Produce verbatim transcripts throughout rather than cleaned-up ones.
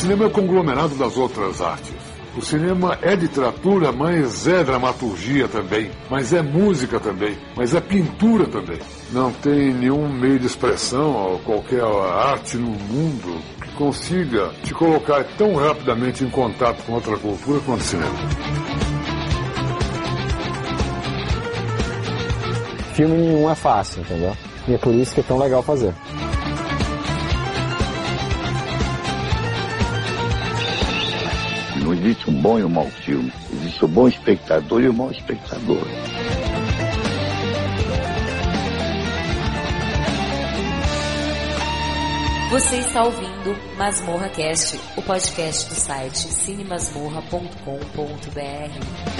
cinema é o conglomerado das outras artes. O cinema é literatura, mas é dramaturgia também, mas é música também, mas é pintura também. Não tem nenhum meio de expressão ou qualquer arte no mundo que consiga te colocar tão rapidamente em contato com outra cultura quanto o cinema. Filme nenhum é fácil, entendeu? E é por isso que é tão legal fazer. Não existe um bom e um mau filme. Existe o bom espectador e o mau espectador. Você está ouvindo Masmorra Cast, o podcast do site cine masmorra ponto com ponto b r.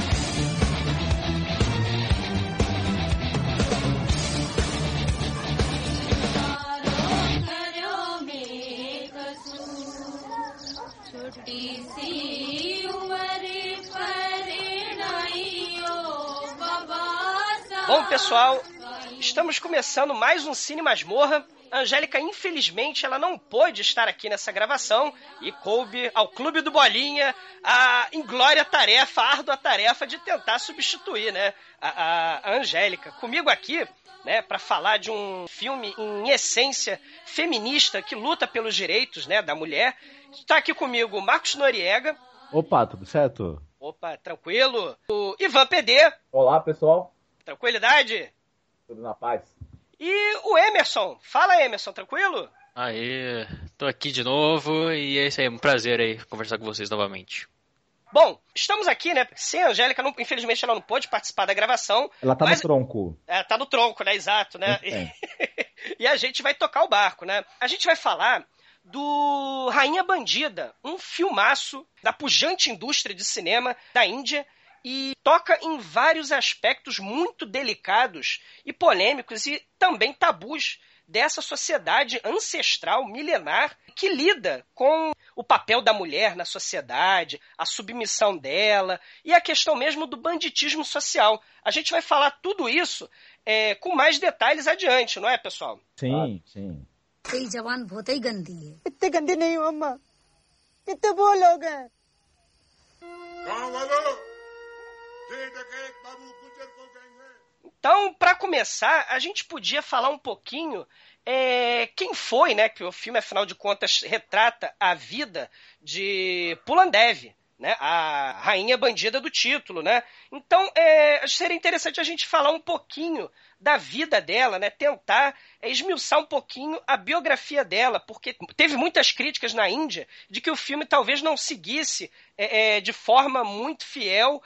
Bom, pessoal, estamos começando mais um Cine Masmorra. A Angélica, infelizmente, ela não pôde estar aqui nessa gravação e coube ao Clube do Bolinha a inglória tarefa, a árdua tarefa de tentar substituir, né, a, a, a Angélica. Comigo aqui, né, para falar de um filme em essência feminista que luta pelos direitos, né, da mulher. Está aqui comigo o Marcos Noriega. Opa, tudo certo? Opa, tranquilo. O Ivan P D. Olá, pessoal. Tranquilidade? Tudo na paz. E o Emerson. Fala, Emerson, tranquilo? Aê, tô aqui de novo e é isso aí, um prazer aí conversar com vocês novamente. Bom, estamos aqui, né? Sem a Angélica, não, infelizmente ela não pôde participar da gravação. Ela tá mas... no tronco. É, tá no tronco, né? Exato, né? É. E a gente vai tocar o barco, né? A gente vai falar do Rainha Bandida, um filmaço da pujante indústria de cinema da Índia, e toca em vários aspectos muito delicados e polêmicos e também tabus dessa sociedade ancestral, milenar, que lida com o papel da mulher na sociedade, a submissão dela e a questão mesmo do banditismo social. A gente vai falar tudo isso é, com mais detalhes adiante, não é, pessoal? Sim, sim. ये जवान बहुत ही गंदी है। इतने गंदे नहीं हो अम्मा, कितने वो लोग हैं। Então, para começar, a gente podia falar um pouquinho é, quem foi, né? Que o filme, afinal de contas, retrata a vida de Pulandev, né, a rainha bandida do título, né? Então, é, seria interessante a gente falar um pouquinho da vida dela, né? Tentar é, esmiuçar um pouquinho a biografia dela, porque teve muitas críticas na Índia de que o filme talvez não seguisse é, é, de forma muito fiel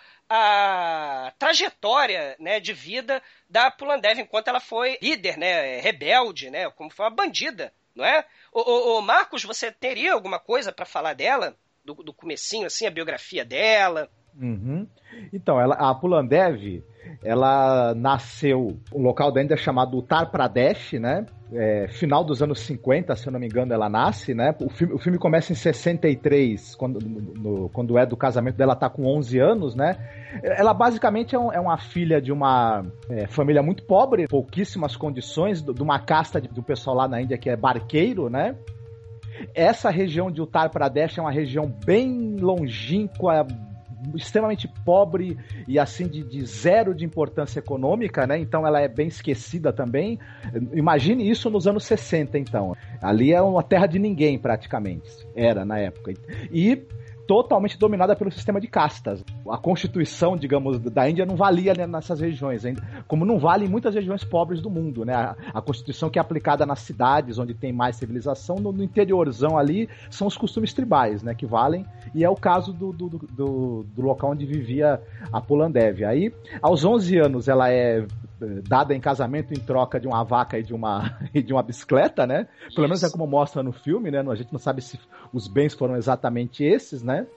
a trajetória, né, de vida da Pulandev enquanto ela foi líder, né, rebelde, né, como foi uma bandida, não é? Ô, ô, ô Marcos, você teria alguma coisa para falar dela? Do, do comecinho, assim, a biografia dela? Uhum. Então, ela, a Pulandev, ela nasceu, um local da Índia chamado Uttar Pradesh, né? É, final dos anos cinquenta, se eu não me engano, ela nasce, né? O filme, o filme começa em sessenta e três, quando, no, quando é do casamento dela, tá com onze anos, né? Ela basicamente é, um, é uma filha de uma é, família muito pobre, pouquíssimas condições, de uma casta de, do pessoal lá na Índia que é barqueiro, né? Essa região de Uttar Pradesh é uma região bem longínqua, extremamente pobre e assim de, de zero de importância econômica, né? Então ela é bem esquecida também. Imagine isso nos anos sessenta, então. Ali é uma terra de ninguém, praticamente. Era na época. E totalmente dominada pelo sistema de castas. A constituição, digamos, da Índia não valia nessas regiões, como não vale em muitas regiões pobres do mundo, né? A, a constituição que é aplicada nas cidades, onde tem mais civilização, no, no interiorzão ali, são os costumes tribais, né, que valem, e é o caso do, do, do, do local onde vivia a Pulandev. Aí, aos onze anos, ela é dada em casamento em troca de uma vaca e de uma, e de uma bicicleta, né? Pelo menos é como mostra no filme, né? A gente não sabe se os bens foram exatamente esses, né?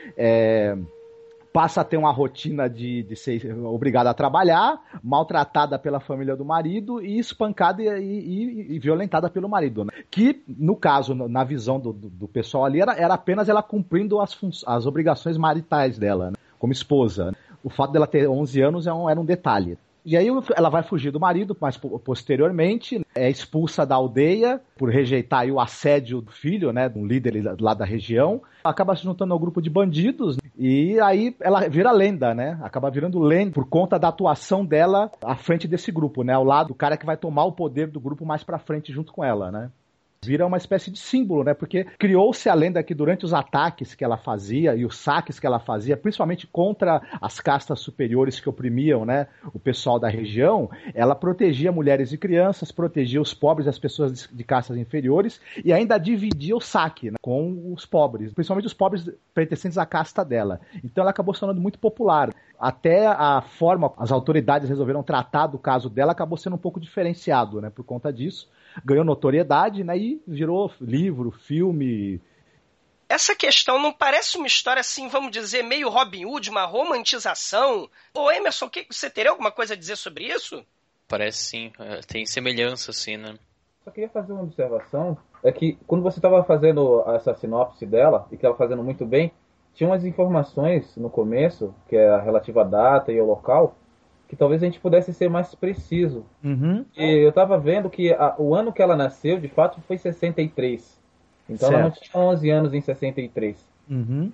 É, passa a ter uma rotina de, de ser obrigada a trabalhar, maltratada pela família do marido e espancada e, e, e violentada pelo marido, né? Que, no caso, na visão do, do, do pessoal ali, era, era apenas ela cumprindo as, as obrigações maritais dela, né? Como esposa. O fato dela ter onze anos é um, era um detalhe. E aí ela vai fugir do marido, mas posteriormente é expulsa da aldeia por rejeitar aí o assédio do filho, né, de um líder lá da região. Acaba se juntando ao grupo de bandidos e aí ela vira lenda, né? Acaba virando lenda por conta da atuação dela à frente desse grupo, né? Ao lado do cara que vai tomar o poder do grupo mais pra frente junto com ela, né? Vira uma espécie de símbolo, né? Porque criou-se a lenda que durante os ataques que ela fazia e os saques que ela fazia, principalmente contra as castas superiores que oprimiam, né, o pessoal da região, ela protegia mulheres e crianças, protegia os pobres e as pessoas de, de castas inferiores e ainda dividia o saque, né, com os pobres, principalmente os pobres pertencentes à casta dela. Então ela acabou se tornando muito popular. Até a forma as autoridades resolveram tratar do caso dela acabou sendo um pouco diferenciado, né, por conta disso. Ganhou notoriedade, né, e virou livro, filme. Essa questão não parece uma história assim, vamos dizer, meio Robin Hood, uma romantização? Ô Emerson, que, você teria alguma coisa a dizer sobre isso? Parece sim, tem semelhança assim, né? Só queria fazer uma observação, é que quando você estava fazendo essa sinopse dela, e que ela fazendo muito bem, tinha umas informações no começo, que é a relativa à data e ao local, que talvez a gente pudesse ser mais preciso. Uhum. E eu estava vendo que a, o ano que ela nasceu, de fato, foi sessenta e três. Então certo. Ela não tinha onze anos em sessenta e três. Uhum.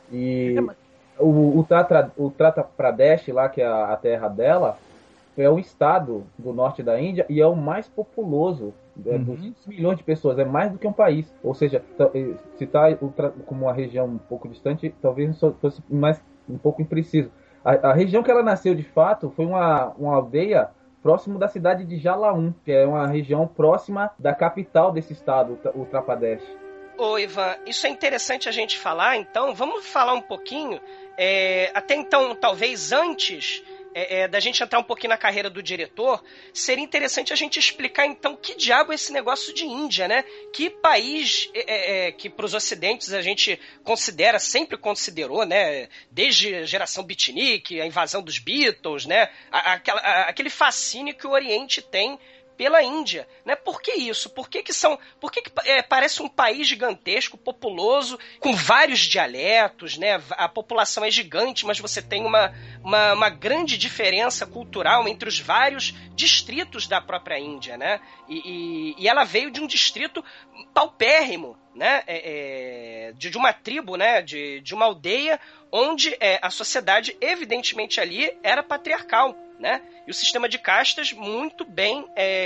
E o, o, Tatra, o Trata Pradesh, lá, que é a, a terra dela, é um estado do norte da Índia e é o mais populoso. É uhum. duzentos milhões de pessoas, é mais do que um país. Ou seja, se está como uma região um pouco distante, talvez fosse mais, um pouco impreciso. A, a região que ela nasceu, de fato, foi uma, uma aldeia próximo da cidade de Jalaun, que é uma região próxima da capital desse estado, o Uttar Pradesh. Ô, Ivan, isso é interessante a gente falar, então, vamos falar um pouquinho, é, até então, talvez antes é, é, da gente entrar um pouquinho na carreira do diretor, seria interessante a gente explicar, então, que diabo é esse negócio de Índia, né? Que país é, é, que para os ocidentes a gente considera, sempre considerou, né? Desde a geração beatnik, a invasão dos Beatles, né? A, aquela, a, aquele fascínio que o Oriente tem pela Índia, né? Por que isso? Por que que são, por que que é, parece um país gigantesco, populoso, com vários dialetos, né? A população é gigante, mas você tem uma, uma, uma grande diferença cultural entre os vários distritos da própria Índia, né? E, e, e ela veio de um distrito paupérrimo, né? É, é, de, de uma tribo, né? De, de uma aldeia onde é, a sociedade, evidentemente ali, era patriarcal, né? E o sistema de castas muito bem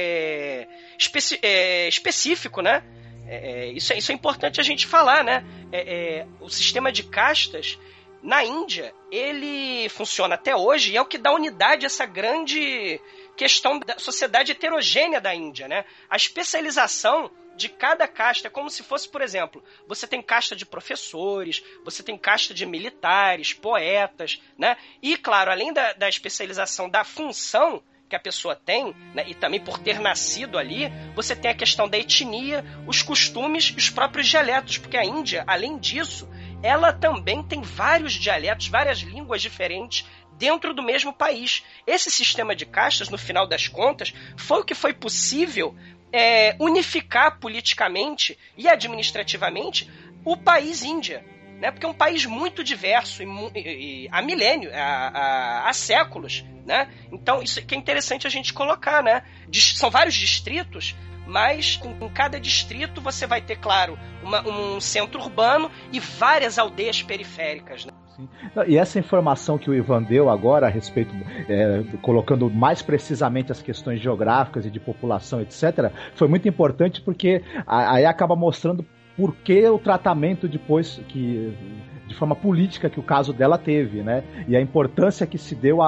é, especi- é, específico, né? É, isso, é, isso é importante a gente falar, né? É, é, o sistema de castas na Índia, ele funciona até hoje e é o que dá unidade a essa grande questão da sociedade heterogênea da Índia, né? A especialização de cada casta, é como se fosse, por exemplo, você tem casta de professores, você tem casta de militares, poetas, né? E, claro, além da, da especialização da função que a pessoa tem, né, e também por ter nascido ali, você tem a questão da etnia, os costumes e os próprios dialetos, porque a Índia, além disso, ela também tem vários dialetos, várias línguas diferentes dentro do mesmo país. Esse sistema de castas, no final das contas, foi o que foi possível É, unificar politicamente e administrativamente o país Índia, né? Porque é um país muito diverso e, e, e há milênio, há, há, há séculos, né? Então isso que é interessante a gente colocar, né? São vários distritos, mas em, em cada distrito você vai ter, claro, uma, um centro urbano e várias aldeias periféricas, né? Sim. E essa informação que o Ivan deu agora a respeito, é, colocando mais precisamente as questões geográficas e de população, etcétera, foi muito importante porque aí acaba mostrando por que o tratamento depois, que, de forma política, que o caso dela teve, né? E a importância que se deu a,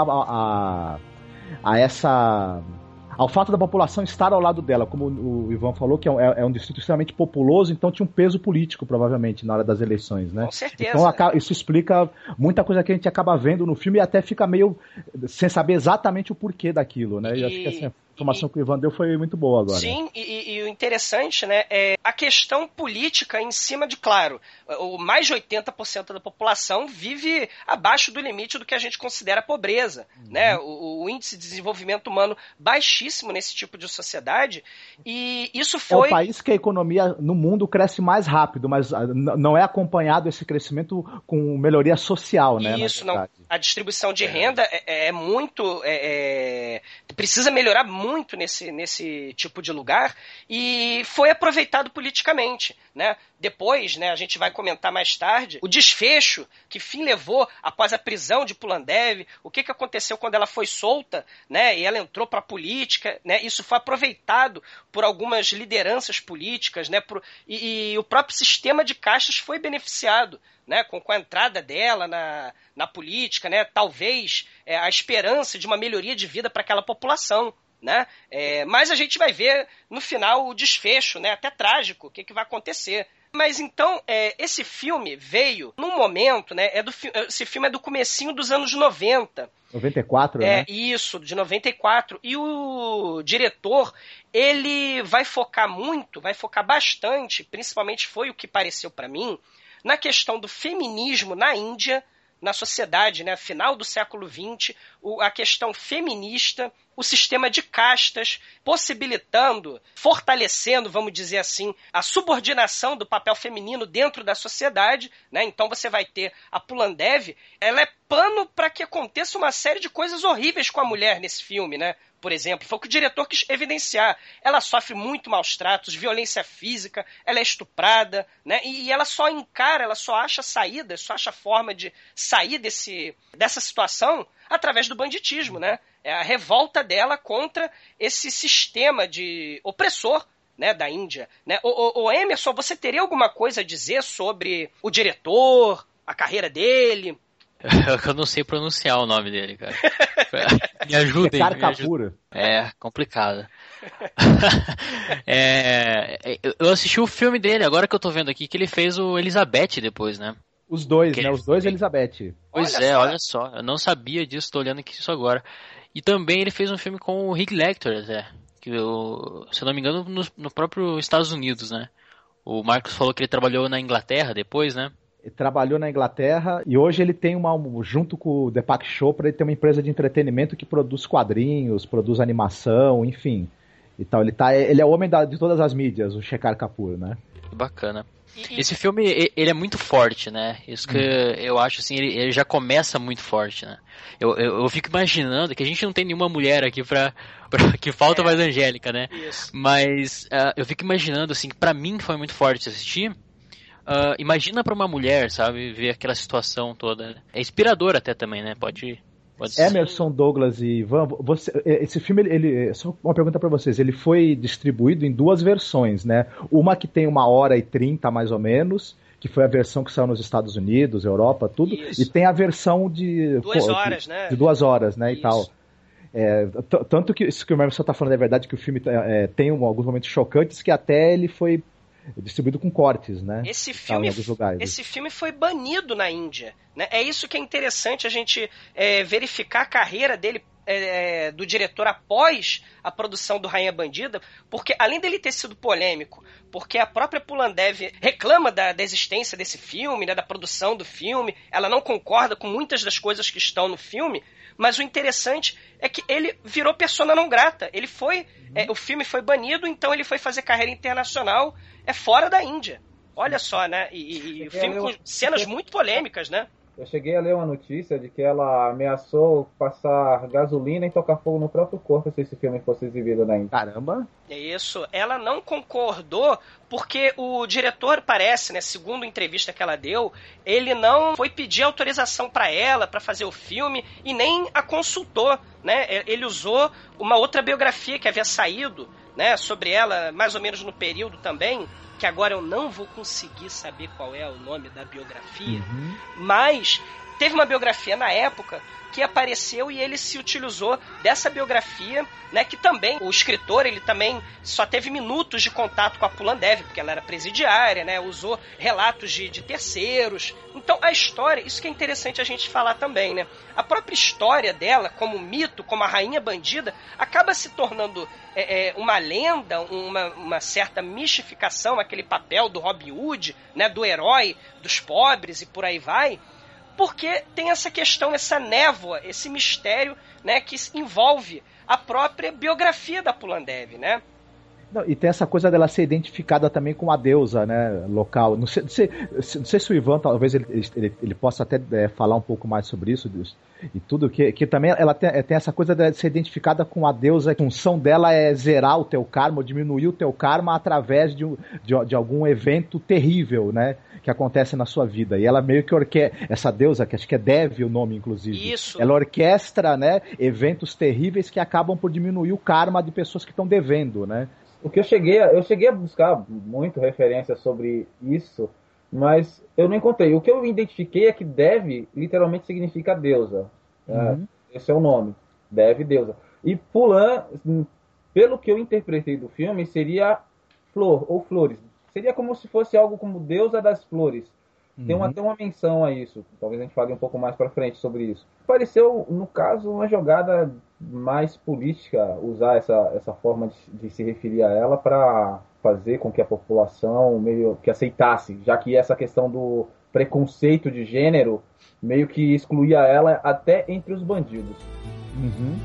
a, a essa... ao fato da população estar ao lado dela, como o Ivan falou, que é um, é um distrito extremamente populoso, então tinha um peso político, provavelmente, na hora das eleições, né? Com certeza. Então isso explica muita coisa que a gente acaba vendo no filme e até fica meio sem saber exatamente o porquê daquilo, né? E, eu acho que assim, informação e, que o Ivan deu foi muito boa agora. Sim, e, e o interessante, né, é a questão política em cima de, claro, o mais de oitenta por cento da população vive abaixo do limite do que a gente considera pobreza, uhum. né, o, o índice de desenvolvimento humano baixíssimo nesse tipo de sociedade, e isso foi... É o país que a economia no mundo cresce mais rápido, mas não é acompanhado esse crescimento com melhoria social, né? Isso, não. A distribuição de renda é, é muito... É, é, precisa melhorar muito muito nesse, nesse tipo de lugar e foi aproveitado politicamente, né? Depois, né, a gente vai comentar mais tarde, o desfecho que fim levou após a prisão de Pulandev, o que, que aconteceu quando ela foi solta, né, e ela entrou para a política, né, isso foi aproveitado por algumas lideranças políticas, né, por, e, e o próprio sistema de castas foi beneficiado, né, com, com a entrada dela na, na política, né, talvez é, a esperança de uma melhoria de vida para aquela população. Né? É, mas a gente vai ver no final o desfecho, né? Até trágico, o que, que vai acontecer. Mas então, é, esse filme veio num momento, né? É do, esse filme é do comecinho dos anos noventa. noventa e quatro, é, né? Isso, de noventa e quatro. E o diretor, ele vai focar muito, vai focar bastante, principalmente foi o que pareceu para mim, na questão do feminismo na Índia, na sociedade, né, final do século vinte, o, a questão feminista, o sistema de castas, possibilitando, fortalecendo, vamos dizer assim, a subordinação do papel feminino dentro da sociedade, né? Então você vai ter a Pulandev, ela é pano para que aconteça uma série de coisas horríveis com a mulher nesse filme, né? Por exemplo, foi o que o diretor quis evidenciar. Ela sofre muito maus tratos, violência física, ela é estuprada, né? E, e ela só encara, ela só acha saída, só acha forma de sair desse, dessa situação através do banditismo, né? É a revolta dela contra esse sistema de opressor, né, da Índia. Né? O, o, o Emerson, você teria alguma coisa a dizer sobre o diretor, a carreira dele? Eu não sei pronunciar o nome dele, cara. Me ajudem. É Karkapura. É, complicado. é, eu assisti o filme dele, agora que eu tô vendo aqui, que ele fez o Elizabeth depois, né? Os dois, que né? ele... Os dois Elizabeth. Pois olha é, só. olha só. Eu não sabia disso, tô olhando aqui isso agora. E também ele fez um filme com o Rick Lecter, até. Que eu, se eu não me engano, no, no próprio Estados Unidos, né? O Marcos falou que ele trabalhou na Inglaterra depois, né? Ele trabalhou na Inglaterra e hoje ele tem uma, junto com o Deepak Chopra, ele tem uma empresa de entretenimento que produz quadrinhos, produz animação, enfim. Então ele, tá, ele é o homem da, de todas as mídias, o Shekhar Kapur, né? Que bacana. Esse filme, ele é muito forte, né? Isso que hum. eu acho, assim, ele, ele já começa muito forte, né? Eu, eu, eu fico imaginando que a gente não tem nenhuma mulher aqui pra... pra que falta é. mais Angélica, né? Isso. Mas uh, eu fico imaginando, assim, que pra mim foi muito forte assistir. Uh, imagina pra uma mulher, sabe? Ver aquela situação toda. É inspirador até também, né? Pode... Pode Emerson, Douglas e Ivan, você, esse filme, ele, só uma pergunta para vocês, ele foi distribuído em duas versões, né? Uma que tem uma hora e trinta, mais ou menos, que foi a versão que saiu nos Estados Unidos, Europa, tudo, Isso. E tem a versão de... Duas pô, horas, de, né? De duas horas, né, Isso. e tal. É, t- tanto que isso que o Emerson tá falando é verdade, que o filme é, tem um, alguns momentos chocantes que até ele foi distribuído com cortes, né? Esse filme, lugares. esse filme foi banido na Índia, né? É isso que é interessante a gente é, verificar a carreira dele, é, do diretor após a produção do Rainha Bandida, porque além dele ter sido polêmico, porque a própria Pulandev reclama da, da existência desse filme, né, da produção do filme, ela não concorda com muitas das coisas que estão no filme, mas o interessante é que ele virou persona não grata. Ele foi, uhum. é, o filme foi banido, então ele foi fazer carreira internacional é fora da Índia. Olha só, né? E, e o filme com cenas muito polêmicas, né? Eu cheguei a ler uma notícia de que ela ameaçou passar gasolina e tocar fogo no próprio corpo se esse filme fosse exibido na Índia. Caramba! É isso. Ela não concordou porque o diretor, parece, né, segundo a entrevista que ela deu, ele não foi pedir autorização para ela para fazer o filme e nem a consultou, né? Ele usou uma outra biografia que havia saído, né, sobre ela, mais ou menos no período também, que agora eu não vou conseguir saber qual é o nome da biografia, uhum. mas teve uma biografia na época que apareceu e ele se utilizou dessa biografia, né, que também, o escritor, ele também só teve minutos de contato com a Pulandev, porque ela era presidiária, né, usou relatos de, de terceiros. Então, a história, isso que é interessante a gente falar também, né, a própria história dela, como mito, como a rainha bandida, acaba se tornando é, é, uma lenda, uma, uma certa mistificação, aquele papel do Robin Hood, né, do herói dos pobres e por aí vai, porque tem essa questão, essa névoa, esse mistério, né, que envolve a própria biografia da Pulandev, né? Não, e tem essa coisa dela ser identificada também com a deusa, né, local. Não sei, não sei, não sei se o Ivan, talvez ele, ele, ele possa até é, falar um pouco mais sobre isso, Deus, e tudo, que, que também ela tem, tem essa coisa de ser identificada com a deusa, a função dela é zerar o teu karma, ou diminuir o teu karma através de, de, de algum evento terrível, né, que acontece na sua vida. E ela meio que orquestra, essa deusa, que acho que é Dev o nome, inclusive. Isso. Ela orquestra, né, eventos terríveis que acabam por diminuir o karma de pessoas que estão devendo, né. O que eu cheguei, a, eu cheguei a buscar muito referência sobre isso, mas eu não encontrei. O que eu identifiquei é que Dev literalmente significa deusa. Uhum. É, esse é o nome, Dev, deusa. E Pulan, pelo que eu interpretei do filme, seria flor ou flores. Seria como se fosse algo como deusa das flores. Uhum. Tem uma, até uma menção a isso. Talvez a gente fale um pouco mais pra frente sobre isso. Pareceu, no caso, uma jogada mais política, usar essa, essa forma de, de se referir a ela para fazer com que a população meio que aceitasse, já que essa questão do preconceito de gênero meio que excluía ela até entre os bandidos. Uhum.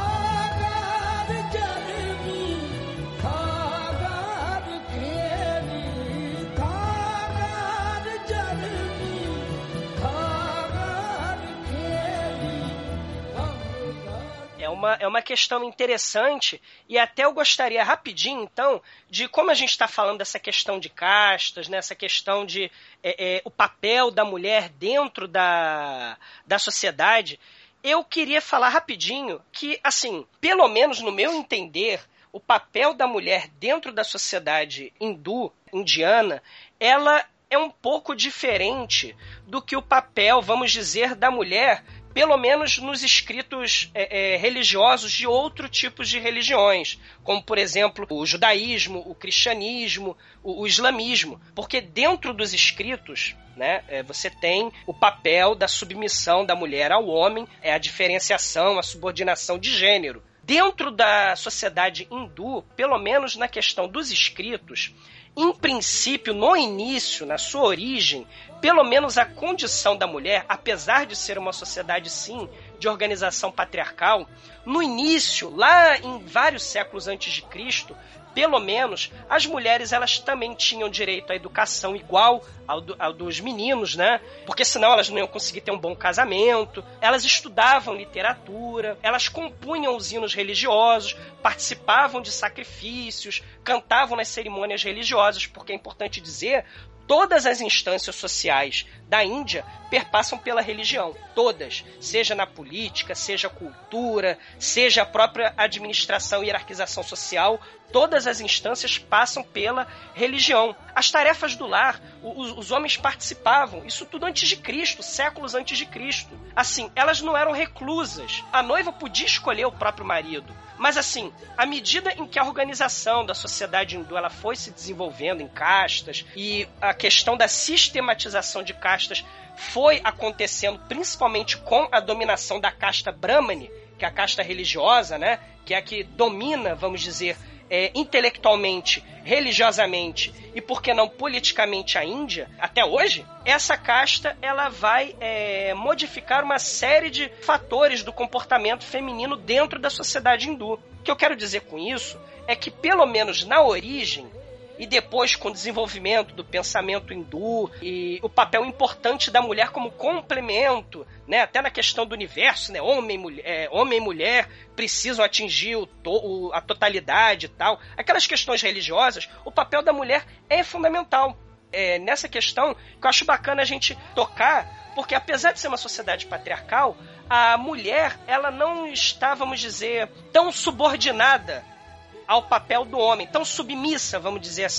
É uma, é uma questão interessante, e até eu gostaria rapidinho, então, de como a gente está falando dessa questão de castas, né, essa questão de é, é, o papel da mulher dentro da, da sociedade, eu queria falar rapidinho que, assim, pelo menos no meu entender, o papel da mulher dentro da sociedade hindu, indiana, ela é um pouco diferente do que o papel, vamos dizer, da mulher, pelo menos nos escritos é, é, religiosos de outros tipos de religiões, como, por exemplo, o judaísmo, o cristianismo, o, o islamismo. Porque dentro dos escritos, né, é, você tem o papel da submissão da mulher ao homem, é a diferenciação, a subordinação de gênero. Dentro da sociedade hindu, pelo menos na questão dos escritos, em princípio, no início, na sua origem, pelo menos a condição da mulher, apesar de ser uma sociedade, sim, de organização patriarcal, no início, lá em vários séculos antes de Cristo, pelo menos, as mulheres elas também tinham direito à educação igual ao, do, ao dos meninos, né? Porque senão elas não iam conseguir ter um bom casamento. Elas estudavam literatura, elas compunham os hinos religiosos, participavam de sacrifícios, cantavam nas cerimônias religiosas, porque é importante dizer, todas as instâncias sociais da Índia perpassam pela religião, todas, seja na política, seja cultura, seja a própria administração e hierarquização social, todas as instâncias passam pela religião. As tarefas do lar, os, os homens participavam, isso tudo antes de Cristo, séculos antes de Cristo. Assim, elas não eram reclusas, a noiva podia escolher o próprio marido. Mas assim, à medida em que a organização da sociedade hindu ela foi se desenvolvendo em castas e a questão da sistematização de castas foi acontecendo principalmente com a dominação da casta Brahmani, que é a casta religiosa, né, que é a que domina, vamos dizer, é, intelectualmente, religiosamente e, por que não, politicamente a Índia, até hoje, essa casta ela vai é, modificar uma série de fatores do comportamento feminino dentro da sociedade hindu. O que eu quero dizer com isso é que, pelo menos na origem, e depois com o desenvolvimento do pensamento hindu e o papel importante da mulher como complemento, né, até na questão do universo, né, homem, mulher, é, homem e mulher precisam atingir o to, o, a totalidade e tal, aquelas questões religiosas, o papel da mulher é fundamental. É nessa questão que eu acho bacana a gente tocar, porque apesar de ser uma sociedade patriarcal, a mulher ela não está, vamos dizer, tão subordinada ao papel do homem, tão submissa, vamos dizer assim,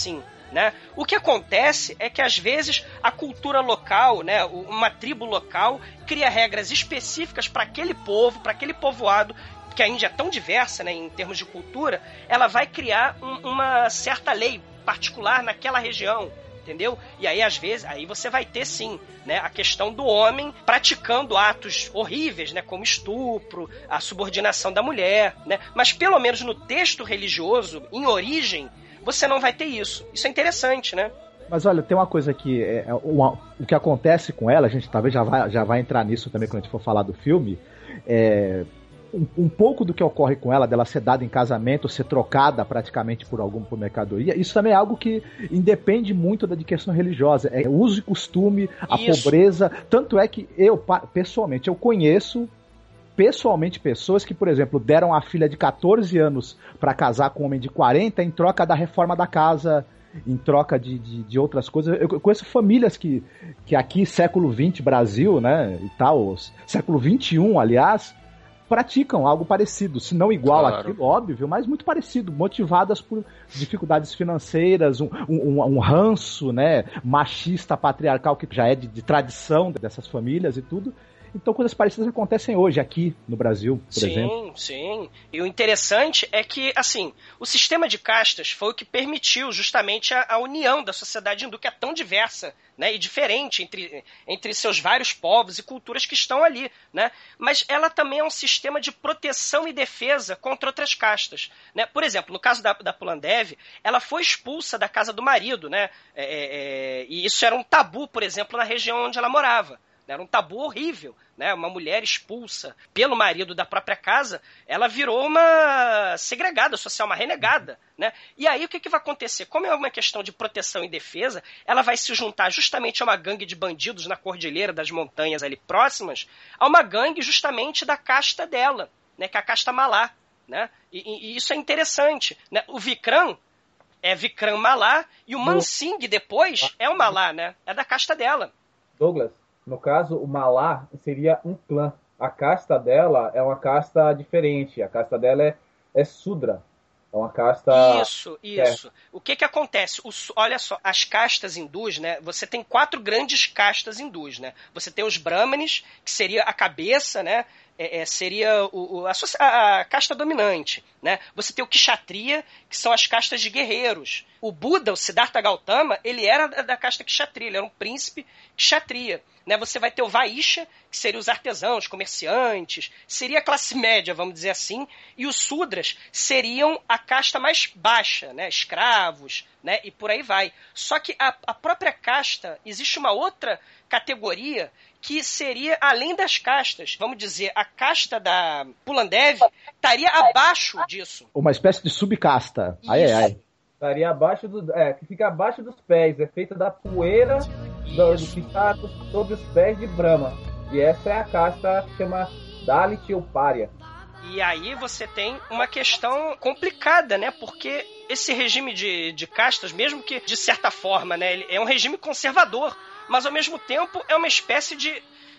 né? O que acontece é que às vezes a cultura local, né, uma tribo local cria regras específicas para aquele povo, para aquele povoado, que a Índia é tão diversa, né, em termos de cultura, ela vai criar um, uma certa lei particular naquela região, entendeu? E aí, às vezes, aí você vai ter, sim, né, a questão do homem praticando atos horríveis, né, como estupro, a subordinação da mulher, né? Mas, pelo menos no texto religioso, em origem, você não vai ter isso. Isso é interessante, né? Mas olha, tem uma coisa que é, uma, o que acontece com ela, a gente talvez já vai, já vai entrar nisso também quando a gente for falar do filme, é... Um, um pouco do que ocorre com ela, dela ser dada em casamento, ser trocada praticamente por algum por mercadoria, isso também é algo que independe muito da de questão religiosa. É uso e costume, a isso. pobreza. Tanto é que eu, pessoalmente, eu conheço pessoalmente pessoas que, por exemplo, deram a filha de catorze anos para casar com um homem de quarenta em troca da reforma da casa, em troca de, de, de outras coisas. Eu conheço famílias que, que aqui, século vinte, Brasil, né, e tal, século vinte e um, aliás, praticam algo parecido, se não igual claro. àquilo, óbvio, mas muito parecido, motivadas por dificuldades financeiras, um, um, um ranço, né, machista, patriarcal, que já é de, de tradição dessas famílias e tudo. Então coisas parecidas acontecem hoje aqui no Brasil, por sim, exemplo. Sim, sim. E o interessante é que, assim, o sistema de castas foi o que permitiu justamente a, a união da sociedade hindu, que é tão diversa, né, e diferente entre, entre seus vários povos e culturas que estão ali, né? Mas ela também é um sistema de proteção e defesa contra outras castas, né? Por exemplo, no caso da, da Pulandev, ela foi expulsa da casa do marido, né? É, é, e isso era um tabu, por exemplo, na região onde ela morava. Era um tabu horrível, né? Uma mulher expulsa pelo marido da própria casa, ela virou uma segregada social, uma renegada, né? E aí o que, que vai acontecer? Como é uma questão de proteção e defesa, ela vai se juntar justamente a uma gangue de bandidos na cordilheira das montanhas ali próximas, a uma gangue justamente da casta dela, né? Que é a casta Malá, né? E, e, e isso é interessante, né? O Vikram é Vikram Malá e o Mansingh depois é o Malá, né? É da casta dela. Douglas, no caso, o Malá seria um clã. A casta dela é uma casta diferente. A casta dela é, é Sudra. É uma casta... Isso, isso. É. O que que acontece? O, olha só, as castas hindus, né? Você tem quatro grandes castas hindus, né? Você tem os Brahmanes, que seria a cabeça, né? É, é, seria o, o, a, a, a casta dominante, né? Você tem o Kshatriya, que são as castas de guerreiros. O Buda, o Siddhartha Gautama, ele era da, da casta Kshatriya, ele era um príncipe Kshatriya, né? Você vai ter o Vaishya, que seria os artesãos, comerciantes, seria a classe média, vamos dizer assim, e os Sudras seriam a casta mais baixa, né? Escravos, né? E por aí vai. Só que a, a própria casta, existe uma outra categoria que seria além das castas. Vamos dizer, a casta da Pulandev estaria abaixo disso. Uma espécie de subcasta. Ai, ai, ai. Estaria abaixo do... É, que fica abaixo dos pés. É feita da poeira do, do que está sobre os pés de Brahma. E essa é a casta que chama Dalit ou Pária. E aí você tem uma questão complicada, né? Porque esse regime de, de castas, mesmo que de certa forma, né, ele é um regime conservador, mas ao mesmo tempo é uma espécie de...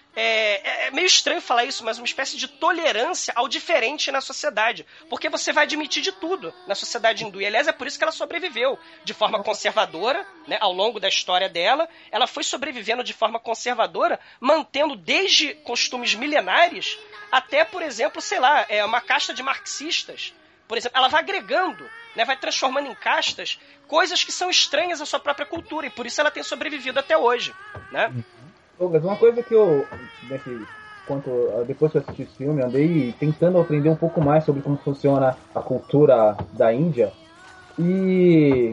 É, é meio estranho falar isso, mas uma espécie de tolerância ao diferente na sociedade. Porque você vai admitir de tudo na sociedade hindu. E, aliás, é por isso que ela sobreviveu de forma conservadora, né, ao longo da história dela. Ela foi sobrevivendo de forma conservadora, mantendo desde costumes milenares até, por exemplo, sei lá, é uma casta de marxistas. Por exemplo, ela vai agregando, né, vai transformando em castas coisas que são estranhas à sua própria cultura. E por isso ela tem sobrevivido até hoje, né? Douglas, uma coisa que eu, nesse, quanto, depois que eu assisti esse filme, andei tentando aprender um pouco mais sobre como funciona a cultura da Índia. E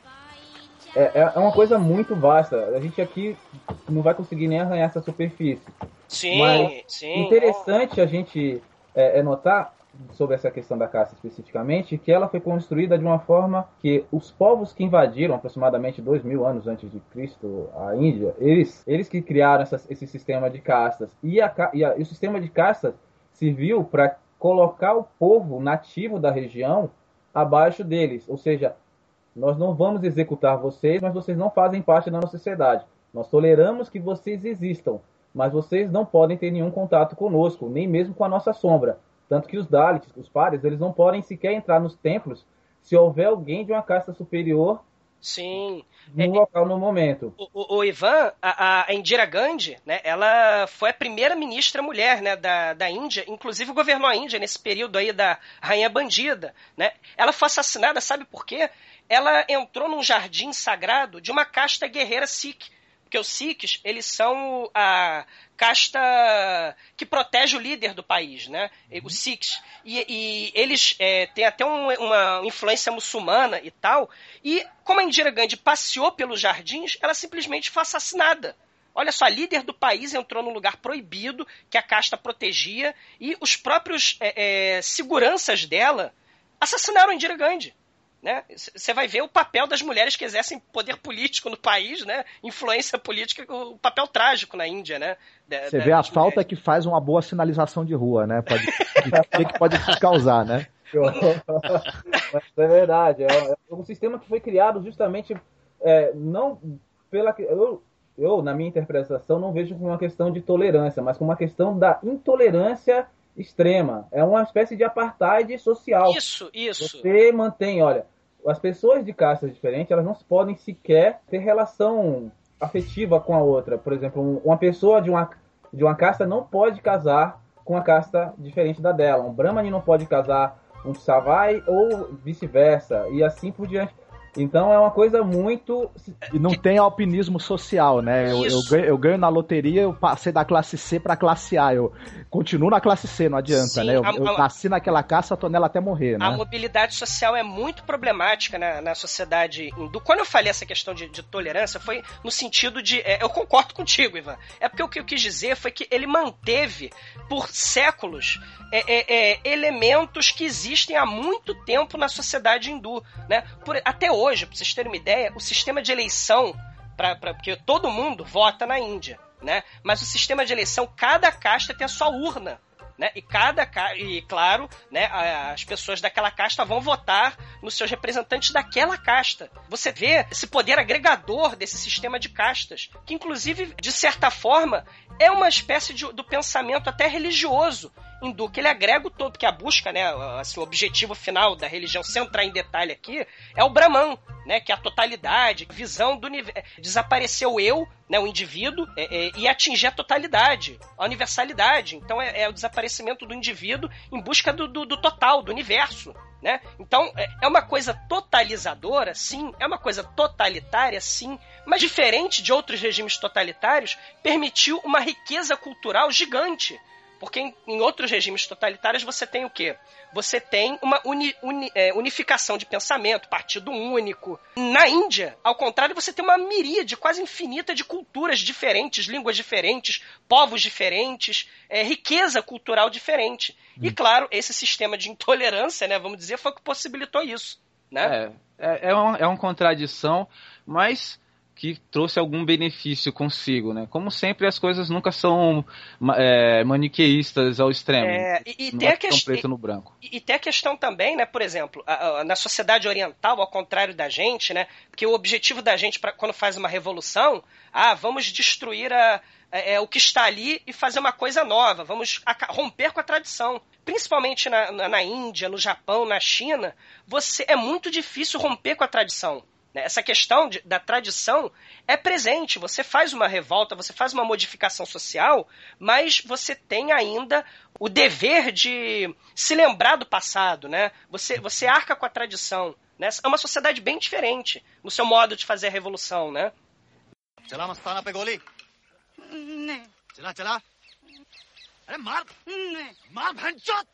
é, é uma coisa muito vasta. A gente aqui não vai conseguir nem arranhar essa superfície. Sim, Mas sim. Interessante a gente é, é notar sobre essa questão da caça especificamente, que ela foi construída de uma forma que os povos que invadiram aproximadamente dois mil anos antes de Cristo a Índia, eles, eles que criaram essa, esse sistema de castas, e, a, e, a, e o sistema de castas serviu para colocar o povo nativo da região abaixo deles, ou seja, nós não vamos executar vocês, mas vocês não fazem parte da nossa sociedade, nós toleramos que vocês existam, mas vocês não podem ter nenhum contato conosco, nem mesmo com a nossa sombra. Tanto que os Dalits, os Párias, eles não podem sequer entrar nos templos se houver alguém de uma casta superior Sim. No é, local, no momento. O, o, o Ivan, a, a Indira Gandhi, né, ela foi a primeira ministra mulher, né, da, da Índia, inclusive governou a Índia nesse período aí da Rainha Bandida, né? Ela foi assassinada, sabe por quê? Ela entrou num jardim sagrado de uma casta guerreira Sikh, porque os Sikhs, eles são a casta que protege o líder do país, né? Os Sikhs. E, e eles é, têm até um, uma influência muçulmana e tal. E como a Indira Gandhi passeou pelos jardins, ela simplesmente foi assassinada. Olha só, a líder do país entrou num lugar proibido, que a casta protegia, e os próprios é, é, seguranças dela assassinaram a Indira Gandhi. Você vai ver o papel das mulheres que exercem poder político no país, né? Influência política, o papel trágico na Índia, né? Você vê a falta que faz uma boa sinalização de rua, né? Pode, que, que pode causar, né? É verdade. É um sistema que foi criado justamente é, não pela... Eu, eu, na minha interpretação, não vejo como uma questão de tolerância, mas como uma questão da intolerância extrema. É uma espécie de apartheid social. Isso, isso. Você mantém, olha... As pessoas de castas diferentes, elas não podem sequer ter relação afetiva com a outra. Por exemplo, uma pessoa de uma, de uma casta não pode casar com uma casta diferente da dela. Um Brahmani não pode casar um Savai ou vice-versa, e assim por diante. Então é uma coisa muito... E não tem alpinismo social, né? Eu, eu, ganho, eu ganho na loteria, eu passei da classe C pra classe A. Eu continuo na classe C, não adianta, Sim, né? Eu, a, eu a, nasci naquela casta, tô nela até morrer, né? A mobilidade social é muito problemática na, na sociedade hindu. Quando eu falei essa questão de, de tolerância, foi no sentido de... É, eu concordo contigo, Ivan. É porque o que eu quis dizer foi que ele manteve, por séculos, é, é, é, elementos que existem há muito tempo na sociedade hindu, né? Por, até hoje, Hoje, para vocês terem uma ideia, o sistema de eleição, pra, pra, porque todo mundo vota na Índia, né? Mas o sistema de eleição, cada casta tem a sua urna, né? E cada e claro, né, as pessoas daquela casta vão votar nos seus representantes daquela casta. Você vê esse poder agregador desse sistema de castas, que inclusive, de certa forma, é uma espécie de, do pensamento até religioso hindu, que ele agrega o todo, que a busca, né, assim, o objetivo final da religião, sem entrar em detalhe aqui, é o Brahman, né, que é a totalidade, visão do universo, desaparecer o eu, né, o indivíduo, é, é, e atingir a totalidade, a universalidade. Então é, é o desaparecimento do indivíduo em busca do, do, do total, do universo, né? Então é, é uma coisa totalizadora, sim, é uma coisa totalitária, sim, mas diferente de outros regimes totalitários, permitiu uma riqueza cultural gigante. Porque em, em outros regimes totalitários você tem o quê? Você tem uma uni, uni, é, unificação de pensamento, partido único. Na Índia, ao contrário, você tem uma miríade quase infinita de culturas diferentes, línguas diferentes, povos diferentes, é, riqueza cultural diferente. Hum. E claro, esse sistema de intolerância, né, vamos dizer, foi o que possibilitou isso. Né? É, é, é, uma, é uma contradição, mas... que trouxe algum benefício consigo, né? Como sempre, as coisas nunca são é, maniqueístas ao extremo. É, e, e não tem é a questão preto no branco. E, e tem a questão também, né? Por exemplo, a, a, na sociedade oriental, ao contrário da gente, né? Porque o objetivo da gente, pra, quando faz uma revolução, ah, vamos destruir a, a, a, o que está ali e fazer uma coisa nova, vamos a, romper com a tradição. Principalmente na, na, na Índia, no Japão, na China, você é muito difícil romper com a tradição. Essa questão de, da tradição é presente. Você faz uma revolta, você faz uma modificação social, mas você tem ainda o dever de se lembrar do passado, né? Você, você arca com a tradição, né? É uma sociedade bem diferente no seu modo de fazer a revolução, né? चला मस्ताना पे गोली नहीं चला चला अरे मार नहीं मार भैंचोद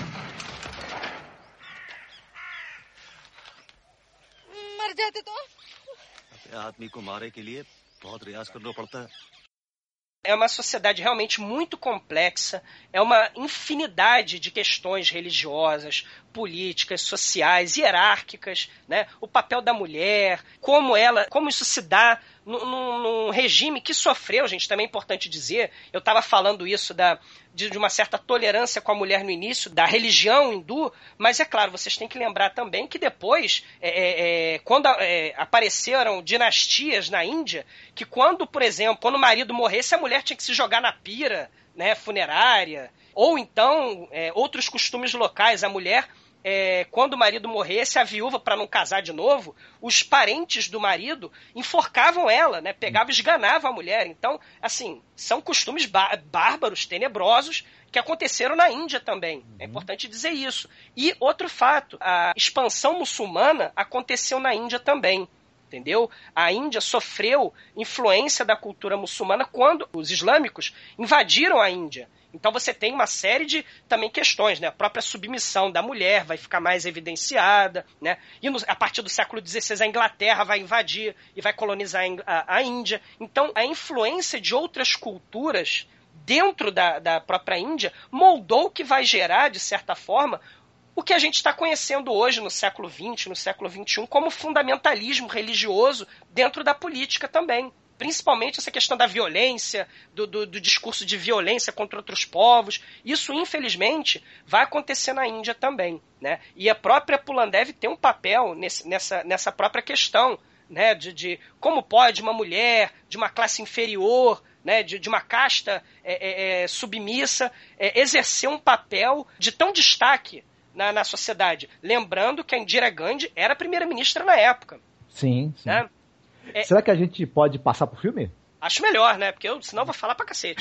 मर जाते तो आदमी को मारे के लिए बहुत रियाज करना पड़ता है. É uma sociedade realmente muito complexa, é uma infinidade de questões religiosas, políticas, sociais, hierárquicas, né? O papel da mulher, como ela, como isso se dá num, num regime que sofreu, gente, também é importante dizer, eu estava falando isso da, de, de uma certa tolerância com a mulher no início, da religião hindu, mas é claro, vocês têm que lembrar também que depois, é, é, quando é, apareceram dinastias na Índia, que quando, por exemplo, quando o marido morresse, a mulher tinha que se jogar na pira, né, funerária, ou então, é, outros costumes locais, a mulher é, quando o marido morresse, a viúva, para não casar de novo, os parentes do marido enforcavam ela, né? Pegavam e esganavam a mulher. Então, assim, são costumes bárbaros, tenebrosos, que aconteceram na Índia também. É importante dizer isso. E outro fato, a expansão muçulmana aconteceu na Índia também. Entendeu? A Índia sofreu influência da cultura muçulmana quando os islâmicos invadiram a Índia. Então você tem uma série de também questões, né? A própria submissão da mulher vai ficar mais evidenciada, né? E no, a partir do século dezesseis a Inglaterra vai invadir e vai colonizar a, a Índia. Então a influência de outras culturas dentro da, da própria Índia moldou o que vai gerar, de certa forma, o que a gente está conhecendo hoje no século vinte, no século vinte e um, como fundamentalismo religioso dentro da política também. Principalmente essa questão da violência, do, do, do discurso de violência contra outros povos. Isso, infelizmente, vai acontecer na Índia também, né? E a própria Pulandev tem um papel nesse, nessa, nessa própria questão, né? De, de como pode uma mulher de uma classe inferior, né? de, de uma casta é, é, submissa, é, exercer um papel de tão destaque Na, na sociedade. Lembrando que a Indira Gandhi era a primeira-ministra na época. Sim, sim. Né? É, Será que a gente pode passar pro filme? acho melhor, né? Porque eu, senão eu vou falar pra cacete.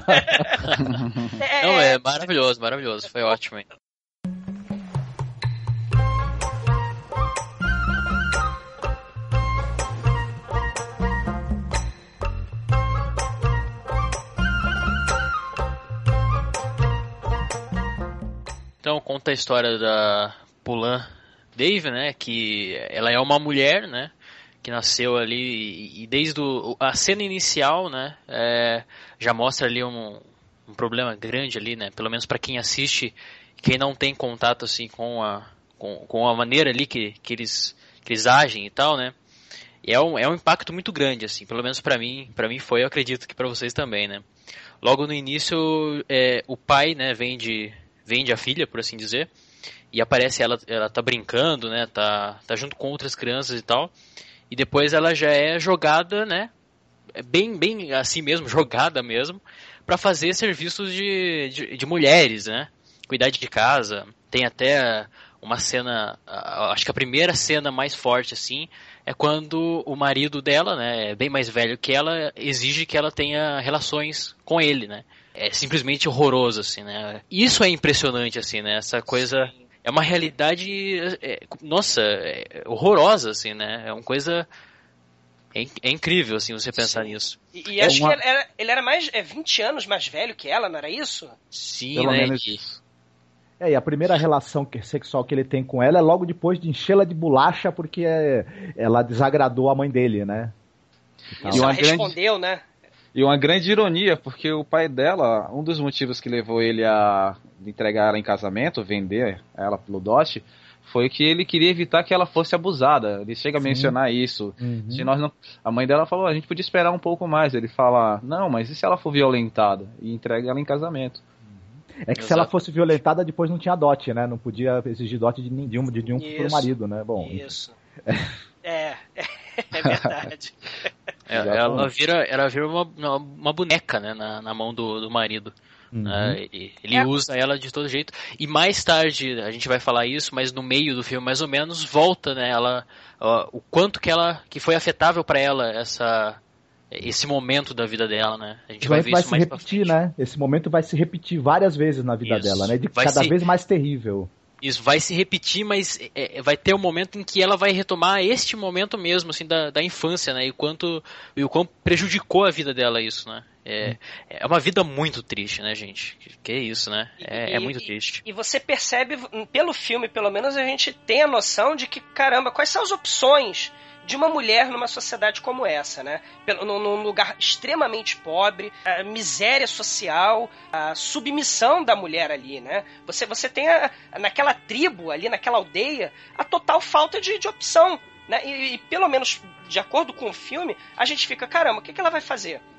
é, Não, é maravilhoso, maravilhoso. Foi ótimo, hein? Então, conta a história da Pulandev, né, que ela é uma mulher, né, que nasceu ali e, e desde o, a cena inicial, né, é, já mostra ali um, um problema grande ali, né, pelo menos para quem assiste, quem não tem contato assim com a, com, com a maneira ali que, que, eles, que eles agem e tal, né, e é um, é um impacto muito grande, assim, pelo menos para mim, para mim foi, eu acredito que para vocês também, né. Logo no início, é, o pai, né, vende... vende a filha, por assim dizer, e aparece ela, ela tá brincando, né, tá, tá junto com outras crianças e tal, e depois ela já é jogada, né, bem, bem assim mesmo, jogada mesmo, para fazer serviços de, de, de mulheres, né, cuidar de casa. Tem até uma cena, acho que a primeira cena mais forte, assim, é quando o marido dela, né, bem mais velho que ela, exige que ela tenha relações com ele, né. É simplesmente horroroso, assim, né? Isso é impressionante, assim, né? Essa coisa... Sim. É uma realidade... É, nossa, é horrorosa, assim, né? É uma coisa... É, é incrível, assim, você pensar Sim. nisso. E, e acho uma... que ele era, ele era mais... É, vinte anos mais velho que ela, não era isso? Sim, Pelo né? menos isso. É, e a primeira relação sexual que ele tem com ela é logo depois de enchê-la de bolacha porque é, ela desagradou a mãe dele, né? Isso, ela respondeu, né? E uma grande ironia, porque o pai dela, um dos motivos que levou ele a entregar ela em casamento, vender ela pelo dote, foi que ele queria evitar que ela fosse abusada. Ele chega a Sim. mencionar isso. Uhum. Se nós não... A mãe dela falou, a gente podia esperar um pouco mais. Ele fala, não, mas e se ela for violentada? E entrega ela em casamento. É que Exato. Se ela fosse violentada, depois não tinha dote, né? Não podia exigir dote de nenhum, de nenhum pro marido, né? Bom, isso. É, é, é verdade. É, ela vira, ela vira uma, uma boneca, né, na, na mão do, do marido. Uhum. Né, ele é. usa ela de todo jeito. E mais tarde, a gente vai falar isso, mas no meio do filme, mais ou menos, volta, né, ela, ó, o quanto que, ela, que foi afetável para ela essa, esse momento da vida dela, né? A gente vai ver vai isso se mais repetir, né? Esse momento vai se repetir várias vezes na vida isso. dela, né? De vai cada se... vez mais terrível. Isso, vai se repetir, mas é, vai ter um momento em que ela vai retomar este momento mesmo, assim, da, da infância, né, e o quanto, e o quanto prejudicou a vida dela isso, né. É, é uma vida muito triste, né, gente, que é isso, né, é, e, é muito triste. E, e você percebe, pelo filme, pelo menos, a gente tem a noção de que, caramba, quais são as opções de uma mulher numa sociedade como essa, né? Num lugar extremamente pobre, a miséria social, a submissão da mulher ali, né? Você, você tem a, naquela tribo ali, naquela aldeia, a total falta de, de opção, né? E, e pelo menos, de acordo com o filme, a gente fica, caramba, o que, que ela vai fazer?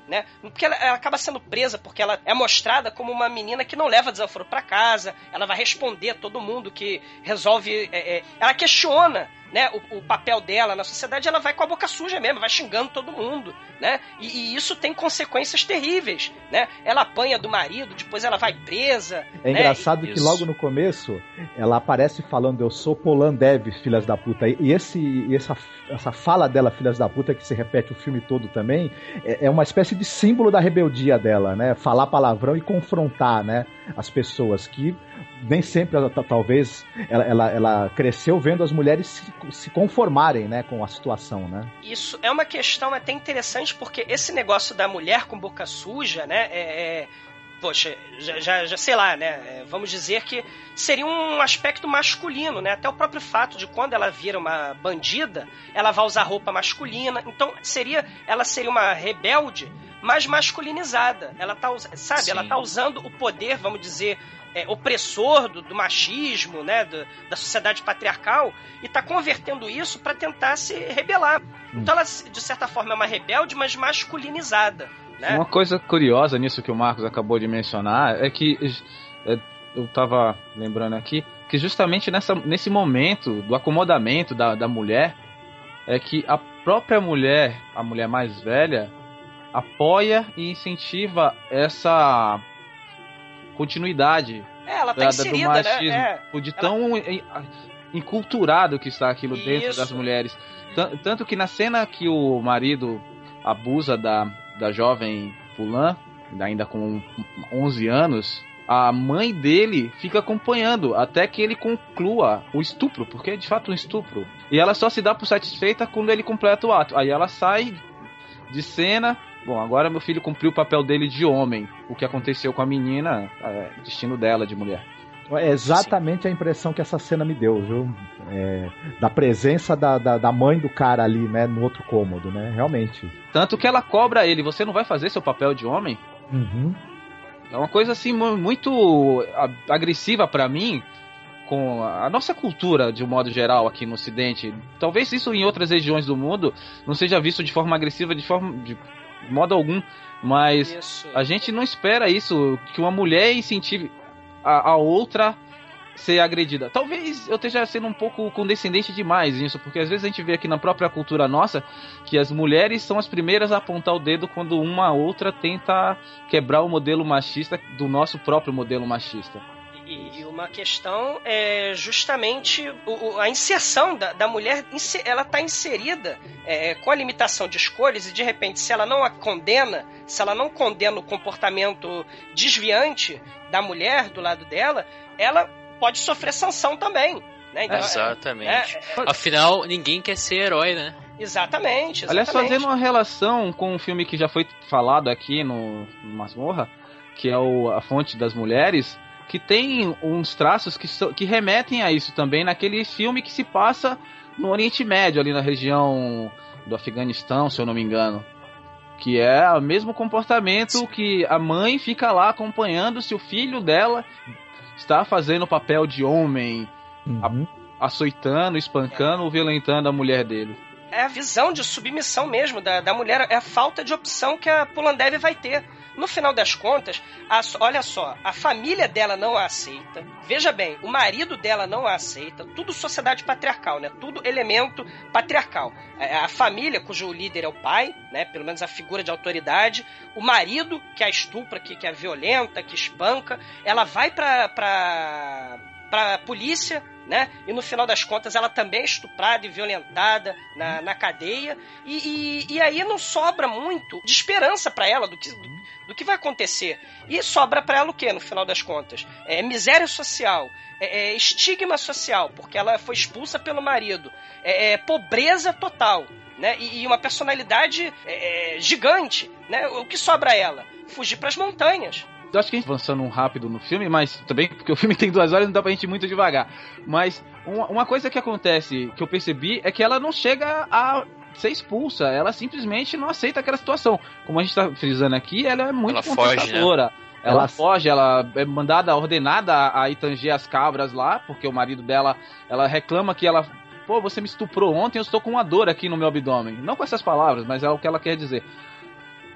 né? Porque ela, ela acaba sendo presa porque ela é mostrada como uma menina que não leva desaforo para casa, ela vai responder a todo mundo que resolve... É, é, ela questiona, né, o, o papel dela na sociedade, ela vai com a boca suja mesmo, vai xingando todo mundo, né? E, e isso tem consequências terríveis, né? Ela apanha do marido, depois ela vai presa. É né? engraçado e, que logo no começo ela aparece falando eu sou Polandev, filhas da puta. E esse, e essa, essa fala dela, filhas da puta, que se repete o filme todo também, é, é uma espécie de símbolo da rebeldia dela, né? Falar palavrão e confrontar, né, as pessoas que nem sempre, talvez, ela, ela, ela cresceu vendo as mulheres se, se conformarem, né, com a situação, né? Isso é uma questão até interessante, porque esse negócio da mulher com boca suja, né, é... é... Poxa, já, já, já sei lá, né? Vamos dizer que seria um aspecto masculino, né? Até o próprio fato de quando ela vira uma bandida, ela vai usar roupa masculina. Então, seria, ela seria uma rebelde, mas masculinizada. Ela tá, sabe? Sim. Ela tá usando o poder, vamos dizer, é, opressor do, do machismo, né? Do, da sociedade patriarcal, e tá convertendo isso para tentar se rebelar. Hum. Então, ela, de certa forma, é uma rebelde, mas masculinizada. Né? Uma coisa curiosa nisso que o Marcos acabou de mencionar é que é, eu estava lembrando aqui que justamente nessa, nesse momento do acomodamento da, da mulher é que a própria mulher, a mulher mais velha, apoia e incentiva essa continuidade é, ela tá da, inserida, do machismo, né? É, de tão ela... enculturado que está aquilo dentro Isso. das mulheres. Tanto que na cena que o marido abusa da da jovem Poulain, ainda com onze anos, a mãe dele fica acompanhando até que ele conclua o estupro, porque é de fato um estupro. E ela só se dá por satisfeita quando ele completa o ato. Aí ela sai de cena, bom, agora meu filho cumpriu o papel dele de homem. O que aconteceu com a menina, é destino dela de mulher. É exatamente Sim. a impressão que essa cena me deu, viu? É, da presença da, da, da mãe do cara ali, né, no outro cômodo, né? Realmente. Tanto que ela cobra ele, você não vai fazer seu papel de homem? Uhum. É uma coisa assim muito agressiva pra mim, com a nossa cultura de um modo geral aqui no Ocidente. Talvez isso em outras regiões do mundo não seja visto de forma agressiva de forma de modo algum, mas isso. A gente não espera isso, que uma mulher incentive a, a outra ser agredida. Talvez eu esteja sendo um pouco condescendente demais nisso, porque às vezes a gente vê aqui na própria cultura nossa que as mulheres são as primeiras a apontar o dedo quando uma outra tenta quebrar o modelo machista do nosso próprio modelo machista. E, e uma questão é justamente o, a inserção da, da mulher, ela está inserida é, com a limitação de escolhas, e de repente, se ela não a condena, se ela não condena o comportamento desviante da mulher do lado dela, ela pode sofrer sanção também. Né? Então, exatamente. É, é, Afinal, ninguém quer ser herói, né? Exatamente, exatamente. Aliás, fazendo uma relação com um filme que já foi falado aqui no, no Masmorra, que é o A Fonte das Mulheres, que tem uns traços que, so, que remetem a isso também, naquele filme que se passa no Oriente Médio, ali na região do Afeganistão, se eu não me engano. Que é o mesmo comportamento que a mãe fica lá acompanhando se o filho dela está fazendo o papel de homem, uhum. açoitando, espancando ou violentando a mulher dele. É a visão de submissão mesmo da, da mulher, é a falta de opção que a Polandev vai ter. No final das contas, a, olha só, a família dela não a aceita. Veja bem, o marido dela não a aceita. Tudo sociedade patriarcal, né? Tudo elemento patriarcal. A, a família, cujo líder é o pai, né? Pelo menos a figura de autoridade. O marido, que a estupra, que, que é violenta, que espanca. Ela vai pra, pra, pra polícia, né? E no final das contas ela também é estuprada e violentada na, na cadeia. E, e, e aí não sobra muito de esperança para ela do que, do, do que vai acontecer. E sobra para ela o que no final das contas? É miséria social, é, é estigma social, porque ela foi expulsa pelo marido, é, é pobreza total, né? E, e uma personalidade é, gigante, né? O que sobra a ela? Fugir para as montanhas. Eu acho que a gente avançando um rápido no filme, mas também porque o filme tem duas horas, não dá pra gente ir muito devagar. Mas uma, uma coisa que acontece, que eu percebi, é que ela não chega a ser expulsa. Ela simplesmente não aceita aquela situação. Como a gente tá frisando aqui, ela é muito contestadora. Foge, né? Ela, ela foge, ela é mandada, ordenada a, a ir tanger as cabras lá, porque o marido dela, ela reclama que ela... Pô, você me estuprou ontem, eu estou com uma dor aqui no meu abdômen. Não com essas palavras, mas é o que ela quer dizer.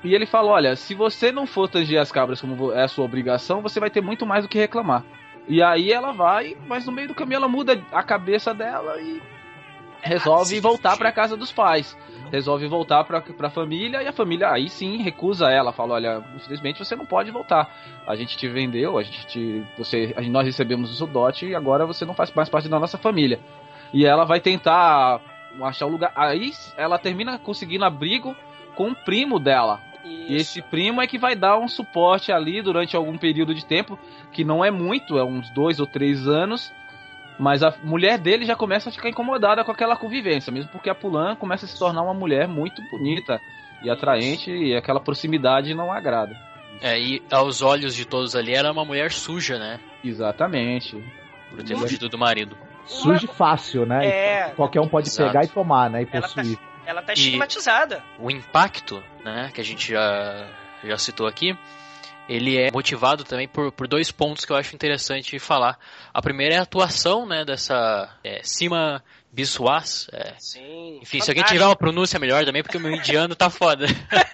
E ele fala, olha, se você não for tanger as cabras como é a sua obrigação, você vai ter muito mais do que reclamar. E aí ela vai, mas no meio do caminho ela muda a cabeça dela e resolve voltar para casa dos pais. Resolve voltar para a família, e a família aí sim recusa ela. Fala, olha, infelizmente você não pode voltar. A gente te vendeu, a gente te, você, a, nós recebemos o seu dote e agora você não faz mais parte da nossa família. E ela vai tentar achar o lugar. Aí ela termina conseguindo abrigo com um primo dela. Isso. E esse primo é que vai dar um suporte ali durante algum período de tempo, que não é muito, é uns dois ou três anos. Mas a mulher dele já começa a ficar incomodada com aquela convivência, mesmo porque a Pulan começa a se tornar uma mulher muito bonita e atraente, e aquela proximidade não agrada. É, e aos olhos de todos ali, ela é uma mulher suja, né? Exatamente. Por ter fugido do marido. Suja e fácil, né? É... Qualquer um pode Exato. pegar e tomar, né? E ela possuir. Tá, ela tá estigmatizada. E o impacto, né, que a gente já, já citou aqui, ele é motivado também por, por dois pontos que eu acho interessante falar. A primeira é a atuação, né, dessa é, Sima Biswas. É, Sim, enfim, fantástico. Se alguém tiver uma pronúncia melhor também, porque o meu indiano tá foda.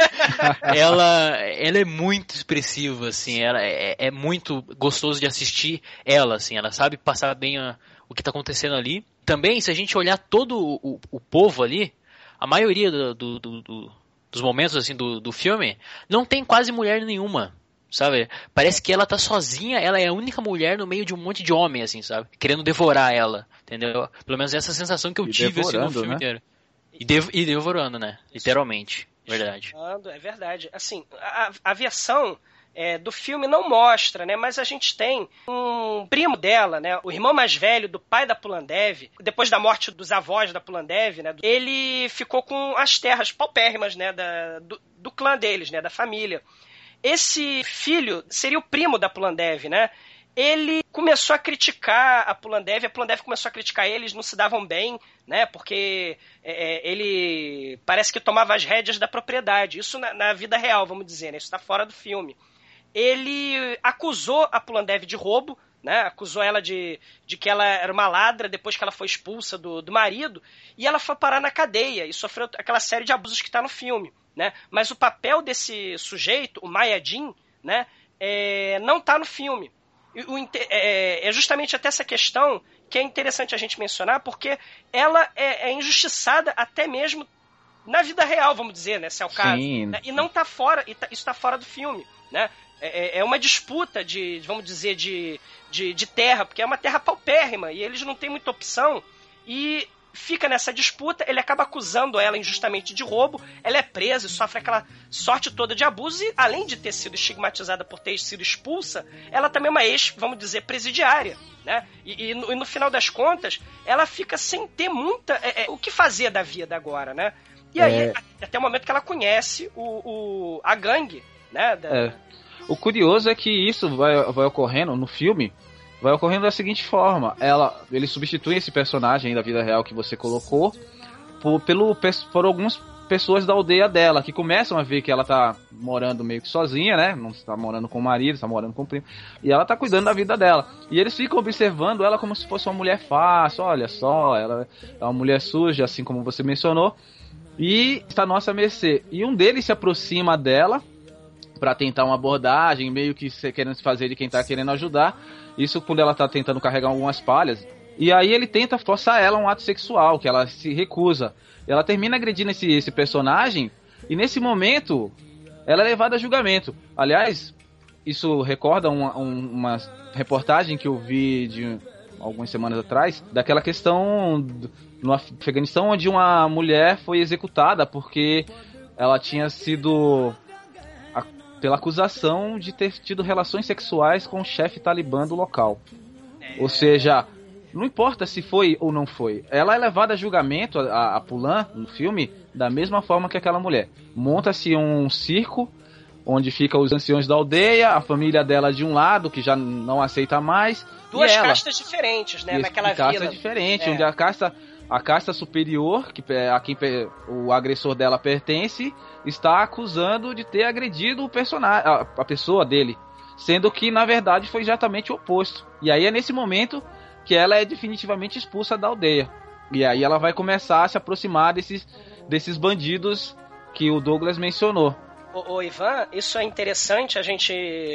ela, ela é muito expressiva, assim, ela é, é muito gostoso de assistir ela, assim, ela sabe passar bem a, o que tá acontecendo ali. Também, se a gente olhar todo o, o povo ali, a maioria do, do, do, do, dos momentos assim, do, do filme, não tem quase mulher nenhuma. Sabe? Parece que ela tá sozinha, ela é a única mulher no meio de um monte de homem, assim, sabe? Querendo devorar ela, entendeu? Pelo menos essa sensação que eu e tive assim, no filme né? inteiro. E, dev- e devorando, né? Literalmente. Verdade. É verdade. Assim, a, a versão é, do filme não mostra, né? Mas a gente tem um primo dela, né? O irmão mais velho do pai da Pulandev, depois da morte dos avós da Pulandev, né? Ele ficou com as terras paupérrimas, né? Da, do, do clã deles, né? Da família. Esse filho seria o primo da Pulandev, né? Ele começou a criticar a Pulandev, a Pulandev começou a criticar eles, não se davam bem, né? Porque é, ele parece que tomava as rédeas da propriedade. Isso na, na vida real, vamos dizer, né? Isso está fora do filme. Ele acusou a Pulandev de roubo, né? Acusou ela de, de que ela era uma ladra depois que ela foi expulsa do, do marido, e ela foi parar na cadeia e sofreu aquela série de abusos que está no filme. Né? Mas o papel desse sujeito, o Mayadin, né, é, não está no filme. E, o, é, é justamente até essa questão que é interessante a gente mencionar, porque ela é, é injustiçada até mesmo na vida real, vamos dizer, né, se é o caso. Né? E não está fora, e tá, isso está fora do filme. Né? É, é uma disputa de, vamos dizer, de, de, de terra, porque é uma terra paupérrima e eles não têm muita opção. E fica nessa disputa, ele acaba acusando ela injustamente de roubo, ela é presa e sofre aquela sorte toda de abuso, e além de ter sido estigmatizada por ter sido expulsa, ela também é uma ex, vamos dizer, presidiária, né? E, e, no, e no final das contas, ela fica sem ter muita... É, é, o que fazer da vida agora, né? E aí, é... até o momento que ela conhece o, o, a gangue, né? Da... É. O curioso é que isso vai, vai ocorrendo no filme... Vai ocorrendo da seguinte forma, ela, ele substitui esse personagem da vida real que você colocou por, pelo, por algumas pessoas da aldeia dela, que começam a ver que ela tá morando meio que sozinha, né? Não está morando com o marido, está morando com o primo, e ela tá cuidando da vida dela. E eles ficam observando ela como se fosse uma mulher fácil, olha só, ela é uma mulher suja, assim como você mencionou, e está à nossa mercê. E um deles se aproxima dela para tentar uma abordagem, meio que querendo se fazer de quem tá querendo ajudar. Isso quando ela tá tentando carregar algumas palhas. E aí ele tenta forçar ela a um ato sexual, que ela se recusa. Ela termina agredindo esse, esse personagem, e nesse momento ela é levada a julgamento. Aliás, isso recorda uma, uma reportagem que eu vi de algumas semanas atrás, daquela questão no Afeganistão, onde uma mulher foi executada porque ela tinha sido... pela acusação de ter tido relações sexuais com o chefe talibã do local. É. Ou seja, não importa se foi ou não foi, ela é levada a julgamento, a, a Pulan, no filme, da mesma forma que aquela mulher. Monta-se um circo, onde ficam os anciões da aldeia, a família dela de um lado, que já não aceita mais. Duas ela, castas diferentes, né, naquela vila. Castas diferentes, é. onde a casta... A casta superior, que, a quem o agressor dela pertence, está acusando de ter agredido o personagem, a, a pessoa dele. Sendo que, na verdade, foi exatamente o oposto. E aí é nesse momento que ela é definitivamente expulsa da aldeia. E aí ela vai começar a se aproximar desses, desses bandidos que o Douglas mencionou. o, o Ivan, isso é interessante a gente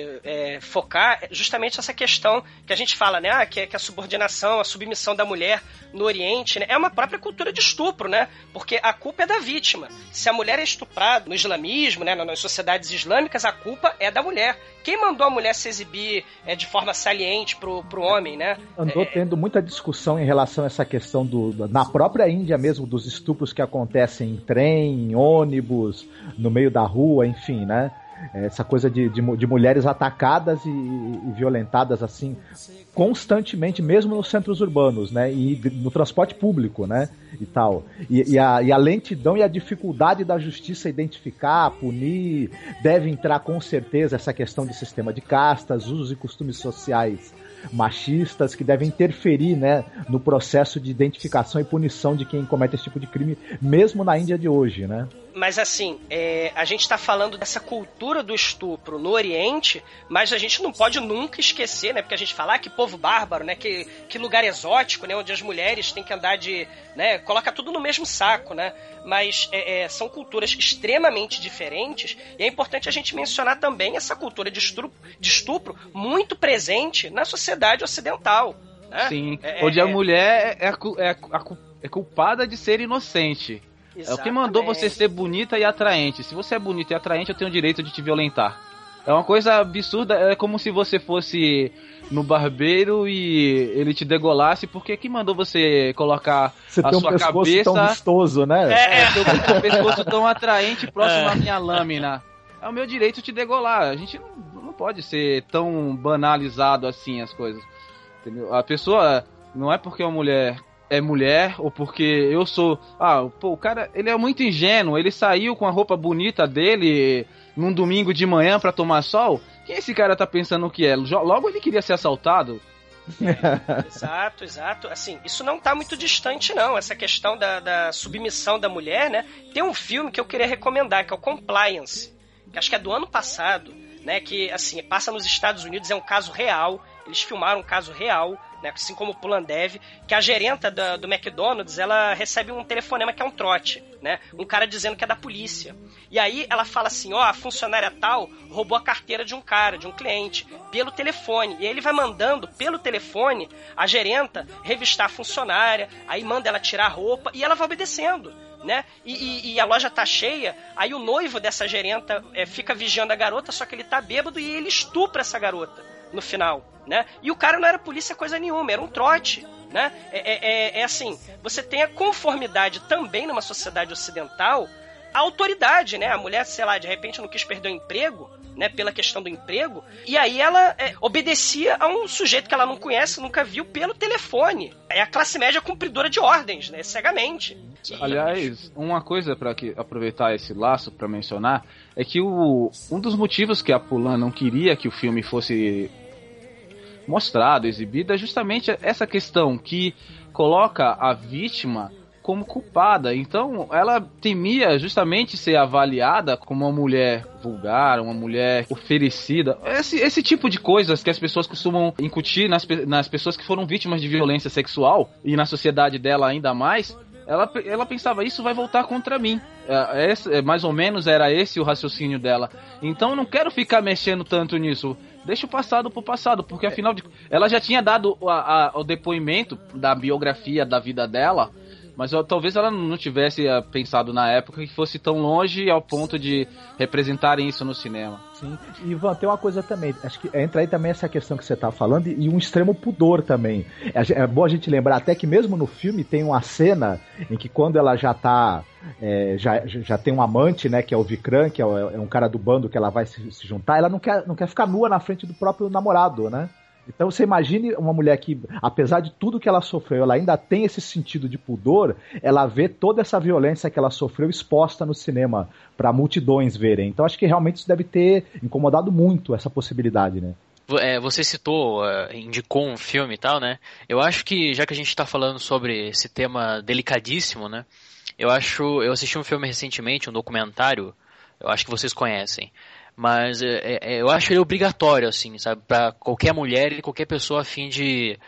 é, focar justamente essa questão que a gente fala, né? Ah, que, é, que a subordinação, a submissão da mulher no Oriente, né, é uma própria cultura de estupro, né? Porque a culpa é da vítima. Se a mulher é estuprada no islamismo, né, nas sociedades islâmicas, a culpa é da mulher. Quem mandou a mulher se exibir é, de forma saliente pro, pro homem, né? Andou é... tendo muita discussão em relação a essa questão do, na própria Índia mesmo, dos estupros que acontecem em trem, em ônibus, no meio da rua, enfim, né? Essa coisa de, de, de mulheres atacadas e, e violentadas assim constantemente, mesmo nos centros urbanos, né? E no transporte público, né? E tal. E, e, a, e a lentidão e a dificuldade da justiça identificar, punir, deve entrar com certeza essa questão de sistema de castas, usos e costumes sociais machistas que devem interferir, né, no processo de identificação e punição de quem comete esse tipo de crime, mesmo na Índia de hoje, né? Mas assim, é, a gente está falando dessa cultura do estupro no Oriente, mas a gente não pode nunca esquecer, né? Porque a gente fala, ah, que povo bárbaro, né? Que, que lugar exótico, né? Onde as mulheres têm que andar de... né? Coloca tudo no mesmo saco, né? Mas é, é, são culturas extremamente diferentes e é importante a gente mencionar também essa cultura de estupro, de estupro muito presente na sociedade ocidental. Né? Sim, é, onde é, a mulher é, é, é culpada de ser inocente. Exatamente. É o que mandou você ser bonita e atraente. Se você é bonita e atraente, eu tenho o direito de te violentar. É uma coisa absurda, é como se você fosse no barbeiro e ele te degolasse, porque que mandou você colocar você a tem sua um pescoço cabeça... tão vistoso, né? É, é seu pescoço tão atraente próximo à minha lâmina. É o meu direito te degolar. A gente não, não pode ser tão banalizado assim as coisas. Entendeu? A pessoa, não é porque uma mulher... é mulher, ou porque eu sou... Ah, pô, o cara, ele é muito ingênuo, ele saiu com a roupa bonita dele num domingo de manhã pra tomar sol. Quem esse cara tá pensando que é? Logo ele queria ser assaltado. Exato, exato. Assim, isso não tá muito distante, não. Essa questão da, da submissão da mulher, né? Tem um filme que eu queria recomendar, que é o Compliance, que acho que é do ano passado, né? Que, assim, passa nos Estados Unidos, é um caso real. Eles filmaram um caso real, né, assim como o Pulandev, que a gerenta da, do McDonald's, ela recebe um telefonema que é um trote, né, um cara dizendo que é da polícia. E aí ela fala assim, ó, oh, a funcionária tal roubou a carteira de um cara, de um cliente, pelo telefone. E aí ele vai mandando, pelo telefone, a gerenta revistar a funcionária, aí manda ela tirar a roupa e ela vai obedecendo. Né? E, e, e a loja tá cheia, aí o noivo dessa gerenta é, fica vigiando a garota, só que ele tá bêbado e ele estupra essa garota no final, né? E o cara não era polícia coisa nenhuma, era um trote, né? É, é, é assim, você tem a conformidade também numa sociedade ocidental, a autoridade, né? A mulher, sei lá, de repente não quis perder o emprego, né? Pela questão do emprego, e aí ela é, obedecia a um sujeito que ela não conhece, nunca viu, pelo telefone. É a classe média cumpridora de ordens, né? Cegamente. Aliás, uma coisa para aproveitar esse laço para mencionar é que o, um dos motivos que a Pulan não queria que o filme fosse mostrado, exibido, é justamente essa questão que coloca a vítima como culpada. Então ela temia justamente ser avaliada como uma mulher vulgar, uma mulher oferecida, esse, esse tipo de coisas que as pessoas costumam incutir nas, nas pessoas que foram vítimas de violência sexual, e na sociedade dela ainda mais. Ela, ela pensava, isso vai voltar contra mim. É, esse, mais ou menos era esse o raciocínio dela. Então eu não quero ficar mexendo tanto nisso. Deixa o passado pro passado, porque afinal de... ela já tinha dado a, a, o depoimento da biografia da vida dela, mas eu, talvez ela não tivesse uh, pensado na época que fosse tão longe ao ponto de representarem isso no cinema. Sim, e Ivan, tem uma coisa também, acho que entra aí também essa questão que você tá falando, e um extremo pudor também. É, é bom a gente lembrar até que mesmo no filme tem uma cena em que quando ela já tá, é, já, já tem um amante, né, que é o Vikram, que é, é um cara do bando que ela vai se, se juntar, ela não quer, não quer ficar nua na frente do próprio namorado, né? Então você imagine uma mulher que, apesar de tudo que ela sofreu, ela ainda tem esse sentido de pudor, ela vê toda essa violência que ela sofreu exposta no cinema para multidões verem. Então acho que realmente isso deve ter incomodado muito essa possibilidade, né? É, você citou, uh, indicou um filme e tal, né? Eu acho que, já que a gente está falando sobre esse tema delicadíssimo, né? Eu acho, eu assisti um filme recentemente, um documentário, eu acho que vocês conhecem. Mas é, é, eu acho ele obrigatório, assim, sabe? Pra qualquer mulher e qualquer pessoa a fim de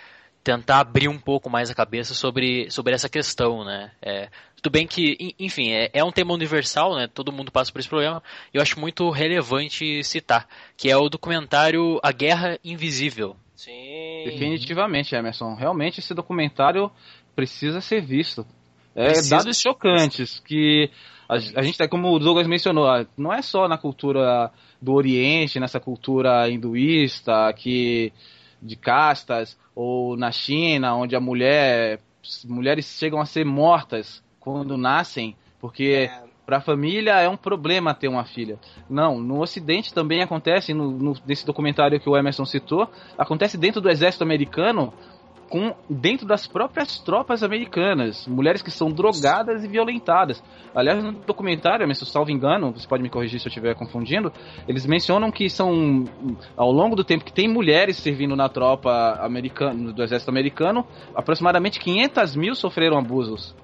tentar abrir um pouco mais a cabeça sobre, sobre essa questão, né? É, tudo bem que, enfim, é, é um tema universal, né? Todo mundo passa por esse problema. E eu acho muito relevante citar, que é o documentário A Guerra Invisível. Sim. Definitivamente, Emerson. Realmente esse documentário precisa ser visto. É, Precisa dados chocantes que a, a gente, como o Douglas mencionou, não é só na cultura do Oriente, nessa cultura hinduísta, que, de castas, ou na China, onde a mulher, mulheres chegam a ser mortas quando nascem, porque é. para a família é um problema ter uma filha. Não, no Ocidente também acontece, no, no, nesse documentário que o Emerson citou, acontece dentro do exército americano, com, dentro das próprias tropas americanas, mulheres que são drogadas e violentadas. Aliás, no documentário, Emerson, salvo engano, você pode me corrigir se eu estiver confundindo, eles mencionam que são, ao longo do tempo que tem mulheres servindo na tropa americana, do exército americano, aproximadamente quinhentas mil sofreram abusos.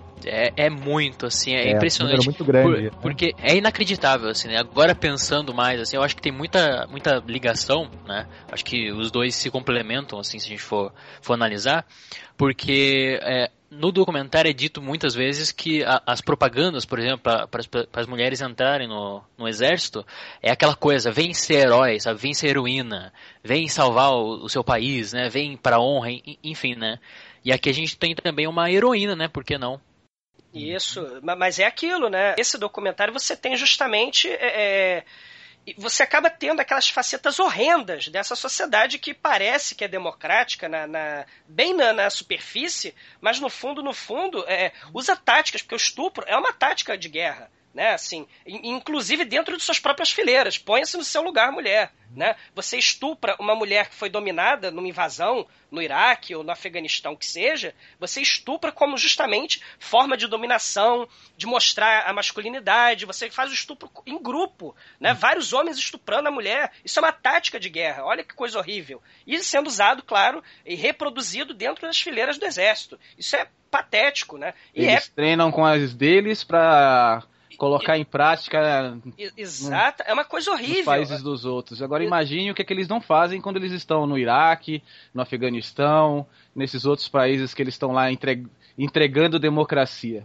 É, é muito, assim, é, é impressionante. Um muito grande. Por, porque é inacreditável, assim, né? Agora pensando mais, assim, eu acho que tem muita, muita ligação, né? Acho que os dois se complementam, assim, se a gente for, for analisar, porque é, no documentário é dito muitas vezes que a, as propagandas, por exemplo, para as mulheres entrarem no, no exército, é aquela coisa, vem ser herói, sabe? Vem ser heroína, vem salvar o, o seu país, né? Vem para a honra, enfim, né? E aqui a gente tem também uma heroína, né? Por que não? Isso, mas é aquilo, né? Esse documentário você tem justamente... É, você acaba tendo aquelas facetas horrendas dessa sociedade que parece que é democrática, na, na, bem na, na superfície, mas no fundo, no fundo, é, usa táticas, porque o estupro é uma tática de guerra. Né, assim, inclusive dentro de suas próprias fileiras, põe-se no seu lugar, mulher, né? Você estupra uma mulher que foi dominada numa invasão no Iraque ou no Afeganistão, que seja, você estupra como justamente forma de dominação, de mostrar a masculinidade, você faz o estupro em grupo, né? Vários homens estuprando a mulher, isso é uma tática de guerra, olha que coisa horrível, e sendo usado, claro, e reproduzido dentro das fileiras do exército, isso é patético, né? E eles é... treinam com as deles pra colocar em prática. Exato, é uma coisa horrível. Nos países dos outros. Agora imagine o que, é que eles não fazem quando eles estão no Iraque, no Afeganistão, nesses outros países que eles estão lá entre... entregando democracia.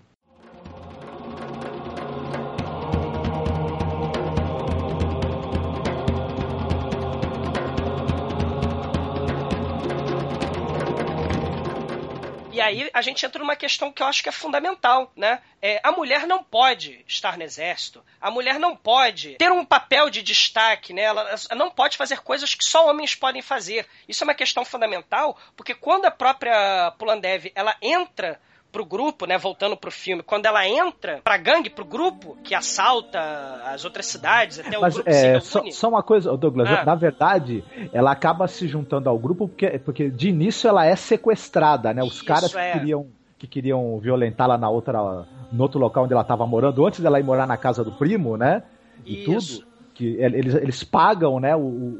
E aí a gente entra numa questão que eu acho que é fundamental, né? É, a mulher não pode estar no exército, a mulher não pode ter um papel de destaque, né? Ela não pode fazer coisas que só homens podem fazer. Isso é uma questão fundamental, porque quando a própria Pulandev, ela entra pro grupo, né, voltando pro filme, quando ela entra pra gangue, pro grupo que assalta as outras cidades, até o Mas, grupo é, se reúne. Só, só uma coisa, Douglas, ah. na verdade, ela acaba se juntando ao grupo porque, porque de início ela é sequestrada, né? Os Isso caras que é. queriam, que queriam violentá-la na outra, no outro local onde ela estava morando, antes dela ir morar na casa do primo, né? E Isso. tudo. Que eles, eles pagam, né, o,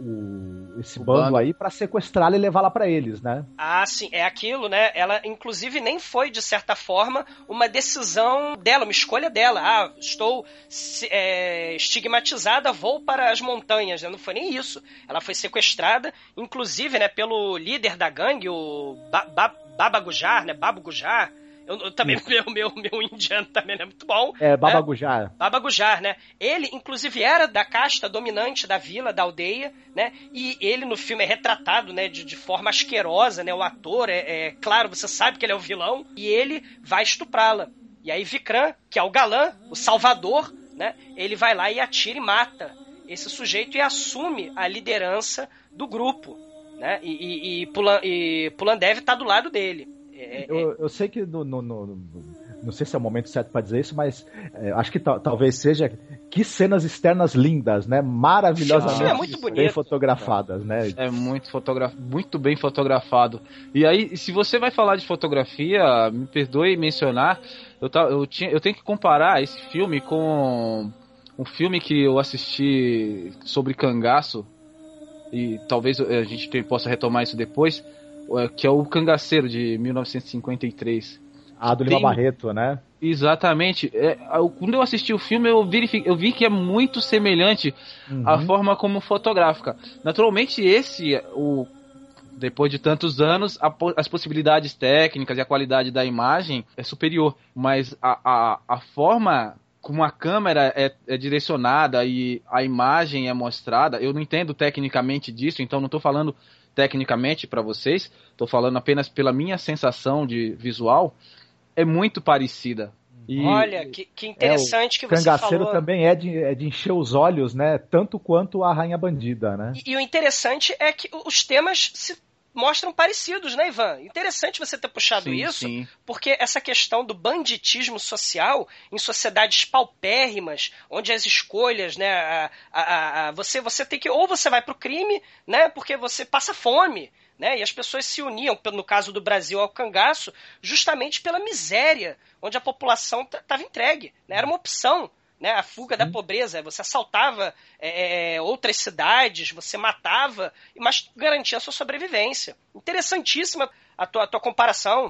o, esse o bando, bando aí pra sequestrá-la e levá-la pra eles, né? Ah, sim, é aquilo, né? Ela, inclusive, nem foi, de certa forma, uma decisão dela, uma escolha dela. Ah, estou é, estigmatizada, vou para as montanhas. Não foi nem isso. Ela foi sequestrada, inclusive, né, pelo líder da gangue, o ba ba Baba Gujar, né? Baba Gujar. Eu, eu também, meu, meu, meu indiano também é muito bom. É, Baba Gujar. Né? Baba Gujar, né? Ele, inclusive, era da casta dominante da vila, da aldeia, né? E ele, no filme, é retratado, né, de, de forma asquerosa, né? O ator, é, é claro, você sabe que ele é o vilão, e ele vai estuprá-la. E aí Vikram, que é o galã, o salvador, né? Ele vai lá e atira e mata esse sujeito e assume a liderança do grupo, né? E, e, e, Pulan, e Pulandev tá do lado dele. É, eu, eu sei que no, no, no, não sei se é o momento certo para dizer isso, mas é, acho que talvez seja que cenas externas lindas, né? Maravilhosamente é muito bonito. Bem fotografadas, né? É muito, fotogra... muito bem fotografado. E aí, se você vai falar de fotografia, me perdoe mencionar, eu, tá, eu, tinha, eu tenho que comparar esse filme com um filme que eu assisti sobre cangaço, e talvez a gente possa retomar isso depois, que é o Cangaceiro, de mil novecentos e cinquenta e três. Ah, do Lima Tem... Barreto, né? Exatamente. É, eu, quando eu assisti o filme, eu, verifiquei, eu vi que é muito semelhante uhum. à forma como fotográfica. Naturalmente, esse, o Depois de tantos anos, a, as possibilidades técnicas e a qualidade da imagem é superior. Mas a, a, a forma como a câmera é, é direcionada e a imagem é mostrada, eu não entendo tecnicamente disso, então não estou falando tecnicamente para vocês, estou falando apenas pela minha sensação de visual, é muito parecida. E olha, que, que interessante é, que você Cangaceiro falou. também é de, é de encher os olhos, né? Tanto quanto a Rainha Bandida, né? E, e o interessante é que os temas se mostram parecidos, né, Ivan? Interessante você ter puxado sim, isso, sim. porque essa questão do banditismo social em sociedades paupérrimas, onde as escolhas, né, a, a, a, você, você tem que, ou você vai pro crime, né, porque você passa fome, né, e as pessoas se uniam, no caso do Brasil, ao cangaço, justamente pela miséria, onde a população estava entregue, né, era uma opção. Né, a fuga da pobreza, você assaltava é, outras cidades, você matava, mas garantia a sua sobrevivência. Interessantíssima a tua, a tua comparação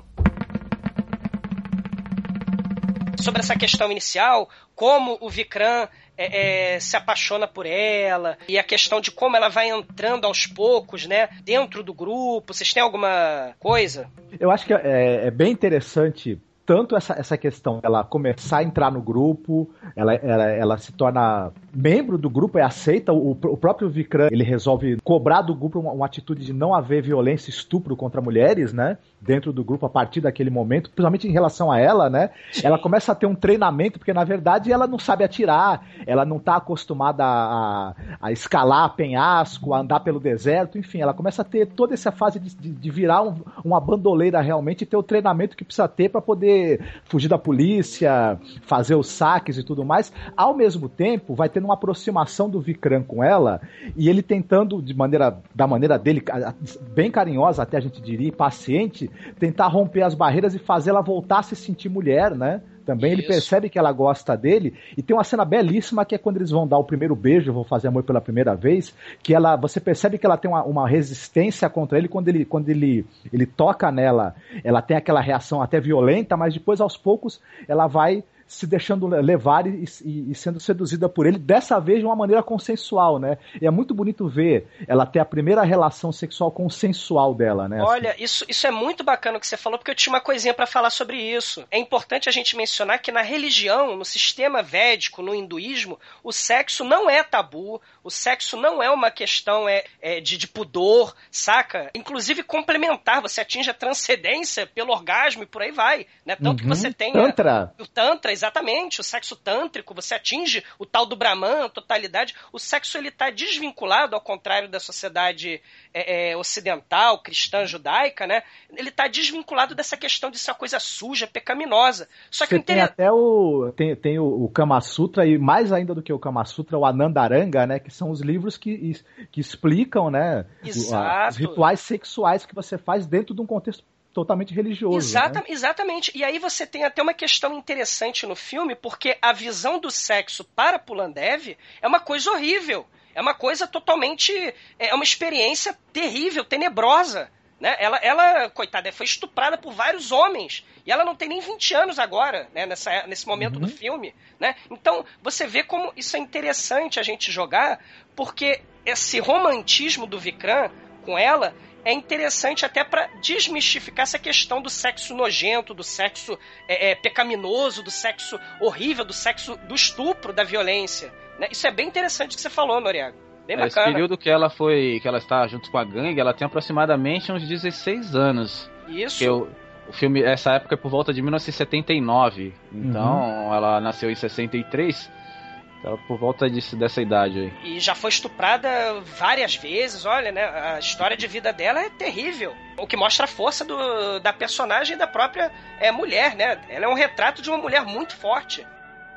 sobre essa questão inicial, como o Vikram é, é, se apaixona por ela, e a questão de como ela vai entrando aos poucos, né, dentro do grupo. Vocês têm alguma coisa? Eu acho que é, é bem interessante tanto essa, essa questão ela começar a entrar no grupo, ela, ela, ela se torna membro do grupo, é aceita, o, o próprio Vikram, ele resolve cobrar do grupo uma, uma atitude de não haver violência e estupro contra mulheres, né, dentro do grupo a partir daquele momento, principalmente em relação a ela, né, ela começa a ter um treinamento, porque na verdade ela não sabe atirar, ela não está acostumada a, a escalar penhasco, a andar pelo deserto, enfim, ela começa a ter toda essa fase de, de, de virar um, uma bandoleira realmente e ter o treinamento que precisa ter para poder fugir da polícia, fazer os saques e tudo mais. Ao mesmo tempo, vai tendo uma aproximação do Vikram com ela, e ele tentando, de maneira, da maneira dele, bem carinhosa, até a gente diria, paciente, tentar romper as barreiras e fazer ela voltar a se sentir mulher, né? Também Isso. Ele percebe que ela gosta dele, e tem uma cena belíssima que é quando eles vão dar o primeiro beijo, vão fazer amor pela primeira vez, que ela, você percebe que ela tem uma, uma resistência contra ele, quando ele, quando ele, ele toca nela, ela tem aquela reação até violenta, mas depois aos poucos ela vai se deixando levar e, e, e sendo seduzida por ele, dessa vez de uma maneira consensual, né? E é muito bonito ver ela ter a primeira relação sexual consensual dela, né? Olha, assim. isso, isso é muito bacana o que você falou, porque eu tinha uma coisinha para falar sobre isso. É importante a gente mencionar que na religião, no sistema védico, no hinduísmo, o sexo não é tabu, o sexo não é uma questão é, é de, de pudor, saca? Inclusive complementar, você atinge a transcendência pelo orgasmo e por aí vai, né? Tanto uhum. que você tem Tantra. o Tantra, exatamente, o sexo tântrico, você atinge o tal do Brahman, a totalidade. O sexo, ele está desvinculado, ao contrário da sociedade é, é, ocidental, cristã, judaica, né? Ele está desvinculado dessa questão de ser uma coisa suja, pecaminosa. Só que você inter... tem até o, tem, tem o, o Kama Sutra, e mais ainda do que o Kama Sutra, o Anandaranga, né? Que são os livros que, que explicam, né? Exato. Os rituais sexuais que você faz dentro de um contexto totalmente religioso. Exata, né? Exatamente. E aí você tem até uma questão interessante no filme, porque a visão do sexo para Pulandev é uma coisa horrível. É uma coisa totalmente... É uma experiência terrível, tenebrosa. Né? Ela, ela, coitada, foi estuprada por vários homens. E ela não tem nem vinte anos agora, né? Nessa, nesse momento uhum. do filme. Né? Então, você vê como isso é interessante a gente jogar, porque esse romantismo do Vikram com ela é interessante até para desmistificar essa questão do sexo nojento, do sexo é, é, pecaminoso, do sexo horrível, do sexo do estupro, da violência. Né? Isso é bem interessante que você falou, Noriega. Bem bacana. Esse período que ela foi, que ela está junto com a gangue, ela tem aproximadamente uns dezesseis anos. Isso. Que eu, o filme, essa época é por volta de mil novecentos e setenta e nove. Então, uhum. ela nasceu em sessenta e três. Então, por volta disso, dessa idade aí. E já foi estuprada várias vezes, olha, né? A história de vida dela é terrível. O que mostra a força do, da personagem e da própria é, mulher, né? Ela é um retrato de uma mulher muito forte.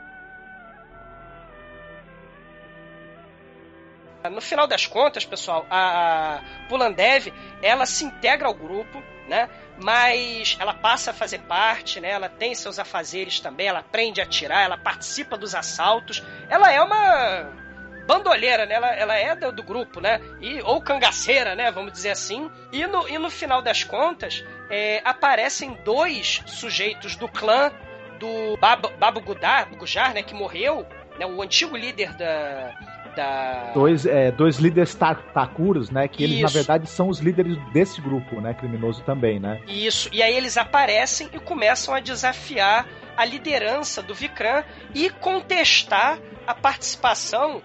No final das contas, pessoal, a Pulandev, ela se integra ao grupo, né? Mas ela passa a fazer parte, né? Ela tem seus afazeres também, ela aprende a atirar, ela participa dos assaltos. Ela é uma bandoleira, né? Ela, ela é do, do grupo, né? E, ou cangaceira, né? Vamos dizer assim. E no, e no final das contas, é, aparecem dois sujeitos do clã do Bab, Babu Gujar, né? Que morreu, né? O antigo líder da... da... Dois, é, dois líderes takuros, né? Que eles, Isso. na verdade, são os líderes desse grupo, né? Criminoso também, né? Isso. E aí eles aparecem e começam a desafiar a liderança do Vikram e contestar a participação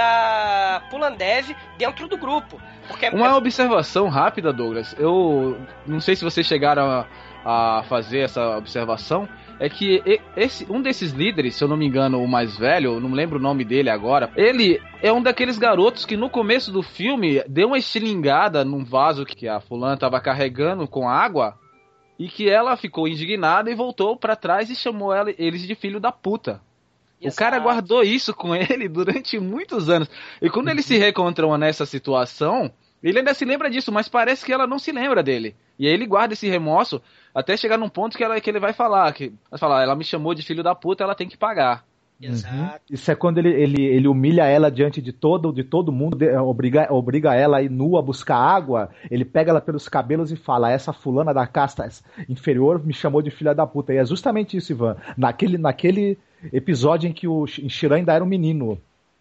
da Pulandev dentro do grupo. Porque Uma observação rápida, Douglas. Eu não sei se vocês chegaram a, a fazer essa observação. É que esse, um desses líderes, se eu não me engano, o mais velho, eu não lembro o nome dele agora, ele é um daqueles garotos que no começo do filme deu uma estilingada num vaso que a fulana estava carregando com água e que ela ficou indignada e voltou pra trás e chamou ela, eles de filho da puta. Exato. O cara guardou isso com ele durante muitos anos. E quando eles se reencontram nessa situação, ele ainda se lembra disso, mas parece que ela não se lembra dele. E aí ele guarda esse remorso até chegar num ponto que, ela, que ele vai falar, que vai falar, ela me chamou de filho da puta, ela tem que pagar. Exato. Uhum. Isso é quando ele, ele, ele humilha ela diante de todo, de todo mundo, de, obriga, obriga ela a ir nua buscar água, ele pega ela pelos cabelos e fala, essa fulana da casta inferior me chamou de filha da puta. E é justamente isso, Ivan, naquele, naquele episódio em que o Shiran ainda era um menino.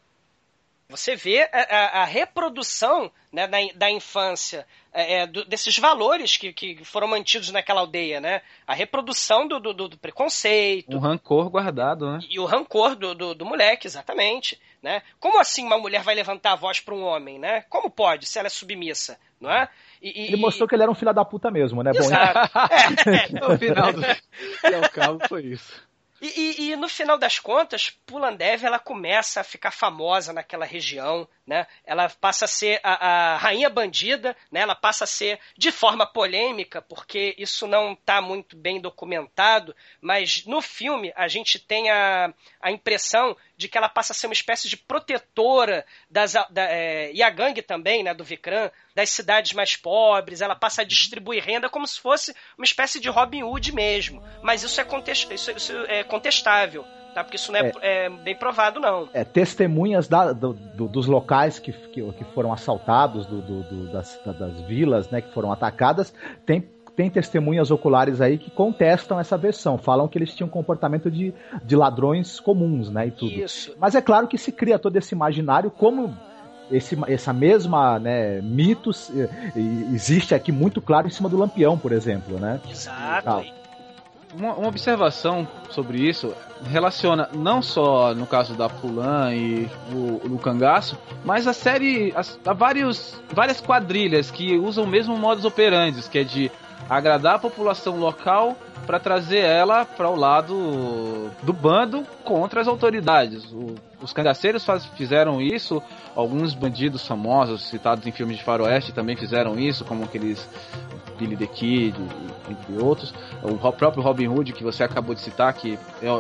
Você vê a, a, a reprodução, né, da, da infância, é, do, desses valores que, que foram mantidos naquela aldeia, né? A reprodução do, do, do preconceito. Um rancor guardado, né? E o rancor do, do, do moleque, exatamente. Né? Como assim uma mulher vai levantar a voz para um homem, né? Como pode, se ela é submissa, não é? E, e, ele mostrou que ele era um filho da puta mesmo, né? Exato. Bom, é, é. No final do é, o cabo foi isso. E, e, e no final das contas, Pulandev ela começa a ficar famosa naquela região, né? Ela passa a ser a, a rainha bandida, né? Ela passa a ser de forma polêmica, porque isso não está muito bem documentado, mas no filme a gente tem a, a impressão de que ela passa a ser uma espécie de protetora das, da, é, e a gangue também, né, do Vikram, das cidades mais pobres. Ela passa a distribuir renda como se fosse uma espécie de Robin Hood mesmo. Mas isso é, contest, isso, isso é contestável, tá? Porque isso não é, é, é bem provado, não. É, testemunhas da, do, do, dos locais que, que, que foram assaltados, do, do, do, das, das vilas, né, que foram atacadas, tem Tem testemunhas oculares aí que contestam essa versão, falam que eles tinham um comportamento de, de ladrões comuns, né, e tudo. Isso. Mas é claro que se cria todo esse imaginário como esse, essa mesma, né, mitos existe aqui muito claro em cima do Lampião, por exemplo, né? Exato. Uma, uma observação sobre isso relaciona não só no caso da Pulan e o, o Cangaço, mas a série, as, há vários, várias quadrilhas que usam o mesmo modus operandi, que é de agradar a população local para trazer ela para o lado do bando contra as autoridades. O, os cangaceiros faz, fizeram isso, alguns bandidos famosos citados em filmes de faroeste também fizeram isso, como aqueles Billy the Kid, entre outros. O próprio Robin Hood, que você acabou de citar, que é,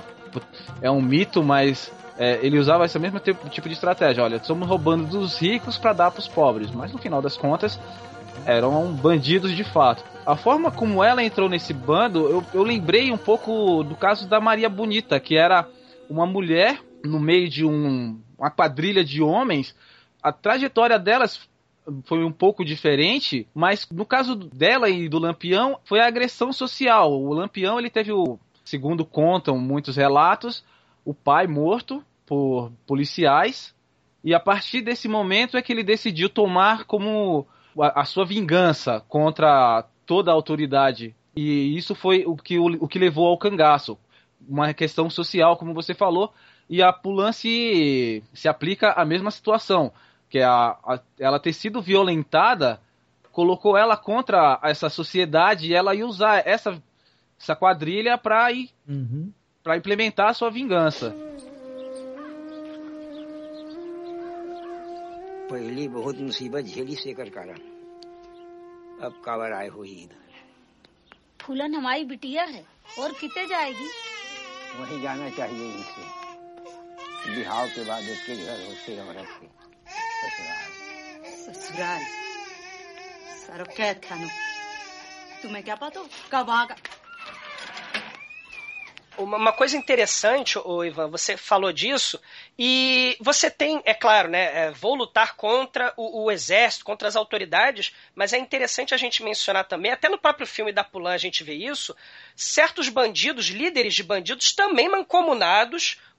é um mito, mas é, ele usava esse mesmo tipo, tipo de estratégia. Olha, estamos roubando dos ricos para dar para os pobres, mas no final das contas eram bandidos de fato. A forma como ela entrou nesse bando, eu, eu lembrei um pouco do caso da Maria Bonita, que era uma mulher no meio de um, uma quadrilha de homens. A trajetória delas foi um pouco diferente, mas no caso dela e do Lampião, foi a agressão social. O Lampião, ele teve, o, segundo contam muitos relatos, o pai morto por policiais, e a partir desse momento é que ele decidiu tomar como a, a sua vingança contra toda a autoridade. E isso foi o que, o, o que levou ao cangaço. Uma questão social, como você falou, e a Pulan se, se aplica à mesma situação, que a, a, ela ter sido violentada colocou ela contra essa sociedade e ela ia usar essa, essa quadrilha para ir uhum. para implementar a sua vingança. पहली बहुत मुसीबत झेली शेखर कारण अब कावर आए हुई इधर फूलन हमारी बिटिया है और कितने जाएगी वहीं जाना चाहिए इनसे बिहाव के बाद उसके घर होते औरत के ससुराल ससुराल सारो कैद खानो तुम्हें क्या पता कब आगा Uma coisa interessante, ô Ivan, você falou disso, e você tem, é claro, né, é, vou lutar contra o, o exército, contra as autoridades, mas é interessante a gente mencionar também, até no próprio filme da Pulan a gente vê isso, certos bandidos, líderes de bandidos, também mancomunados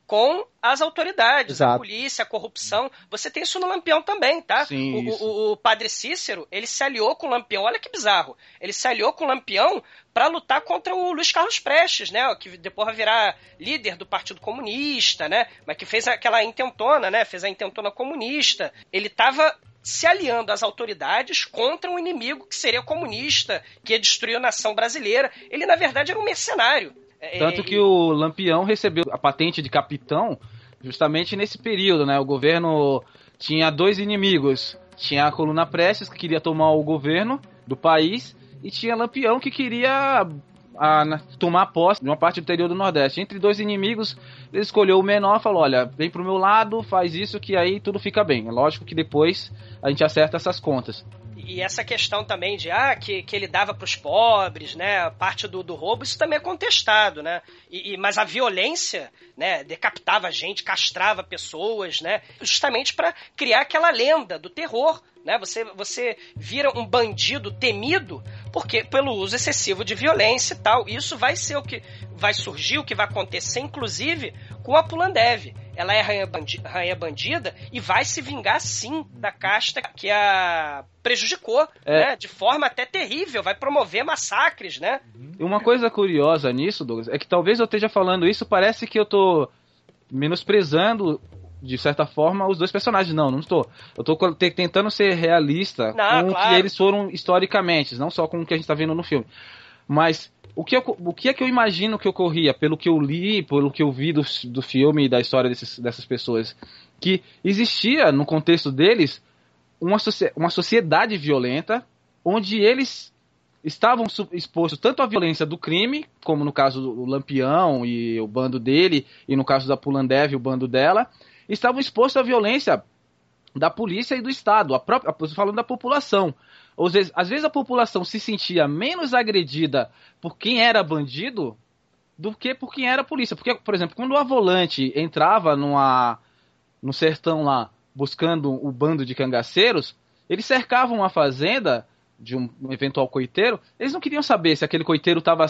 com as autoridades, Exato. a polícia, a corrupção. Você tem isso no Lampião também, tá? Sim, o, isso. o, o padre Cícero, ele se aliou com o Lampião, olha que bizarro, ele se aliou com o Lampião para lutar contra o Luiz Carlos Prestes, né? Que depois vai virar líder do Partido Comunista, né? Mas que fez aquela intentona, né? Fez a intentona comunista. Ele estava se aliando às autoridades contra um inimigo que seria comunista, que ia destruir a nação brasileira. Ele, na verdade, era um mercenário. Tanto que o Lampião recebeu a patente de capitão justamente nesse período, né? O governo tinha dois inimigos. Tinha a Coluna Prestes, que queria tomar o governo do país, e tinha Lampião, que queria a, na, tomar posse de uma parte do interior do Nordeste. Entre dois inimigos, ele escolheu o menor e falou, olha, vem pro meu lado, faz isso que aí tudo fica bem. É lógico que depois a gente acerta essas contas. E essa questão também de ah, que, que ele dava para os pobres, né, parte do, do roubo, isso também é contestado, né? E, e, mas a violência, né, decapitava gente, castrava pessoas, né, justamente para criar aquela lenda do terror, né? Você, você vira um bandido temido porque pelo uso excessivo de violência e tal. E isso vai ser o que vai surgir, o que vai acontecer, inclusive, com a Pulandev. Ela é rainha bandida, rainha bandida e vai se vingar, sim, da casta que a prejudicou, é. né? De forma até terrível, vai promover massacres, né? E uma coisa curiosa nisso, Douglas, é que talvez eu esteja falando isso, parece que eu tô menosprezando, de certa forma, os dois personagens. Não, não estou. Eu tô tentando ser realista não, com claro. o que eles foram historicamente, não só com o que a gente tá vendo no filme. Mas o que, eu, o que é que eu imagino que ocorria, pelo que eu li, pelo que eu vi do, do filme e da história desses, dessas pessoas, que existia, no contexto deles, uma, uma sociedade violenta, onde eles estavam expostos tanto à violência do crime, como no caso do Lampião e o bando dele, e no caso da Pulandev e o bando dela, estavam expostos à violência da polícia e do Estado, a própria, falando da população. Às vezes, às vezes a população se sentia menos agredida por quem era bandido do que por quem era polícia. Porque, por exemplo, quando o Avolante entrava numa, no sertão lá, buscando o bando de cangaceiros, eles cercavam a fazenda de um, um eventual coiteiro, eles não queriam saber se aquele coiteiro estava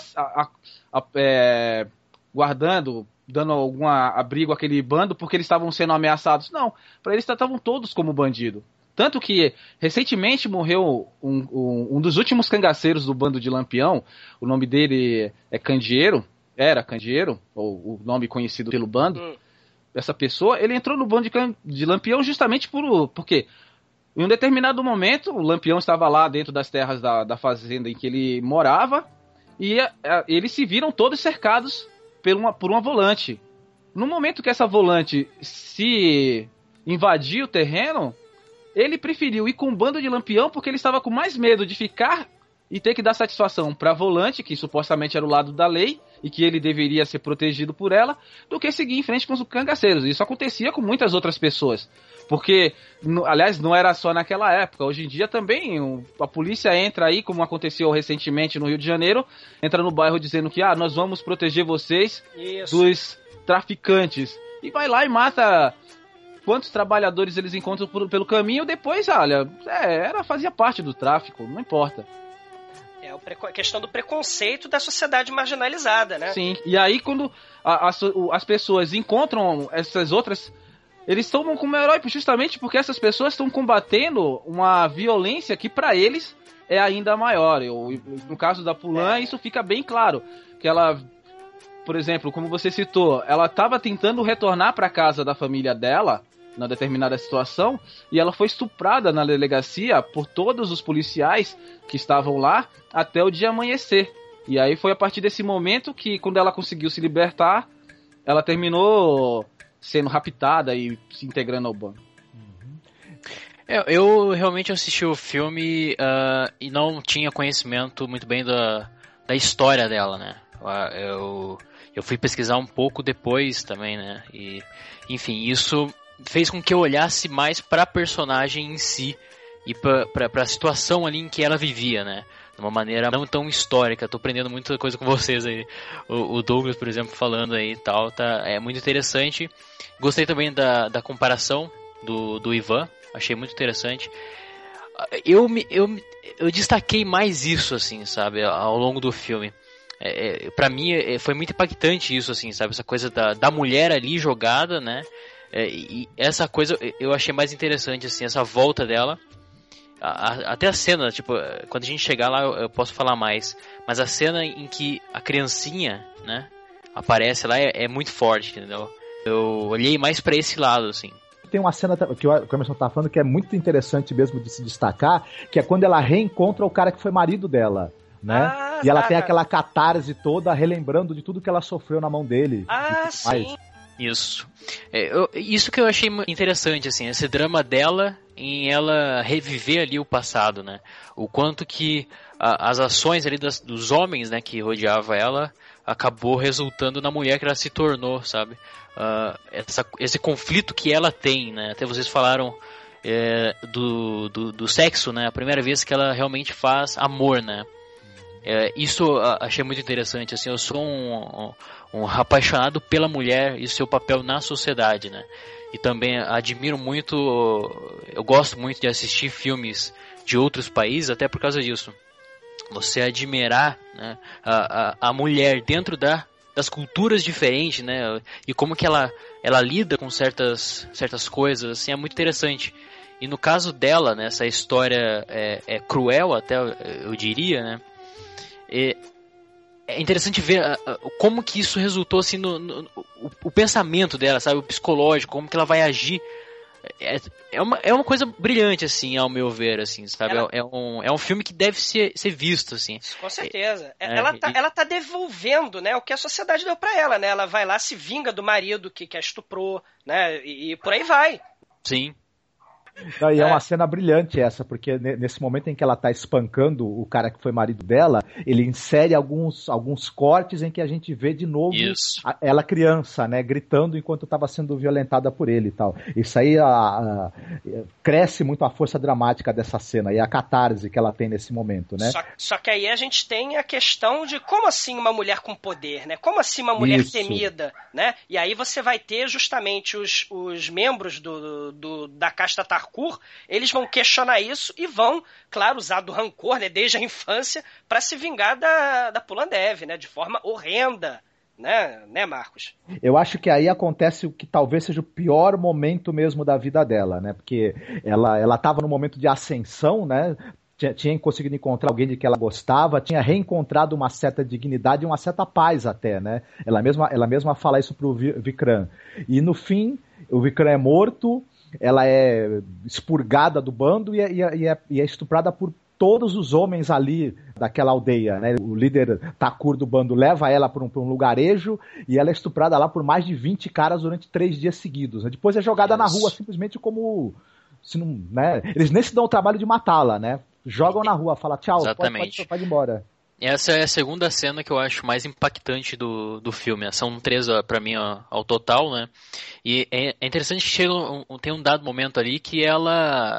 é, guardando, dando algum abrigo àquele bando porque eles estavam sendo ameaçados. Não, para eles tratavam todos como bandido. Tanto que, recentemente, morreu um, um, um dos últimos cangaceiros do bando de Lampião. O nome dele é Candeeiro, era Candeeiro, ou o nome conhecido pelo bando. Hum. Essa pessoa, ele entrou no bando de, can, de Lampião justamente por... Porque em um determinado momento, o Lampião estava lá dentro das terras da, da fazenda em que ele morava, e a, a, eles se viram todos cercados por uma, por uma volante. No momento que essa volante se invadiu o terreno, ele preferiu ir com um bando de Lampião porque ele estava com mais medo de ficar e ter que dar satisfação para a volante, que supostamente era o lado da lei e que ele deveria ser protegido por ela, do que seguir em frente com os cangaceiros. Isso acontecia com muitas outras pessoas. Porque, no, aliás, não era só naquela época. Hoje em dia também o, a polícia entra aí, como aconteceu recentemente no Rio de Janeiro, entra no bairro dizendo que ah, nós vamos proteger vocês Isso. dos traficantes. E vai lá e mata quantos trabalhadores eles encontram por, pelo caminho. Depois, olha, é, era, fazia parte do tráfico, não importa. É a questão do preconceito da sociedade marginalizada, né? Sim, e aí quando a, a, as pessoas encontram essas outras, eles tomam como herói justamente porque essas pessoas estão combatendo uma violência que para eles é ainda maior. Eu, no caso da Pulan, é. isso fica bem claro, que ela, por exemplo, como você citou, ela estava tentando retornar para casa da família dela, na determinada situação, e ela foi estuprada na delegacia por todos os policiais que estavam lá até o dia amanhecer. E aí foi a partir desse momento que, quando ela conseguiu se libertar, ela terminou sendo raptada e se integrando ao bando. Eu, eu realmente assisti o filme uh, e não tinha conhecimento muito bem da, da história dela, né? Eu, eu fui pesquisar um pouco depois também, né? E, enfim, isso fez com que eu olhasse mais para a personagem em si e para a situação ali em que ela vivia, né? De uma maneira não tão histórica. Tô aprendendo muita coisa com vocês aí. O, o Douglas, por exemplo, falando aí e tal, tá, é muito interessante. Gostei também da, da comparação do, do Ivan, achei muito interessante. Eu, me, eu, eu destaquei mais isso, assim, sabe, ao longo do filme. É, é, pra mim é, foi muito impactante isso, assim, sabe? Essa coisa da, da mulher ali jogada, né? É, e essa coisa eu achei mais interessante, assim, essa volta dela. A, a, até a cena, tipo, quando a gente chegar lá eu, eu posso falar mais. Mas a cena em que a criancinha, né, aparece lá é, é muito forte, entendeu? Eu olhei mais pra esse lado, assim. Tem uma cena que o Emerson tá falando que é muito interessante mesmo de se destacar, que é quando ela reencontra o cara que foi marido dela. Né? Ah, e ela tá, tem tá. aquela catarse toda relembrando de tudo que ela sofreu na mão dele. Ah, sim. Isso. É, eu, isso que eu achei interessante, assim, esse drama dela em ela reviver ali o passado, né? O quanto que a, as ações ali das, dos homens, né, que rodeava ela, acabou resultando na mulher que ela se tornou, sabe? Uh, essa, esse conflito que ela tem, né? Até vocês falaram é, do, do, do sexo, né? A primeira vez que ela realmente faz amor, né? É, isso eu achei muito interessante, assim, eu sou um, um, um apaixonado pela mulher e seu papel na sociedade, né? E também admiro muito, eu gosto muito de assistir filmes de outros países, até por causa disso. Você admirar, né, a, a, a mulher dentro da, das culturas diferentes, né? E como que ela, ela lida com certas, certas coisas, assim, é muito interessante. E no caso dela, né, essa história é, é cruel, até eu diria, né? É, é interessante ver uh, uh, como que isso resultou assim no, no, no o, o pensamento dela, sabe, o psicológico, como que ela vai agir. É, é, uma, é uma coisa brilhante, assim, ao meu ver, assim, sabe? Ela... É, é, um, é um filme que deve ser, ser visto, assim. Com certeza. É, ela, é, tá, e... ela tá devolvendo, né, o que a sociedade deu pra ela, né? Ela vai lá, se vinga do marido que, que a estuprou, né? E, e por aí vai. Sim. Não, e é. é uma É. cena brilhante essa, porque nesse momento em que ela tá espancando o cara que foi marido dela, ele insere alguns, alguns cortes em que a gente vê de novo a, ela criança, né, gritando enquanto estava sendo violentada por ele e tal. Isso aí a, a, cresce muito a força dramática dessa cena e a catarse que ela tem nesse momento, né? Só, só que aí a gente tem a questão de como assim uma mulher com poder, né? Como assim uma mulher Isso. temida, né? E aí você vai ter justamente os, os membros do, do, da casta Tarkur, eles vão questionar isso e vão, claro, usar do rancor, né, desde a infância, para se vingar da, da Pulandev, né, de forma horrenda, né, né, Marcos? Eu acho que aí acontece o que talvez seja o pior momento mesmo da vida dela, né, porque ela ela estava no momento de ascensão, né, tinha, tinha conseguido encontrar alguém de que ela gostava, tinha reencontrado uma certa dignidade e uma certa paz até, né, ela mesma, ela mesma fala isso pro Vikram, e no fim o Vikram é morto, ela é expurgada do bando e é, e, é, e é estuprada por todos os homens ali daquela aldeia, né? O líder Thakur do bando leva ela para um, um lugarejo e ela é estuprada lá por mais de vinte caras durante três dias seguidos, né? Depois é jogada Isso. na rua simplesmente como... Se não, né? Eles nem se dão o trabalho de matá-la, né? Jogam na rua, fala tchau, Exatamente. Pode, pode, pode ir embora. Essa é a segunda cena que eu acho mais impactante do, do filme. São três pra mim ao total, né? E é, é interessante que chega um, tem um dado momento ali que ela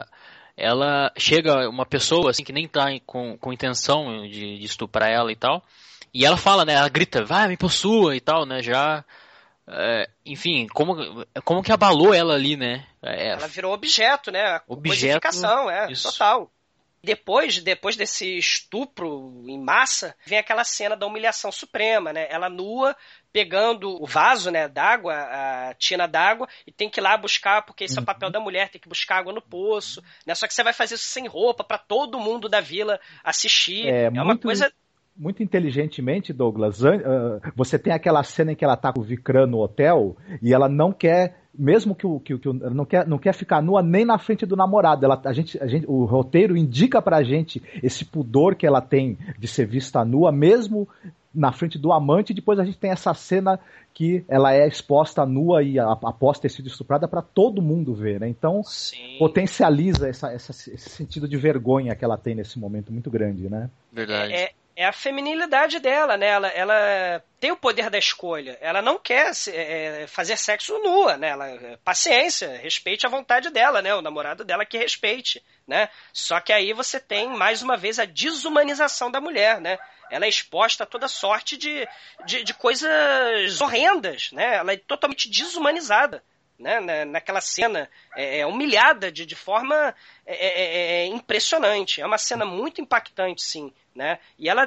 ela chega uma pessoa assim que nem tá com, com intenção de, de estuprar ela e tal, e ela fala, né? Ela grita, vai, me possua e tal, né? Já é, enfim, como, como que abalou ela ali, né? É, ela virou objeto, né? Objeto, codificação, é, isso. total. Depois, depois desse estupro em massa, vem aquela cena da humilhação suprema, né? Ela nua, pegando o vaso, né, d'água, a tina d'água, e tem que ir lá buscar, porque esse uhum. é o papel da mulher, tem que buscar água no poço, né? Só que você vai fazer isso sem roupa, para todo mundo da vila assistir. É, é muito... uma coisa... Muito inteligentemente, Douglas, você tem aquela cena em que ela tá com o Vikram no hotel e ela não quer, mesmo que o, que, que ela não quer, não quer ficar nua nem na frente do namorado. Ela, a gente, a gente, o roteiro indica pra gente esse pudor que ela tem de ser vista nua, mesmo na frente do amante. Depois a gente tem essa cena que ela é exposta nua e após ter sido estuprada para todo mundo ver, né? Então Sim. potencializa essa, essa, esse sentido de vergonha que ela tem nesse momento muito grande, né? Verdade. É, é a feminilidade dela, né? Ela, ela tem o poder da escolha. Ela não quer é, fazer sexo nua, né? Ela, paciência, respeite a vontade dela, né? O namorado dela que respeite, né? Só que aí você tem, mais uma vez, a desumanização da mulher, né? Ela é exposta a toda sorte de, de, de coisas horrendas, né? Ela é totalmente desumanizada, né? Na, naquela cena, é, é humilhada de, de forma é, é, é impressionante. É uma cena muito impactante, sim, né? E ela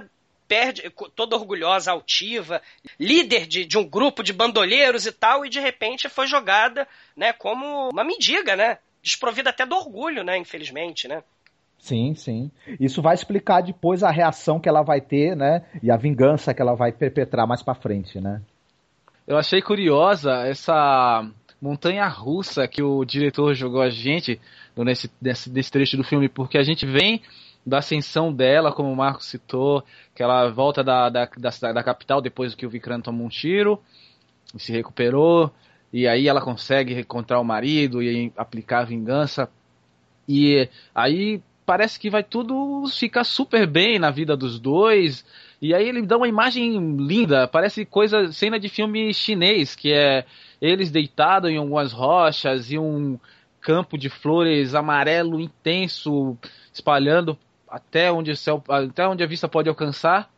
perde, toda orgulhosa, altiva, líder de, de um grupo de bandoleiros e tal, e de repente foi jogada, né, como uma mendiga, né? Desprovida até do orgulho, né? Infelizmente, né? Sim, sim. Isso vai explicar depois a reação que ela vai ter, né? E a vingança que ela vai perpetrar mais pra frente, né? Eu achei curiosa essa montanha-russa que o diretor jogou a gente nesse, nesse, nesse trecho do filme, porque a gente vem da ascensão dela, como o Marcos citou, que ela volta da, da, da, da capital depois que o Vikrant tomou um tiro, e se recuperou, e aí ela consegue encontrar o marido e aplicar a vingança. E aí parece que vai tudo ficar super bem na vida dos dois. E aí ele dá uma imagem linda, parece coisa, cena de filme chinês, que é eles deitados em algumas rochas e um campo de flores amarelo intenso, espalhando até onde, o céu, até onde a vista pode alcançar.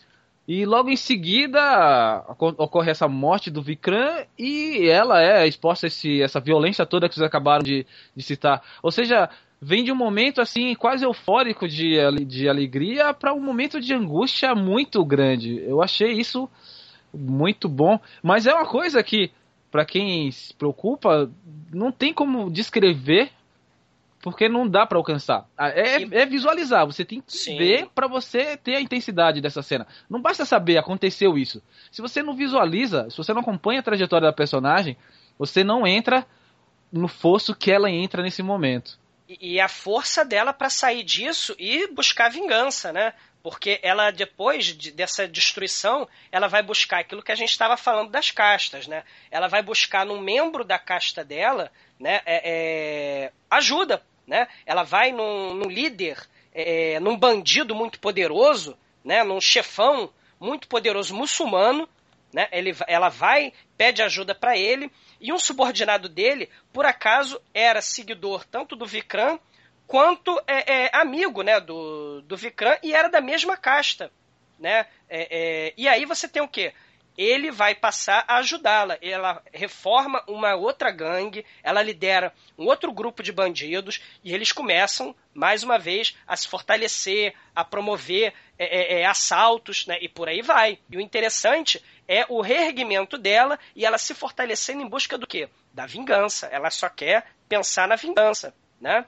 E logo em seguida ocorre essa morte do Vikrant e ela é exposta a esse, essa violência toda que vocês acabaram de, de citar. Ou seja, vem de um momento assim quase eufórico de, de alegria para um momento de angústia muito grande. Eu achei isso muito bom. Mas é uma coisa que, para quem se preocupa, não tem como descrever, porque não dá pra alcançar. É, é visualizar, você tem que Sim. ver pra você ter a intensidade dessa cena. Não basta saber, aconteceu isso. Se você não visualiza, se você não acompanha a trajetória da personagem, você não entra no fosso que ela entra nesse momento. E, e a força dela pra sair disso e buscar vingança, né? Porque ela, depois de, dessa destruição, ela vai buscar aquilo que a gente estava falando das castas, né? Ela vai buscar num membro da casta dela, né, é, é, ajuda, né? Ela vai num, num líder, é, num bandido muito poderoso, né, num chefão muito poderoso muçulmano, né? Ele, ela vai, pede ajuda para ele, e um subordinado dele, por acaso, era seguidor tanto do Vikrant quanto é, é, amigo, né, do, do Vikrant, e era da mesma casta, né? É, é, e aí você tem o quê? Ele vai passar a ajudá-la. Ela reforma uma outra gangue, ela lidera um outro grupo de bandidos, e eles começam, mais uma vez, a se fortalecer, a promover é, é, assaltos, né, e por aí vai. E o interessante é o reerguimento dela e ela se fortalecendo em busca do quê? Da vingança. Ela só quer pensar na vingança, né?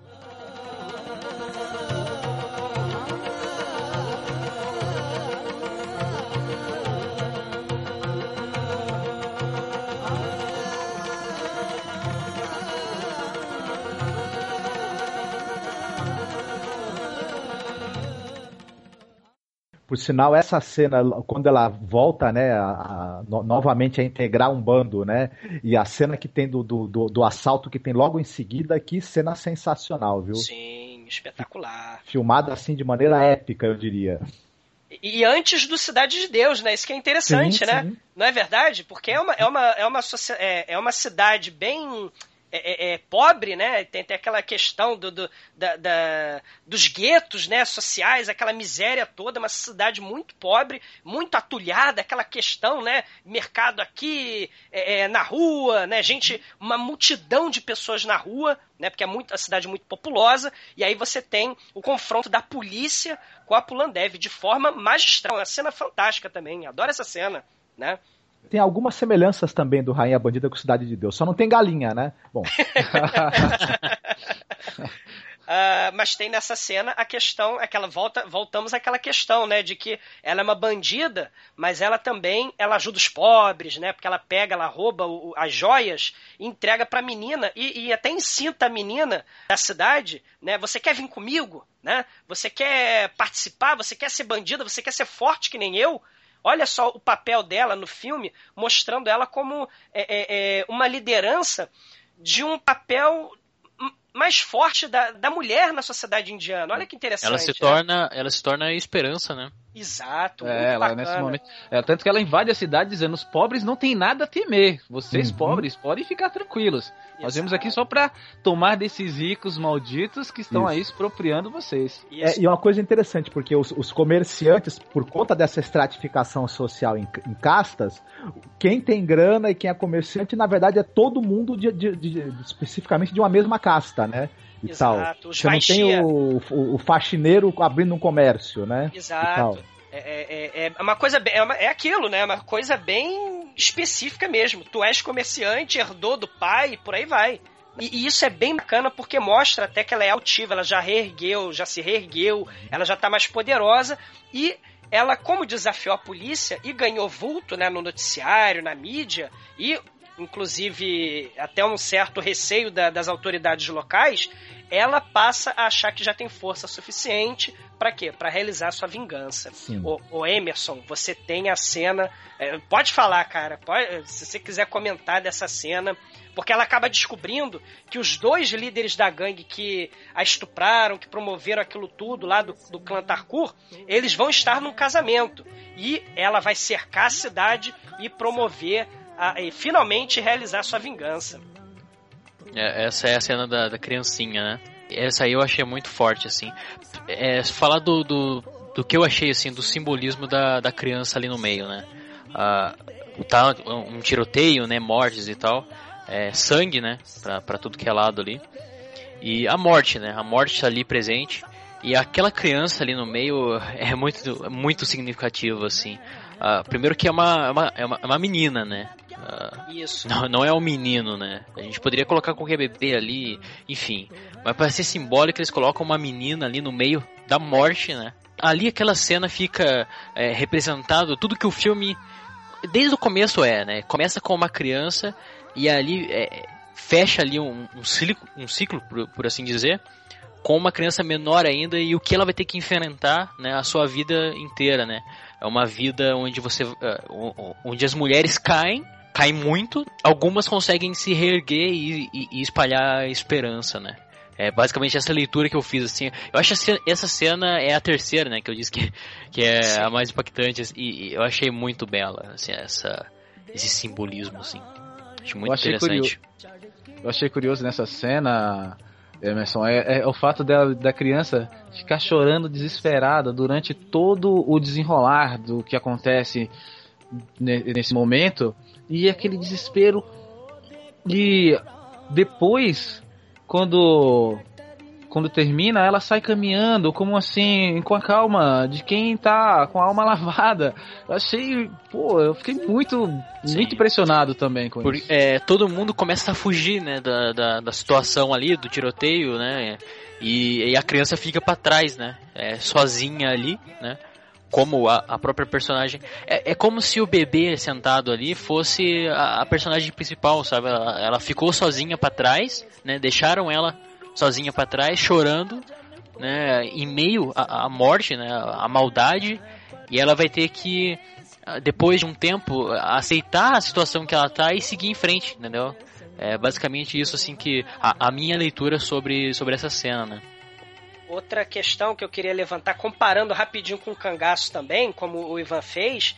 Por sinal, essa cena, quando ela volta, né, a, a, no, novamente a integrar um bando, né, e a cena que tem do, do, do, do assalto que tem logo em seguida, que cena sensacional, viu? Sim, espetacular. Filmada assim de maneira épica, eu diria. E, e antes do Cidade de Deus, né, isso que é interessante, sim, né? Sim. Não é verdade? Porque é uma, é uma, é uma, é, é uma cidade bem... É, é, é pobre, né? Tem, tem aquela questão do, do, da, da, dos guetos, né, sociais, aquela miséria toda, uma cidade muito pobre, muito atulhada, aquela questão, né? Mercado aqui, é, é, na rua, né? Gente, uma multidão de pessoas na rua, né? Porque é muito, a cidade muito populosa, e aí você tem o confronto da polícia com a Pulandev de forma magistral. Uma cena fantástica também, adoro essa cena, né? Tem algumas semelhanças também do Rainha Bandida com Cidade de Deus, só não tem galinha, né? Bom. uh, mas tem nessa cena a questão, aquela volta, voltamos àquela questão, né, de que ela é uma bandida, mas ela também, ela ajuda os pobres, né, porque ela pega, ela rouba o, as joias e entrega pra menina, e, e até incita a menina da cidade, né, você quer vir comigo, né, você quer participar, você quer ser bandida, você quer ser forte que nem eu? Olha só o papel dela no filme, mostrando ela como é, é, uma liderança de um papel mais forte da, da mulher na sociedade indiana. Olha que interessante. Ela se torna, ela se torna a esperança, né? Exato. É, ela nesse momento. É, tanto que ela invade a cidade dizendo: os pobres não têm nada a temer. Vocês, uhum. pobres, podem ficar tranquilos. Exato. Nós viemos aqui só pra tomar desses ricos malditos que estão Isso. aí expropriando vocês. É, e uma coisa interessante, porque os, os comerciantes, por conta dessa estratificação social em, em castas, quem tem grana e quem é comerciante, na verdade, é todo mundo de, de, de, de, especificamente de uma mesma casta, né? E Exato. Tal. Você não tem o, o, o faxineiro abrindo um comércio, né? Exato. É, é, é uma coisa bem, é, uma, é aquilo, né? Uma coisa bem específica mesmo. Tu és comerciante, herdou do pai, por aí vai. E, e isso é bem bacana porque mostra até que ela é altiva, ela já reergueu, já se reergueu, ela já tá mais poderosa e ela, como desafiou a polícia e ganhou vulto, né, no noticiário, na mídia e inclusive até um certo receio da, das autoridades locais, ela passa a achar que já tem força suficiente para quê? Para realizar sua vingança. O, o Emerson, você tem a cena... É, pode falar, cara. Pode, se você quiser comentar dessa cena. Porque ela acaba descobrindo que os dois líderes da gangue que a estupraram, que promoveram aquilo tudo lá do, do clã Tarkur, eles vão estar num casamento. E ela vai cercar a cidade e promover, a, e finalmente realizar sua vingança. É, essa é a cena da, da criancinha, né? Essa aí eu achei muito forte, assim. É, falar do, do, do que eu achei, assim, do simbolismo da, da criança ali no meio, né? Ah, tá um tiroteio, né? Mortes e tal. É, sangue, né? Pra, pra tudo que é lado ali. E a morte, né? A morte tá ali presente. E aquela criança ali no meio é muito, muito significativo, assim. Ah, primeiro que é uma, é uma, é uma, é uma menina, né? Uh, Isso. Não, não é um menino, né? A gente poderia colocar qualquer bebê ali, enfim. Mas para ser simbólico, eles colocam uma menina ali no meio da morte, né? Ali aquela cena fica é, representado tudo que o filme, desde o começo é, né? Começa com uma criança e ali é, fecha ali um, um ciclo, um ciclo por, por assim dizer, com uma criança menor ainda e o que ela vai ter que enfrentar, né, a sua vida inteira, né? É uma vida onde você, uh, onde as mulheres caem, caem muito, algumas conseguem se reerguer e, e, e espalhar a esperança, né? É basicamente essa leitura que eu fiz, assim. Eu acho que essa cena é a terceira, né, que eu disse que, que é Sim. a mais impactante, e, e eu achei muito bela, assim, essa, esse simbolismo, assim. Acho muito eu interessante. Curioso, eu achei curioso nessa cena, Emerson, é, é o fato dela, da criança ficar chorando desesperada durante todo o desenrolar do que acontece nesse momento, e aquele desespero, e depois, quando quando termina, ela sai caminhando, como assim, com a calma de quem tá com a alma lavada. Eu achei, pô, eu fiquei muito, Sim. muito impressionado também com Por, isso. É, todo mundo começa a fugir, né, da, da, da situação ali, do tiroteio, né, e, e a criança fica pra trás, né, é, sozinha ali, né, como a, a própria personagem. É, é como se o bebê sentado ali fosse a, a personagem principal, sabe, ela, ela ficou sozinha pra trás, né, deixaram ela sozinha pra trás, chorando, né, em meio à, à morte, né, à maldade, e ela vai ter que, depois de um tempo, aceitar a situação que ela tá e seguir em frente, entendeu? É basicamente isso, assim, que a, a minha leitura sobre, sobre essa cena, né. Outra questão que eu queria levantar, comparando rapidinho com o Cangaço também, como o Ivan fez,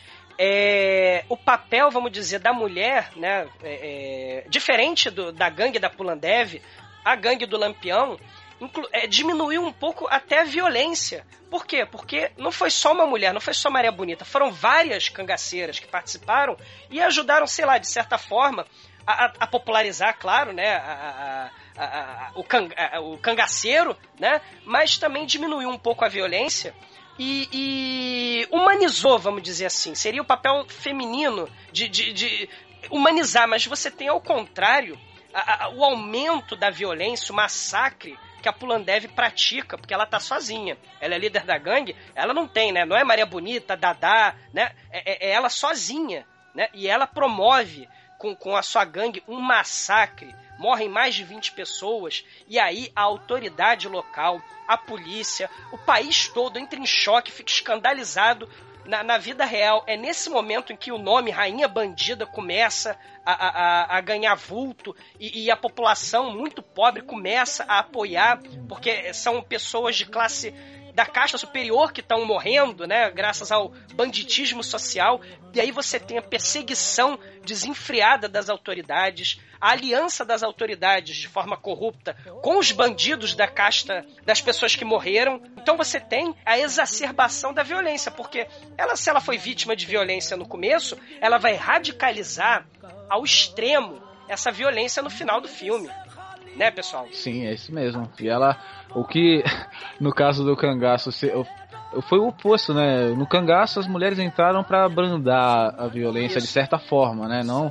é o papel, vamos dizer, da mulher, né, é, é, diferente do, da gangue da Pulandev, a gangue do Lampião inclu- é, diminuiu um pouco até a violência. Por quê? Porque não foi só uma mulher, não foi só Maria Bonita, foram várias cangaceiras que participaram e ajudaram, sei lá, de certa forma, a, a, a popularizar, claro, né, a, a, a, a, o, can, a, o cangaceiro, né, mas também diminuiu um pouco a violência e, e humanizou, vamos dizer assim. Seria o papel feminino de, de, de humanizar, mas você tem ao contrário A, a, o aumento da violência, o massacre que a Pulandev pratica, porque ela tá sozinha. Ela é líder da gangue, ela não tem, né? Não é Maria Bonita, Dadá, né? É, é ela sozinha, né? E ela promove com, com a sua gangue um massacre. Morrem mais de vinte pessoas. E aí a autoridade local, a polícia, o país todo entra em choque, fica escandalizado. Na, na vida real, é nesse momento em que o nome Rainha Bandida começa a, a, a ganhar vulto e, e a população muito pobre começa a apoiar, porque são pessoas de classe da casta superior que estão morrendo, né, graças ao banditismo social, e aí você tem a perseguição desenfreada das autoridades, a aliança das autoridades de forma corrupta com os bandidos da casta das pessoas que morreram. Então você tem a exacerbação da violência, porque ela, se ela foi vítima de violência no começo, ela vai radicalizar ao extremo essa violência no final do filme. Né, pessoal? Sim, é isso mesmo. E ela, o que, no caso do Cangaço, foi o oposto, né? No cangaço as mulheres entraram para abrandar a violência Isso. de certa forma, né? Não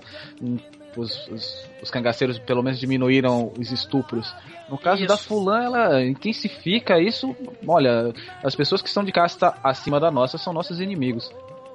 os, os, os cangaceiros pelo menos diminuíram os estupros. No caso isso. da Fulã, ela intensifica isso. Olha, as pessoas que são de casta acima da nossa são nossos inimigos.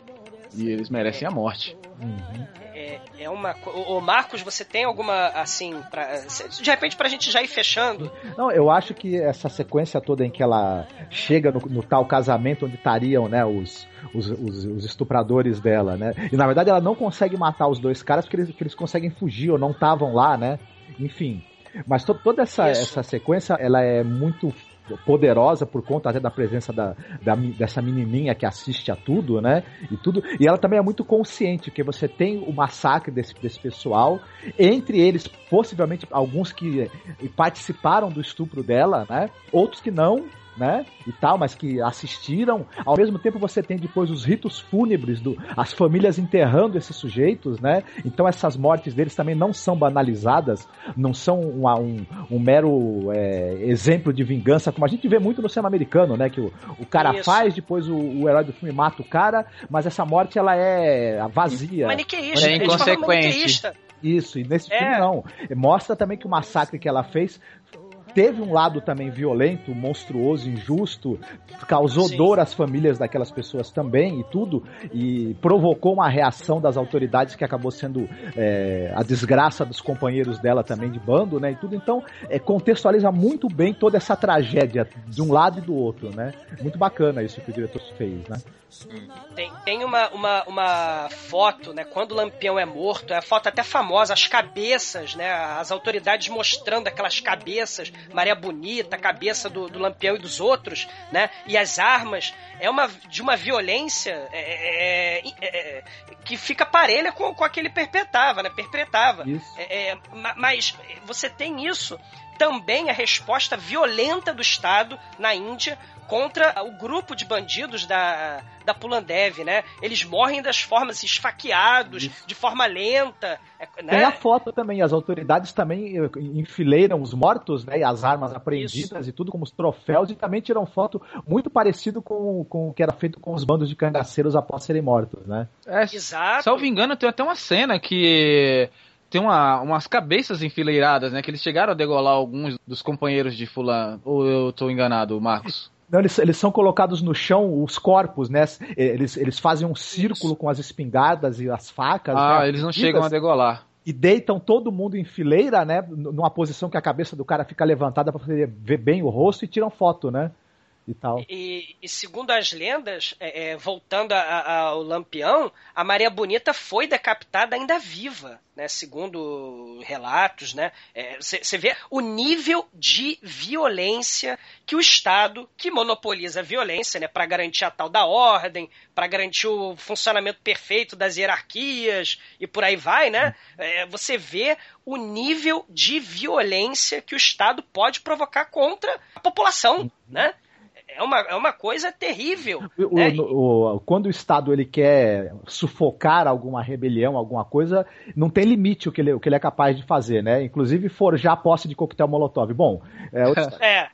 E eles merecem a morte. Uhum. É, é uma... Ô, Marcos, você tem alguma, assim, pra... de repente pra gente já ir fechando? Não, eu acho que essa sequência toda em que ela chega no, no tal casamento onde estariam, né, os, os, os, os estupradores dela, né? E na verdade ela não consegue matar os dois caras porque eles, porque eles conseguem fugir ou não estavam lá, né? Enfim... Mas to, toda essa, essa sequência, ela é muito poderosa por conta até da presença da, da, dessa menininha que assiste a tudo, né? E tudo. E ela também é muito consciente, porque você tem o massacre desse, desse pessoal, entre eles, possivelmente, alguns que participaram do estupro dela, né? Outros que não, né, e tal, mas que assistiram. Ao mesmo tempo você tem depois os ritos fúnebres, do, as famílias enterrando esses sujeitos, né, então essas mortes deles também não são banalizadas, não são um, um, um mero é, exemplo de vingança, como a gente vê muito no cinema americano, né, que o, o cara Isso. faz, depois o, o herói do filme mata o cara, mas essa morte ela é vazia. Maniqueísta, é inconsequente. Isso, e nesse é. filme não. Mostra também que o massacre que ela fez teve um lado também violento, monstruoso, injusto, causou Sim. dor às famílias daquelas pessoas também e tudo, e provocou uma reação das autoridades que acabou sendo é, a desgraça dos companheiros dela também de bando, né, e tudo. Então, é, contextualiza muito bem toda essa tragédia de um lado e do outro, né. Muito bacana isso que o diretor fez, né. Tem, tem uma, uma, uma foto, né, quando o Lampião é morto, é a foto até famosa, as cabeças, né, as autoridades mostrando aquelas cabeças, Maria Bonita, a cabeça do, do Lampião e dos outros, né, e as armas, é uma, de uma violência é, é, é, que fica parelha com, com a que ele perpetrava, né, perpetrava. É, é, mas você tem isso, também a resposta violenta do Estado na Índia contra o grupo de bandidos da, da Pulandev, né? Eles morrem das formas esfaqueados, Isso. de forma lenta. Né? Tem a foto também, as autoridades também enfileiram os mortos, né? E as armas apreendidas Isso. e tudo como os troféus, e também tiram foto muito parecido com, com o que era feito com os bandos de cangaceiros após serem mortos, né? É, Exato. Salvo engano, tem até uma cena que tem uma, umas cabeças enfileiradas, né? Que eles chegaram a degolar alguns dos companheiros de fulano. Ou eu tô enganado, Marcos? Não, eles, eles são colocados no chão, os corpos, né? Eles, eles fazem um círculo com as espingardas e as facas. Ah, né? Eles não chegam a degolar. E deitam todo mundo em fileira, né? Numa posição que a cabeça do cara fica levantada para poder ver bem o rosto e tiram foto, né? E, tal. E, e segundo as lendas, é, é, voltando a, a, ao Lampião, a Maria Bonita foi decapitada ainda viva, né? Segundo relatos, né? Você é, vê o nível de violência que o Estado, que monopoliza a violência, né? Para garantir a tal da ordem, para garantir o funcionamento perfeito das hierarquias e por aí vai, né? É, você vê o nível de violência que o Estado pode provocar contra a população, né? É uma, é uma coisa terrível. O, né? o, o, quando o Estado ele quer sufocar alguma rebelião, alguma coisa, não tem limite o que ele, o que ele é capaz de fazer, né? Inclusive forjar a posse de coquetel Molotov. Bom, é... Outro... é.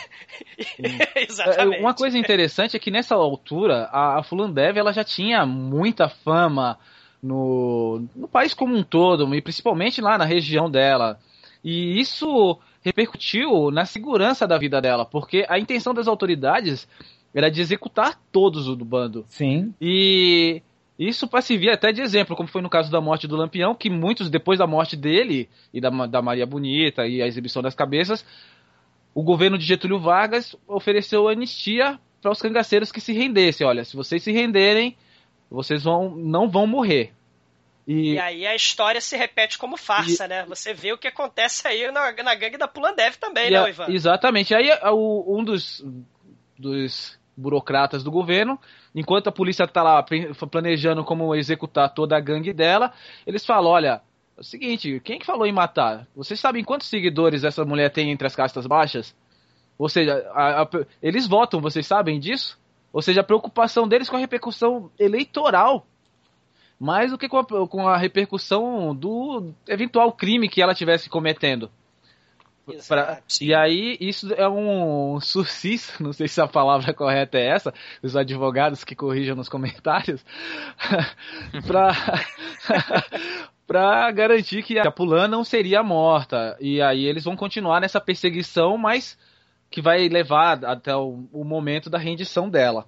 Exatamente. Uma coisa interessante é que nessa altura a, a Fulandev ela já tinha muita fama no, no país como um todo, e principalmente lá na região dela. E isso repercutiu na segurança da vida dela, porque a intenção das autoridades era de executar todos do bando. Sim. E isso para servir até de exemplo, como foi no caso da morte do Lampião, que muitos, depois da morte dele e da, da Maria Bonita e a exibição das cabeças, o governo de Getúlio Vargas ofereceu anistia para os cangaceiros que se rendessem. Olha, se vocês se renderem, vocês vão, não vão morrer. E... e aí a história se repete como farsa, e... né? Você vê o que acontece aí na, na gangue da Pulandev também, e né, a... Ivan? Exatamente. Aí o, um dos, dos burocratas do governo, enquanto a polícia está lá planejando como executar toda a gangue dela, eles falam, olha, é o seguinte, quem que falou em matar? Vocês sabem quantos seguidores essa mulher tem entre as castas baixas? Ou seja, a, a, eles votam, vocês sabem disso? Ou seja, a preocupação deles com a repercussão eleitoral, mais do que com a, com a repercussão do eventual crime que ela estivesse cometendo. Pra, e aí, isso é um sursis, não sei se a palavra correta é essa, os advogados que corrijam nos comentários, pra, pra garantir que a Pulã não seria morta. E aí eles vão continuar nessa perseguição, mas que vai levar até o, o momento da rendição dela.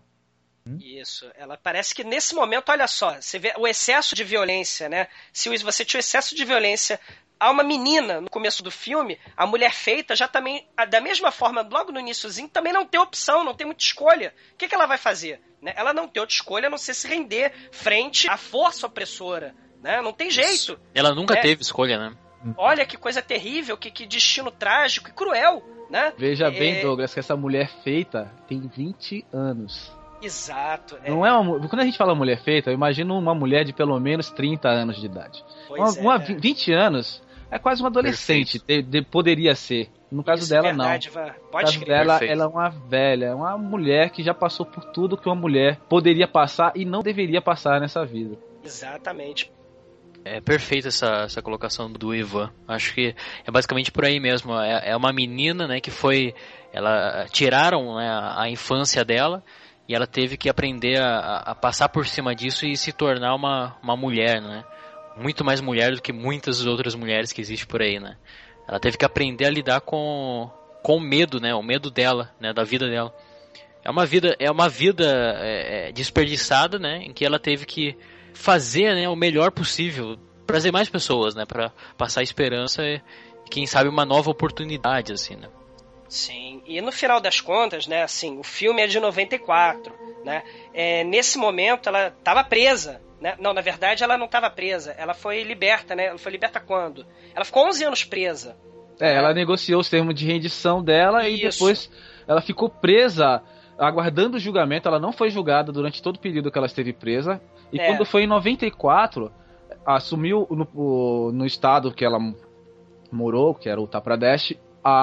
Isso, ela parece que nesse momento, olha só, você vê o excesso de violência, né? Se você tinha o excesso de violência a uma menina no começo do filme, a mulher feita já também, da mesma forma, logo no iniciozinho, também não tem opção, não tem muita escolha. O que, que ela vai fazer? Né? Ela não tem outra escolha a não ser se render frente à força opressora. Né? Não tem jeito. Ela nunca né? teve escolha, né? Olha que coisa terrível, que, que destino trágico e cruel. Né? Veja é... bem, Douglas, que essa mulher feita tem vinte anos. Exato. É. Não é uma, quando a gente fala mulher feita, eu imagino uma mulher de pelo menos trinta anos de idade. Pois uma, é. uma vinte anos é quase uma adolescente, de, de, poderia ser. No caso Isso dela, é verdade, não. Pode no caso crer. dela, Perfeito. ela é uma velha, é uma mulher que já passou por tudo que uma mulher poderia passar e não deveria passar nessa vida. Exatamente. É perfeita essa, essa colocação do Ivan. Acho que é basicamente por aí mesmo. É, é uma menina, né, que foi... Ela, tiraram, né, a, a infância dela e ela teve que aprender a, a passar por cima disso e se tornar uma, uma mulher, né? Muito mais mulher do que muitas outras mulheres que existem por aí, né? Ela teve que aprender a lidar com, com o medo, né? O medo dela, né? Da vida dela. É uma vida, é uma vida é, desperdiçada, né? Em que ela teve que fazer, né, o melhor possível, trazer mais pessoas, né? Para passar esperança e, quem sabe, uma nova oportunidade, assim, né? Sim, e no final das contas, né, assim, o filme é de noventa e quatro, né, é, nesse momento ela estava presa, né, não, na verdade ela não estava presa, ela foi liberta, né, ela foi liberta quando? Ela ficou onze anos presa. É, né? Ela negociou os termos de rendição dela Isso. e depois ela ficou presa, aguardando o julgamento, ela não foi julgada durante todo o período que ela esteve presa, e é. quando foi em noventa e quatro, assumiu no, no estado que ela morou, que era o Uttar Pradesh,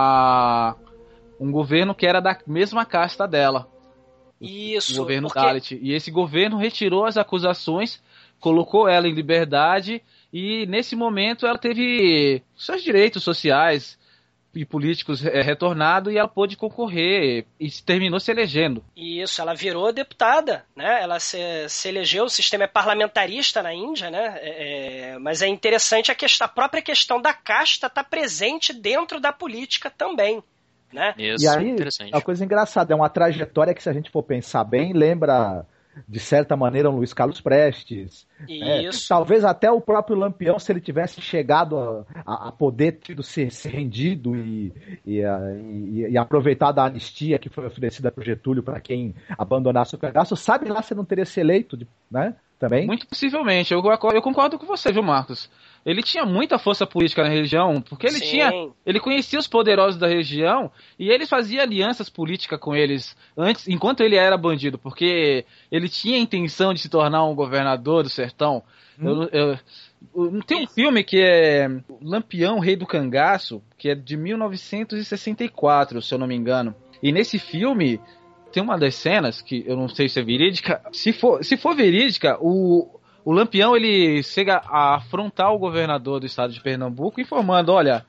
a... um governo que era da mesma casta dela. Isso. O governo porque... Dalit. E esse governo retirou as acusações, colocou ela em liberdade e nesse momento ela teve seus direitos sociais e políticos é, retornados e ela pôde concorrer e terminou se elegendo. Isso, ela virou deputada, né? Ela se, se elegeu, o sistema é parlamentarista na Índia, né? É, é, mas é interessante a, questão, a própria questão da casta estar tá presente dentro da política também. Né? Isso, e aí, interessante. É uma coisa engraçada, é uma trajetória que, se a gente for pensar bem, lembra, de certa maneira, um Luiz Carlos Prestes. Isso. É, talvez até o próprio Lampião, se ele tivesse chegado a, a, a poder tido ser, ser rendido e, e, e, e aproveitado a anistia que foi oferecida para o Getúlio para quem abandonasse o cangaço, sabe lá se não teria se eleito, né? Também? Muito possivelmente, eu, eu concordo com você, viu, Marcos? Ele tinha muita força política na região, porque ele Sim. tinha, ele conhecia os poderosos da região e ele fazia alianças políticas com eles antes, enquanto ele era bandido, porque ele tinha a intenção de se tornar um governador do sertão. Hum. Eu, eu, eu, tem um filme que é Lampião, Rei do Cangaço, que é de mil novecentos e sessenta e quatro, se eu não me engano. E nesse filme tem uma das cenas que eu não sei se é verídica. Se for, se for verídica, o O Lampião, ele chega a afrontar o governador do estado de Pernambuco, informando, olha,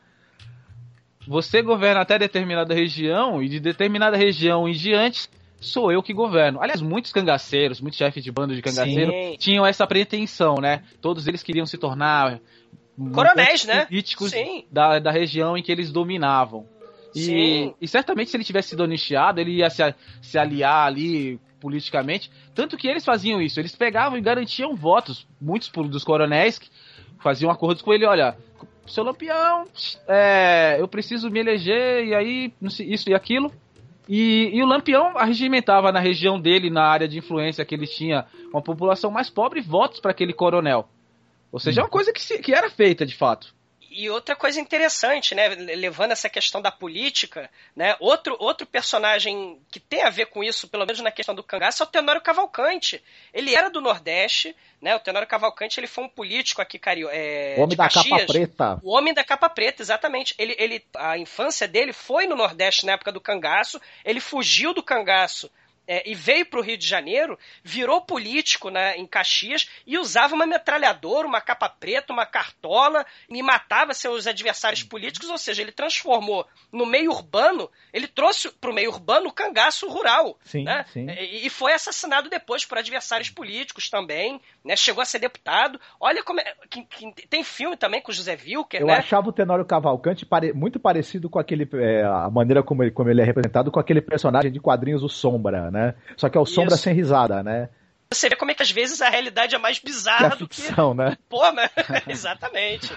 você governa até determinada região, e de determinada região em diante, sou eu que governo. Aliás, muitos cangaceiros, muitos chefes de bando de cangaceiro Sim. tinham essa pretensão, né? Todos eles queriam se tornar coronéis, né? políticos da, da região em que eles dominavam. E, e certamente, se ele tivesse sido anistiado, ele ia se, se aliar ali politicamente, tanto que eles faziam isso, eles pegavam e garantiam votos, muitos dos coronéis faziam acordos com ele, olha, seu Lampião, é, eu preciso me eleger, e aí, isso e aquilo, e, e o Lampião arregimentava na região dele, na área de influência que ele tinha, uma população mais pobre, votos para aquele coronel, ou seja, é uma coisa que, se, que era feita de fato. E outra coisa interessante, né, levando essa questão da política, né, outro, outro personagem que tem a ver com isso, pelo menos na questão do cangaço, é o Tenório Cavalcante. Ele era do Nordeste, né, o Tenório Cavalcante, ele foi um político aqui, cario, é, o homem da capa preta. O homem da capa preta, exatamente. Ele, ele, a infância dele foi no Nordeste na época do cangaço, ele fugiu do cangaço é, e veio para o Rio de Janeiro, virou político, né, em Caxias e usava uma metralhadora, uma capa preta, uma cartola e matava seus adversários políticos, ou seja, ele transformou no meio urbano, ele trouxe para o meio urbano o cangaço rural. Sim, né? sim. E, e foi assassinado depois por adversários políticos também, né? Chegou a ser deputado. Olha como é, que, que, tem filme também com o José Wilker, Eu né? achava o Tenório Cavalcante pare, muito parecido com aquele, é, a maneira como ele, como ele é representado com aquele personagem de quadrinhos, o Sombra, né? Só que é o Sombra Isso. sem risada, né? Você vê como é que às vezes a realidade é mais bizarra que a do ficção, que... né? Pô, né? Exatamente.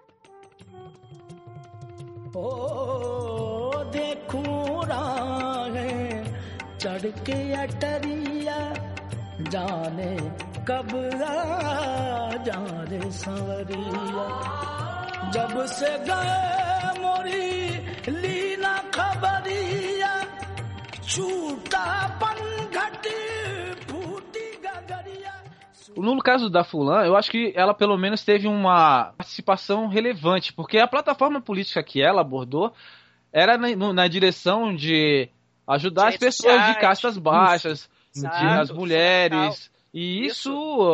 ओ देखूं राहें चढ़ के अटरिया जाने कब आ जाने संवरिया जब से गए मोरी लीना खबरिया छूटा पनघटी फूटी गगरिया. No caso da Fulan, eu acho que ela pelo menos teve uma participação relevante, porque a plataforma política que ela abordou era na, no, na direção de ajudar as pessoas sociais, de castas baixas, isso, de, as mulheres, e isso,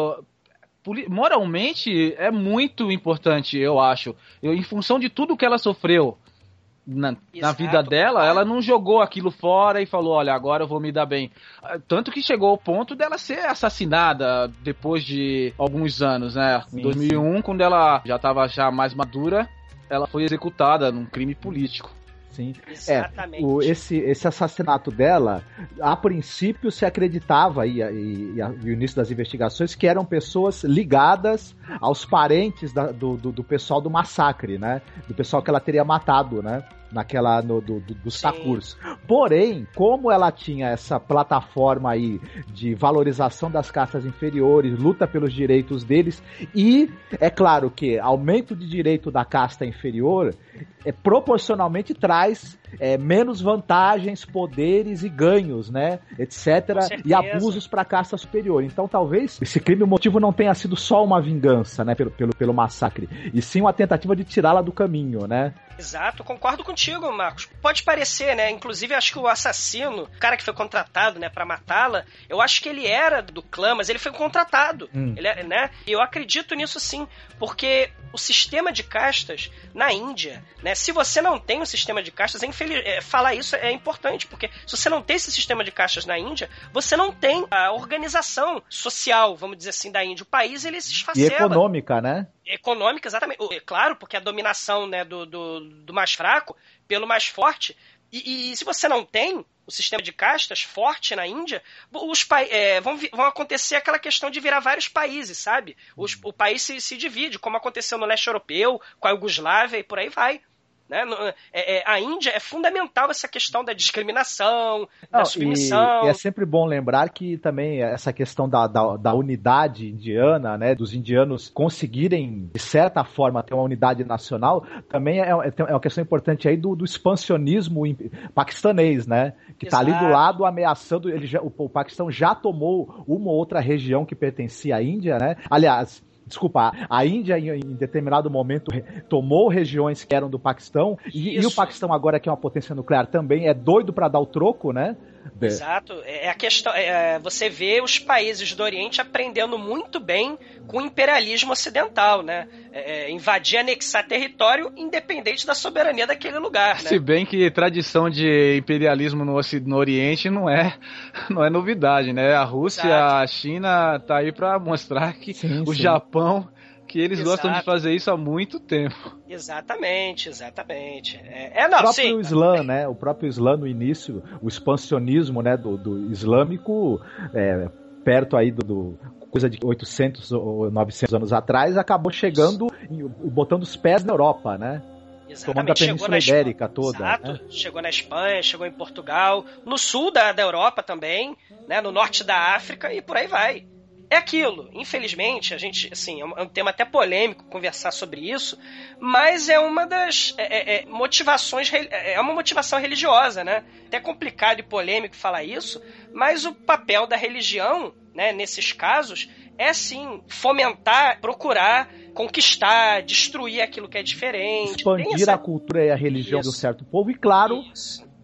isso moralmente é muito importante, eu acho. Eu, em função de tudo que ela sofreu Na, na vida dela, ela não jogou aquilo fora e falou, olha, agora eu vou me dar bem. Tanto que chegou ao ponto dela ser assassinada depois de alguns anos, né? Sim, em dois mil e um, sim. Quando ela já estava já mais madura, ela foi executada num crime político. Sim. Exatamente. É, o, esse, esse assassinato dela, a princípio se acreditava, e, e, e, o início das investigações, que eram pessoas ligadas aos parentes da, do, do, do pessoal do massacre, né? Do pessoal que ela teria matado, né? Naquela, no, do, do, dos Takuros. Porém, como ela tinha essa plataforma aí de valorização das castas inferiores, luta pelos direitos deles, e é claro que aumento de direito da casta inferior é, proporcionalmente traz é, menos vantagens, poderes e ganhos, né, etcétera, e abusos para a casta superior. Então talvez esse crime, o motivo não tenha sido só uma vingança, né, pelo, pelo, pelo massacre, e sim uma tentativa de tirá-la do caminho, né. Exato, concordo contigo, Marcos. Pode parecer, né? Inclusive, acho que o assassino, o cara que foi contratado, né, pra matá-la, eu acho que ele era do clã, mas ele foi contratado. Hum. Ele, né? E eu acredito nisso sim, porque o sistema de castas na Índia, né? Se você não tem um sistema de castas, é infeliz... é, falar isso é importante, porque se você não tem esse sistema de castas na Índia, você não tem a organização social, vamos dizer assim, da Índia. O país, ele se esfacela. E econômica, né? Econômica, exatamente. É claro, porque a dominação, né, do, do, do mais fraco pelo mais forte. E, e se você não tem o sistema de castas forte na Índia, os pa- é, vão, vão acontecer aquela questão de virar vários países, sabe? Os, o país se, se divide, como aconteceu no leste europeu, com a Iugoslávia e por aí vai. Né? É, é, a Índia é fundamental essa questão da discriminação, Não, da submissão. E, e é sempre bom lembrar que também essa questão da, da, da unidade indiana, né, dos indianos conseguirem, de certa forma, ter uma unidade nacional, também é, é, é uma questão importante aí do, do expansionismo paquistanês, né, que está ali do lado ameaçando, ele já, o, o Paquistão já tomou uma ou outra região que pertencia à Índia, né, aliás... Desculpa, a Índia em, em determinado momento tomou regiões que eram do Paquistão e, e o Paquistão agora que é uma potência nuclear também é doido para dar o troco, né? Exato, é a questão, é, você vê os países do Oriente aprendendo muito bem com o imperialismo ocidental, né? É, é, invadir, anexar território independente da soberania daquele lugar, né? Se bem que tradição de imperialismo no, no Oriente não é, não é novidade, né? A Rússia, Exato. A China tá aí para mostrar que sim, o sim. Japão, que eles Exato. Gostam de fazer isso há muito tempo. Exatamente, exatamente. É, é não, o próprio sim. Islã, né? O próprio Islã no início, o expansionismo, né, do, do islâmico, é, perto aí do, do coisa de oitocentos ou novecentos anos atrás, acabou chegando e botando os pés na Europa, né? Exatamente. Tomando a Península Ibérica toda. Exato. Né? Chegou na Espanha, chegou em Portugal, no sul da, da Europa também, né? No norte da África e por aí vai. É aquilo, infelizmente, a gente, assim, é um tema até polêmico conversar sobre isso, mas é uma das é, é, motivações, é uma motivação religiosa, né? Até complicado e polêmico falar isso, mas o papel da religião, né, nesses casos, é sim fomentar, procurar conquistar, destruir aquilo que é diferente. Expandir essa... a cultura e a religião isso. do certo povo e, claro... Isso.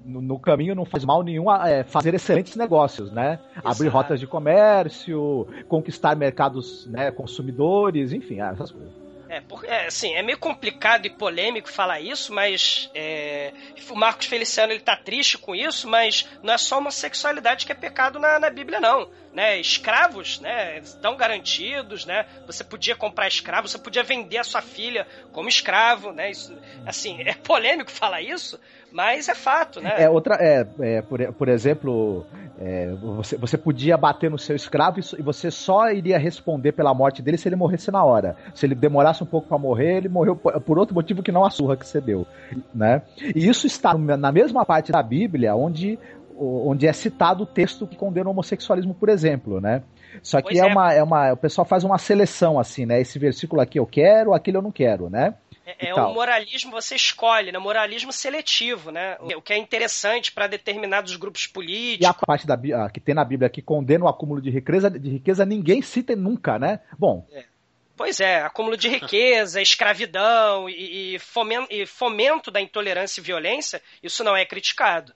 no, no caminho não faz mal nenhum é, fazer excelentes negócios, né? Exato. Abrir rotas de comércio, conquistar mercados, né, consumidores, enfim, essas coisas. É, porque, é, assim, é meio complicado e polêmico falar isso, mas é, o Marcos Feliciano ele tá triste com isso, mas não é só homossexualidade que é pecado na, na Bíblia, não. Né? Escravos, né, estão garantidos, né? Você podia comprar escravo, você podia vender a sua filha como escravo, né? Isso, assim, é polêmico falar isso, mas é fato, né? É outra, é, é por, por exemplo, é, você, você podia bater no seu escravo e você só iria responder pela morte dele se ele morresse na hora. Se ele demorasse um pouco para morrer, ele morreu por, por outro motivo que não a surra que você deu, né? E isso está na mesma parte da Bíblia onde onde é citado o texto que condena o homossexualismo, por exemplo, né? Só que é, é. Uma, é uma, o pessoal faz uma seleção assim, né? Esse versículo aqui eu quero, aquele eu não quero, né? É, é o moralismo, você escolhe, né? Moralismo seletivo, né? O que é interessante para determinados grupos políticos. E a parte da, que tem na Bíblia que condena o acúmulo de riqueza, de riqueza ninguém cita nunca, né? Bom... É. Pois é, acúmulo de riqueza, escravidão e, e, fomento, e fomento da intolerância e violência, isso não é criticado.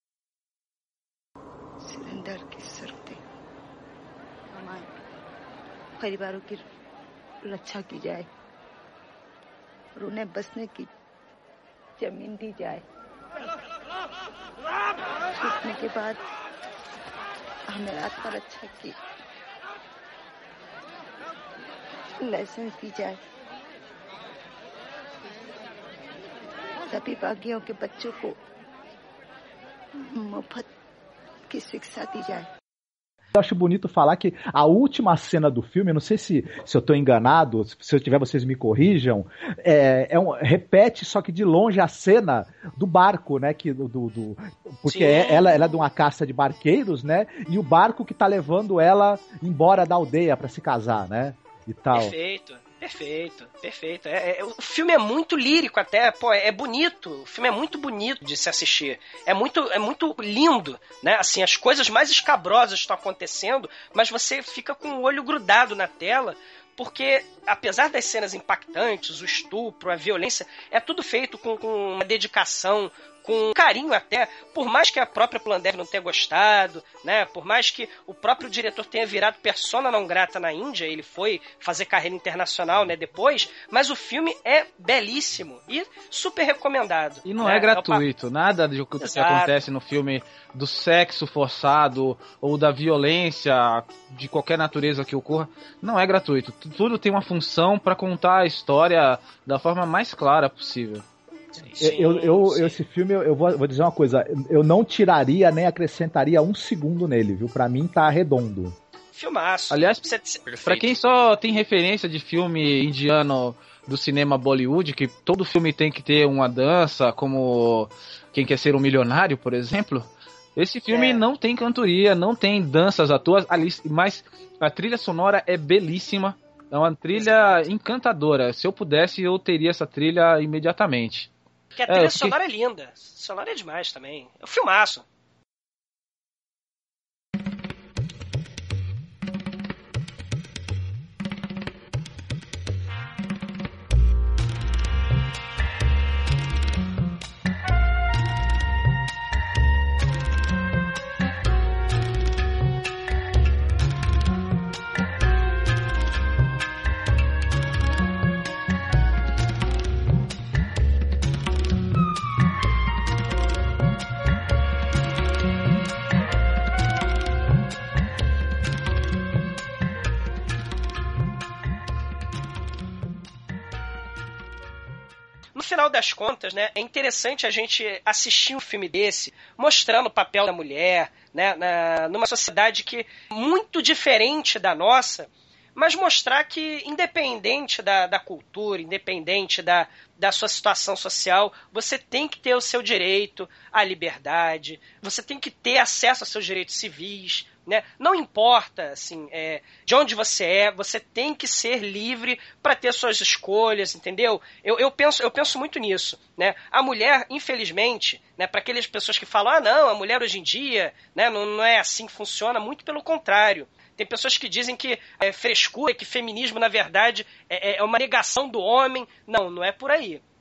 सिलेंडर के सर पे हमारे परिवारों की रक्षा की जाए और उन्हें बसने की जमीन दी जाए। छूटने के बाद हमें आत्मरक्षा की लाइसेंस दी जाए। सभी बागियों के बच्चों को मुफ्त que eu acho bonito falar que a última cena do filme, eu não sei se, se eu estou enganado, se eu tiver vocês me corrijam, é, é um, repete só que de longe a cena do barco, né? Que, do, do, porque é, ela, ela é de uma caça de barqueiros, né? E o barco que está levando ela embora da aldeia para se casar, né? E tal. Perfeito. Perfeito, perfeito. É, é, o filme é muito lírico até, pô, é bonito. O filme é muito bonito de se assistir. É muito, é muito lindo, né? Assim, as coisas mais escabrosas estão acontecendo, mas você fica com o olho grudado na tela, porque apesar das cenas impactantes, o estupro, a violência, é tudo feito com, com uma dedicação, com carinho até, por mais que a própria Plandeve não tenha gostado, né? Por mais que o próprio diretor tenha virado persona não grata na Índia, ele foi fazer carreira internacional, né, depois, mas o filme é belíssimo e super recomendado. E não né? é gratuito, é uma... nada do que Exato. acontece no filme do sexo forçado ou da violência de qualquer natureza que ocorra, não é gratuito. Tudo tem uma função para contar a história da forma mais clara possível. Sim, eu, eu, sim. eu, esse filme, eu, eu vou, vou dizer uma coisa, eu não tiraria nem acrescentaria um segundo nele, viu? Pra mim tá redondo. Filmaço. Aliás, pra quem só tem referência de filme indiano do cinema Bollywood, que todo filme tem que ter uma dança, como Quem Quer Ser um Milionário, por exemplo, esse filme é. não tem cantoria, não tem danças à toa, mas a trilha sonora é belíssima, é uma trilha encantadora. Se eu pudesse, eu teria essa trilha imediatamente. Porque a trilha é, fiquei... sonora é linda. A sonora é demais também. É um filmaço. No final das contas, né, é interessante a gente assistir um filme desse, mostrando o papel da mulher, né, na, numa sociedade que muito diferente da nossa, mas mostrar que, independente da, da cultura, independente da, da sua situação social, você tem que ter o seu direito à liberdade, você tem que ter acesso aos seus direitos civis, né? Não importa assim, é, de onde você é, você tem que ser livre para ter suas escolhas, entendeu? Eu, eu, penso, eu penso muito nisso, né? A mulher, infelizmente, né, para aquelas pessoas que falam, ah, não, a mulher hoje em dia, né, não, não é assim que funciona, muito pelo contrário. Tem pessoas que dizem que é frescura, que feminismo, na verdade, é, é uma negação do homem. Não, não é por aí.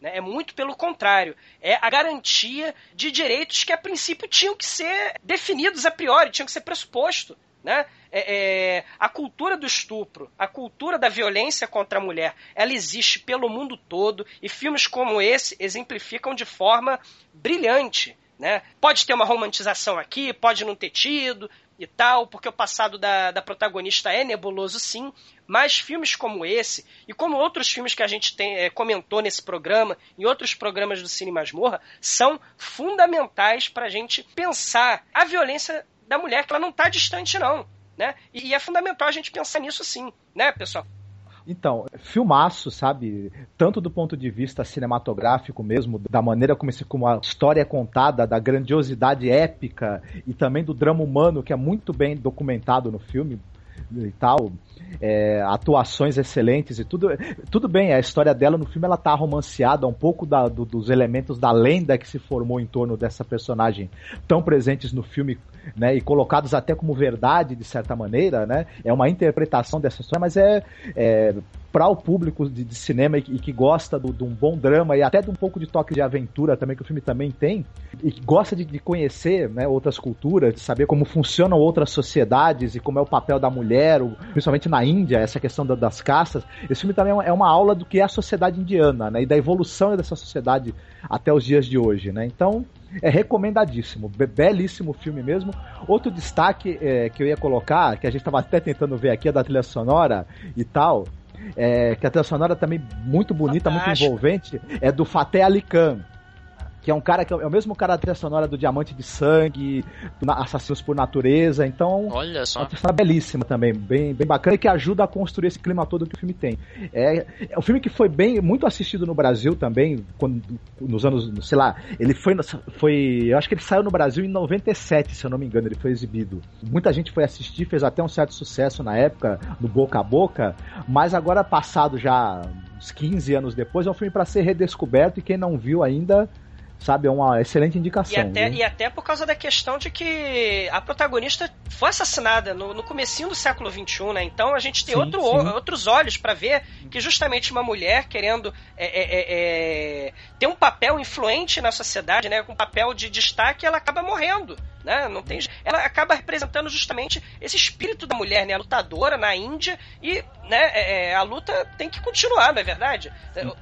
né? É muito pelo contrário. É a garantia de direitos que, a princípio, tinham que ser definidos a priori, tinham que ser pressuposto, né? É, é, a cultura do estupro, a cultura da violência contra a mulher, ela existe pelo mundo todo, e filmes como esse exemplificam de forma brilhante, né? Pode ter uma romantização aqui, pode não ter tido e tal, porque o passado da, da protagonista é nebuloso, sim, mas filmes como esse, e como outros filmes que a gente tem, é, comentou nesse programa, em outros programas do Cine Masmorra, são fundamentais para a gente pensar a violência da mulher, que ela não está distante, não, né? E, e é fundamental a gente pensar nisso, sim, né, pessoal? Então, filmaço, sabe? Tanto do ponto de vista cinematográfico mesmo, da maneira como, esse, como a história é contada, da grandiosidade épica e também do drama humano, que é muito bem documentado no filme e tal. É, atuações excelentes e tudo. Tudo bem, a história dela no filme ela tá romanceada, um pouco da, do, dos elementos da lenda que se formou em torno dessa personagem, tão presentes no filme, né, e colocados até como verdade, de certa maneira, né? É uma interpretação dessa história, mas é, é para o público de, de cinema e que, e que gosta do, de um bom drama e até de um pouco de toque de aventura também, que o filme também tem, e que gosta de, de conhecer, né, outras culturas, de saber como funcionam outras sociedades e como é o papel da mulher, principalmente na Índia, essa questão da, das castas. Esse filme também é uma, é uma aula do que é a sociedade indiana, né, e da evolução dessa sociedade até os dias de hoje, né? Então, é recomendadíssimo, be- belíssimo filme mesmo. Outro destaque é, que eu ia colocar, que a gente estava até tentando ver aqui, é da trilha sonora e tal, é, que a trilha sonora também muito bonita, Fantástico. Muito envolvente, é do Fateh Ali Khan, que é um cara que é o mesmo cara da trilha sonora do Diamante de Sangue, do Assassinos por Natureza. Então, olha só, é uma trilha sonora belíssima também, bem, bem bacana, e que ajuda a construir esse clima todo que o filme tem. É, é um filme que foi bem, muito assistido no Brasil também, quando, nos anos, sei lá, ele foi, foi, eu acho que ele saiu no Brasil em noventa e sete, se eu não me engano, ele foi exibido. Muita gente foi assistir, fez até um certo sucesso na época, no boca a boca, mas agora, passado já uns quinze anos depois, é um filme para ser redescoberto, e quem não viu ainda, sabe, é uma excelente indicação. E até, e até por causa da questão de que a protagonista foi assassinada no, no comecinho do século vinte e um, né? Então a gente tem sim, outro, sim. outros olhos para ver que justamente uma mulher querendo é, é, é, ter um papel influente na sociedade, né? Com um papel de destaque, ela acaba morrendo. Né? Não tem, ela acaba representando justamente esse espírito da mulher, né? A lutadora na Índia, e, né, é, a luta tem que continuar, não é verdade?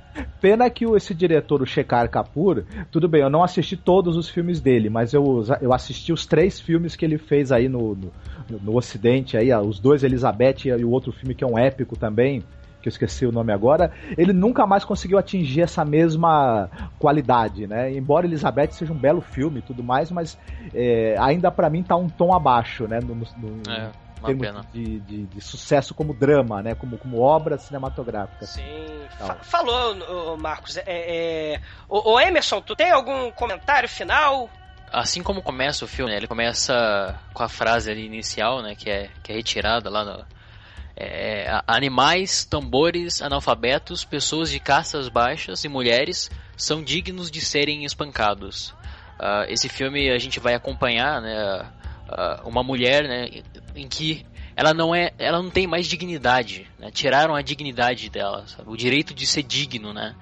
Pena que esse diretor, o Shekhar Kapoor, tudo bem, eu não assisti todos os filmes dele, mas eu, eu assisti os três filmes que ele fez aí no, no, no Ocidente, aí, os dois, Elizabeth, e o outro filme que é um épico também, que eu esqueci o nome agora. Ele nunca mais conseguiu atingir essa mesma qualidade, né? Embora Elizabeth seja um belo filme e tudo mais, mas é, ainda pra mim tá um tom abaixo, né? No, no, é, em termos de, de, de sucesso como drama, né? Como, como obra cinematográfica. Sim, Fa- falou, Marcos. É, é... O, o Emerson, tu tem algum comentário final? Assim como começa o filme, né? Ele começa com a frase ali inicial, né? Que é, que é retirada lá no... É, animais, tambores, analfabetos, pessoas de castas baixas e mulheres são dignos de serem espancados. Uh, esse filme a gente vai acompanhar, né, uh, uma mulher, né, em que ela não, é, ela não tem mais dignidade, né, tiraram a dignidade dela, sabe, o direito de ser digno, né,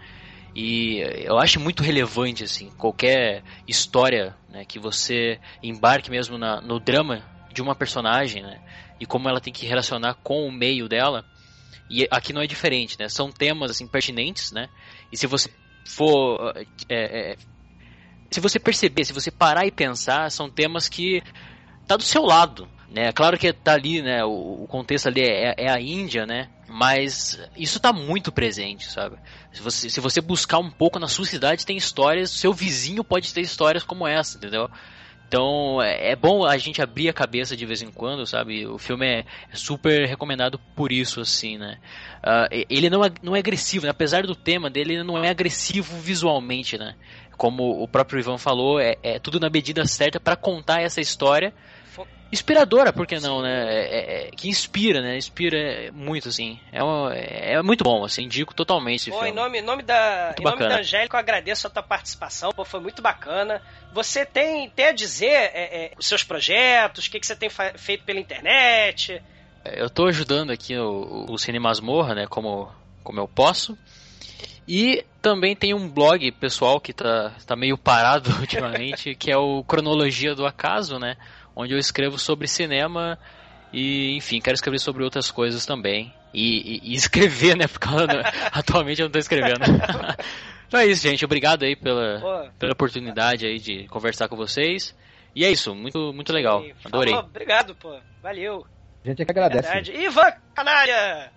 e eu acho muito relevante assim, qualquer história, né, que você embarque mesmo na, no drama de uma personagem, né, e como ela tem que relacionar com o meio dela, e aqui não é diferente, né? São temas assim pertinentes, né? E se você for, é, é, se você perceber, se você parar e pensar, são temas que tá do seu lado, né? Claro que tá ali, né? O, o contexto ali é, é a Índia, né? Mas isso tá muito presente, sabe? Se você, se você buscar um pouco na sua cidade, tem histórias, seu vizinho pode ter histórias como essa, entendeu? Então é bom a gente abrir a cabeça de vez em quando, sabe? O filme é super recomendado por isso, assim, né? Uh, ele não é, não é agressivo, né? Apesar do tema dele, ele não é agressivo visualmente, né? Como o próprio Ivan falou, é, é tudo na medida certa para contar essa história inspiradora, por que não, né? É, é, que inspira, né? Inspira muito, assim. É, uma, é muito bom, assim, indico totalmente esse Pô, filme. Em nome, nome da, em nome da Angélica, eu agradeço a tua participação, pô, foi muito bacana. Você tem, tem a dizer é, é, os seus projetos, o que, que você tem fa- feito pela internet? Eu tô ajudando aqui o, o Cine Masmorra, né, como, como eu posso. E também tem um blog pessoal que tá, tá meio parado ultimamente, que é o Cronologia do Acaso, né? Onde eu escrevo sobre cinema e, enfim, quero escrever sobre outras coisas também. E, e, e escrever, né? Porque atualmente eu não tô escrevendo. Então é isso, gente. Obrigado aí pela, pela oportunidade aí de conversar com vocês. E é isso, muito, muito legal. Adorei. Falou, obrigado, pô. Valeu. A gente é que agradece. Verdade. Ivan Canalha!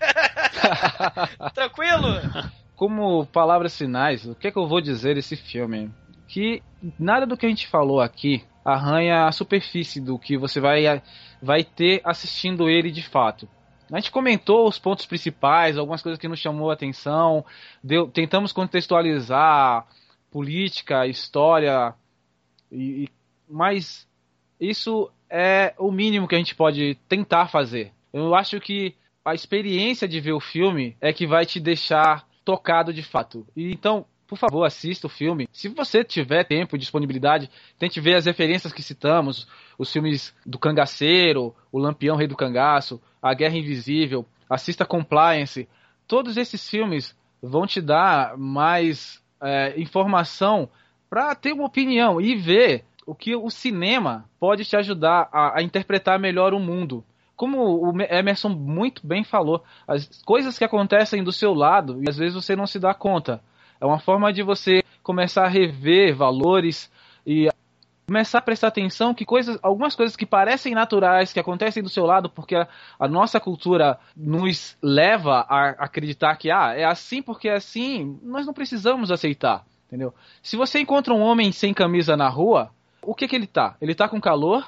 Tranquilo? Como palavras finais, o que é que eu vou dizer desse filme? Que nada do que a gente falou aqui arranha a superfície do que você vai, vai ter assistindo ele de fato. A gente comentou os pontos principais, algumas coisas que nos chamou a atenção, deu, tentamos contextualizar política, história, e, e, mas isso é o mínimo que a gente pode tentar fazer. Eu acho que a experiência de ver o filme é que vai te deixar tocado de fato. E então, por favor, assista o filme. Se você tiver tempo e disponibilidade, tente ver as referências que citamos, os filmes do Cangaceiro, O Lampião Rei do Cangaço, A Guerra Invisível, assista Compliance. Todos esses filmes vão te dar mais é, informação para ter uma opinião e ver o que o cinema pode te ajudar a, a interpretar melhor o mundo. Como o Emerson muito bem falou, as coisas que acontecem do seu lado e às vezes você não se dá conta. É uma forma de você começar a rever valores e começar a prestar atenção que coisas, algumas coisas que parecem naturais, que acontecem do seu lado, porque a, a nossa cultura nos leva a acreditar que ah, é assim porque é assim, nós não precisamos aceitar, entendeu? Se você encontra um homem sem camisa na rua, o que que ele tá? Ele tá com calor?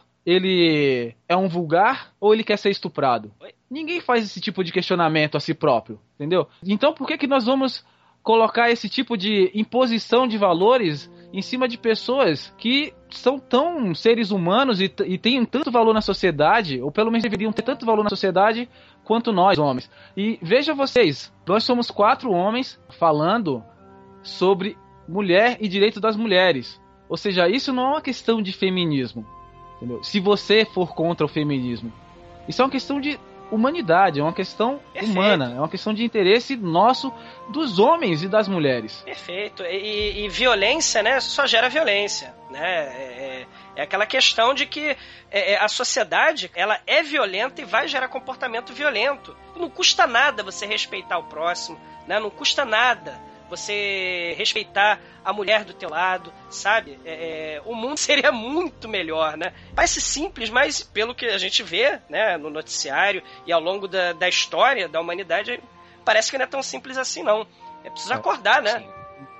Ele é um vulgar ou ele quer ser estuprado? Oi? Ninguém faz esse tipo de questionamento a si próprio, entendeu? Então por que que nós vamos colocar esse tipo de imposição de valores em cima de pessoas que são tão seres humanos e, e têm tanto valor na sociedade, ou pelo menos deveriam ter tanto valor na sociedade quanto nós, homens? E veja vocês, nós somos quatro homens falando sobre mulher e direitos das mulheres. Ou seja, isso não é uma questão de feminismo. Entendeu? Se você for contra o feminismo, isso é uma questão de humanidade, é uma questão Perfeito. humana, é uma questão de interesse nosso, dos homens e das mulheres. Perfeito. E, e violência, né, só gera violência, né? É, é aquela questão de que é, a sociedade, ela é violenta e vai gerar comportamento violento. Não custa nada você respeitar o próximo, né? Não custa nada você respeitar a mulher do teu lado, sabe? É, é, o mundo seria muito melhor, né? Parece simples, mas pelo que a gente vê, né, no noticiário e ao longo da, da história da humanidade, parece que não é tão simples assim, não. É preciso acordar, né? Sim.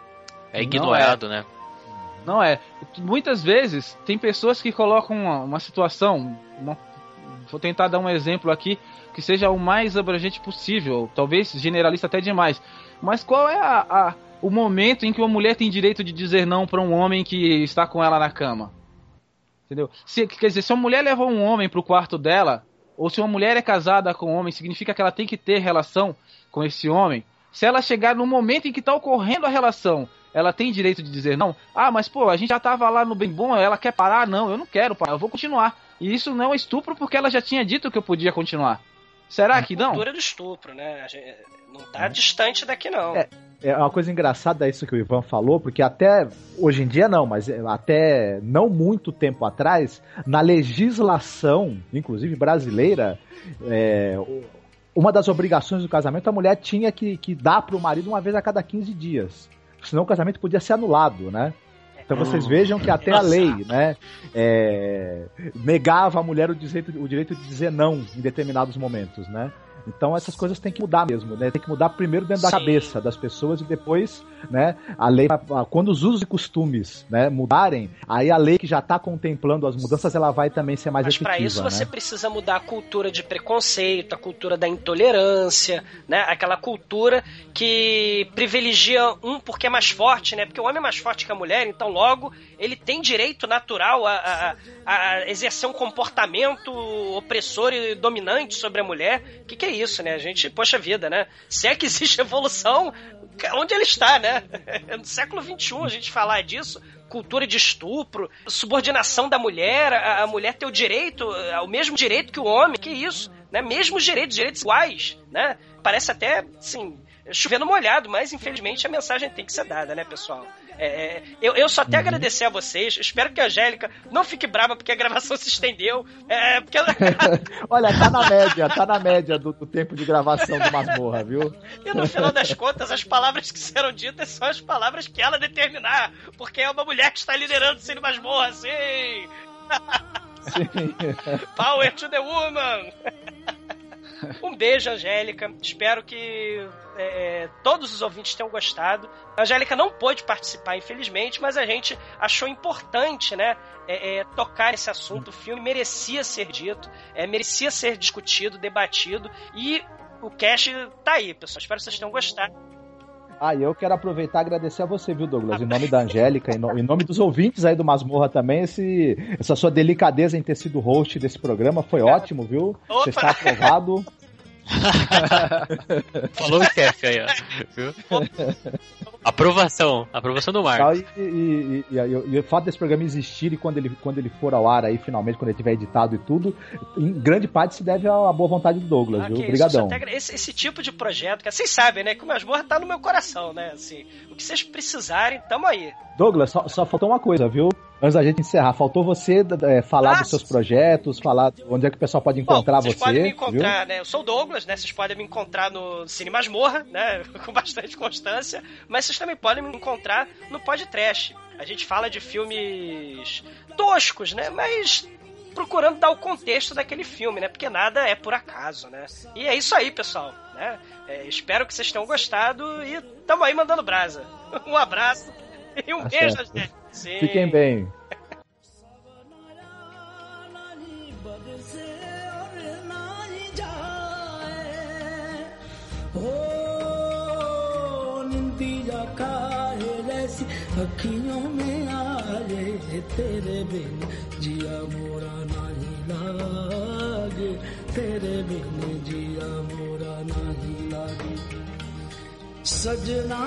É ignorado, né? Não é. Muitas vezes tem pessoas que colocam uma, uma situação, uma, vou tentar dar um exemplo aqui, que seja o mais abrangente possível, talvez generalista até demais. Mas qual é a, a, o momento em que uma mulher tem direito de dizer não para um homem que está com ela na cama? Entendeu? Se, quer dizer, se uma mulher leva um homem para o quarto dela, ou se uma mulher é casada com um homem, significa que ela tem que ter relação com esse homem. Se ela chegar no momento em que está ocorrendo a relação, ela tem direito de dizer não? Ah, mas pô, a gente já estava lá no bem bom, ela quer parar? Não, eu não quero parar, eu vou continuar. E isso não é estupro porque ela já tinha dito que eu podia continuar. Será que não? A cultura do estupro, né? Não tá distante daqui, não. É, é uma coisa engraçada isso que o Ivan falou, porque até hoje em dia não, mas até não muito tempo atrás, na legislação, inclusive brasileira, é, uma das obrigações do casamento, a mulher tinha que, que dar pro marido uma vez a cada quinze dias. Senão o casamento podia ser anulado, né? Então vocês vejam que até a lei, né, é, negava à mulher o direito, o direito de dizer não em determinados momentos, né? Então essas coisas têm que mudar mesmo, né? Tem que mudar primeiro dentro da Sim. cabeça das pessoas e depois, né, a lei, quando os usos e costumes, né, mudarem, aí a lei que já está contemplando as mudanças, ela vai também ser mais Mas efetiva. Mas para isso né? você precisa mudar a cultura de preconceito, a cultura da intolerância, né? Aquela cultura que privilegia um porque é mais forte, né? Porque o homem é mais forte que a mulher, então logo ele tem direito natural a, a, a exercer um comportamento opressor e dominante sobre a mulher. O que, que é isso, né? A gente, poxa vida, né? Se é que existe evolução, onde ele está, né? No século vinte e um a gente falar disso, cultura de estupro, subordinação da mulher, a, a mulher ter o direito, o mesmo direito que o homem, que isso, né? Mesmos direitos, direitos iguais, né? Parece até, assim, chovendo molhado, mas infelizmente a mensagem tem que ser dada, né, pessoal? É, eu, eu só até uhum. agradecer a vocês. Espero que a Angélica não fique brava porque a gravação se estendeu. É, porque... Olha, tá na média, tá na média do, do tempo de gravação do Masmorra, viu? E no final das contas, as palavras que serão ditas são as palavras que ela determinar, porque é uma mulher que está liderando o Cine Masmorra, sim! Sim. Power to the woman! Um beijo, Angélica. Espero que é, todos os ouvintes tenham gostado. A Angélica não pôde participar, infelizmente, mas a gente achou importante, né, é, é, tocar esse assunto. O filme merecia ser dito, é, merecia ser discutido, debatido, e o cast tá aí, pessoal. Espero que vocês tenham gostado. Ah, e eu quero aproveitar e agradecer a você, viu, Douglas? Em nome da Angélica, em, no, em nome dos ouvintes aí do Masmorra também, esse, essa sua delicadeza em ter sido host desse programa foi ótimo, viu? Opa. Você está aprovado. Falou o chefe aí, ó. Viu? Aprovação, aprovação do Marcos. E, e, e, e, e o fato desse programa existir e quando ele, quando ele for ao ar aí, finalmente, quando ele tiver editado e tudo, em grande parte se deve à boa vontade do Douglas, ah, viu? Obrigadão. Esse, esse tipo de projeto, que vocês sabem, né, que o Masmorra tá no meu coração, né, assim, o que vocês precisarem, tamo aí. Douglas, só, só faltou uma coisa, viu? Antes da gente encerrar, faltou você é, falar ah, dos seus projetos, falar onde é que o pessoal pode encontrar. Bom, vocês você. Vocês podem me encontrar, viu? né? Eu sou o Douglas, né? Vocês podem me encontrar no Cine Masmorra, né? Com bastante constância. Mas vocês também podem me encontrar no Podtrash. A gente fala de filmes toscos, né? Mas procurando dar o contexto daquele filme, né? Porque nada é por acaso, né? E é isso aí, pessoal, né? É, espero que vocês tenham gostado e tamo aí mandando brasa. Um abraço e um tá beijo, certo. gente. Sim. Fiquem bem. अखियों में आए तेरे बिन जिया मोरा नहीं लागे तेरे बिन जिया मोरा नहीं लागे सजना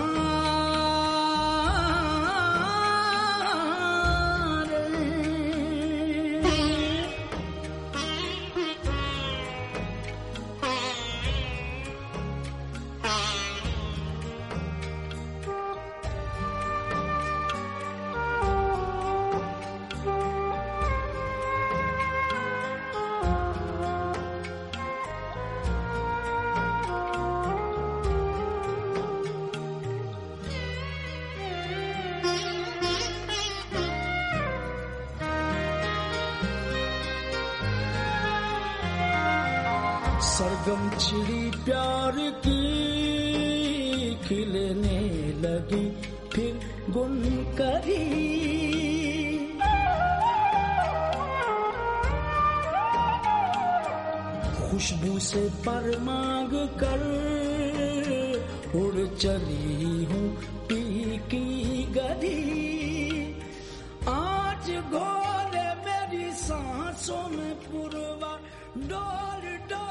सरगम छिड़ी प्यार की खिलने लगी फिर गुन करी खुशबू से पर मांग कर उड़ चली हूँ पी की गली आज घोले मेरी सांसों में पुरवा डोल डोल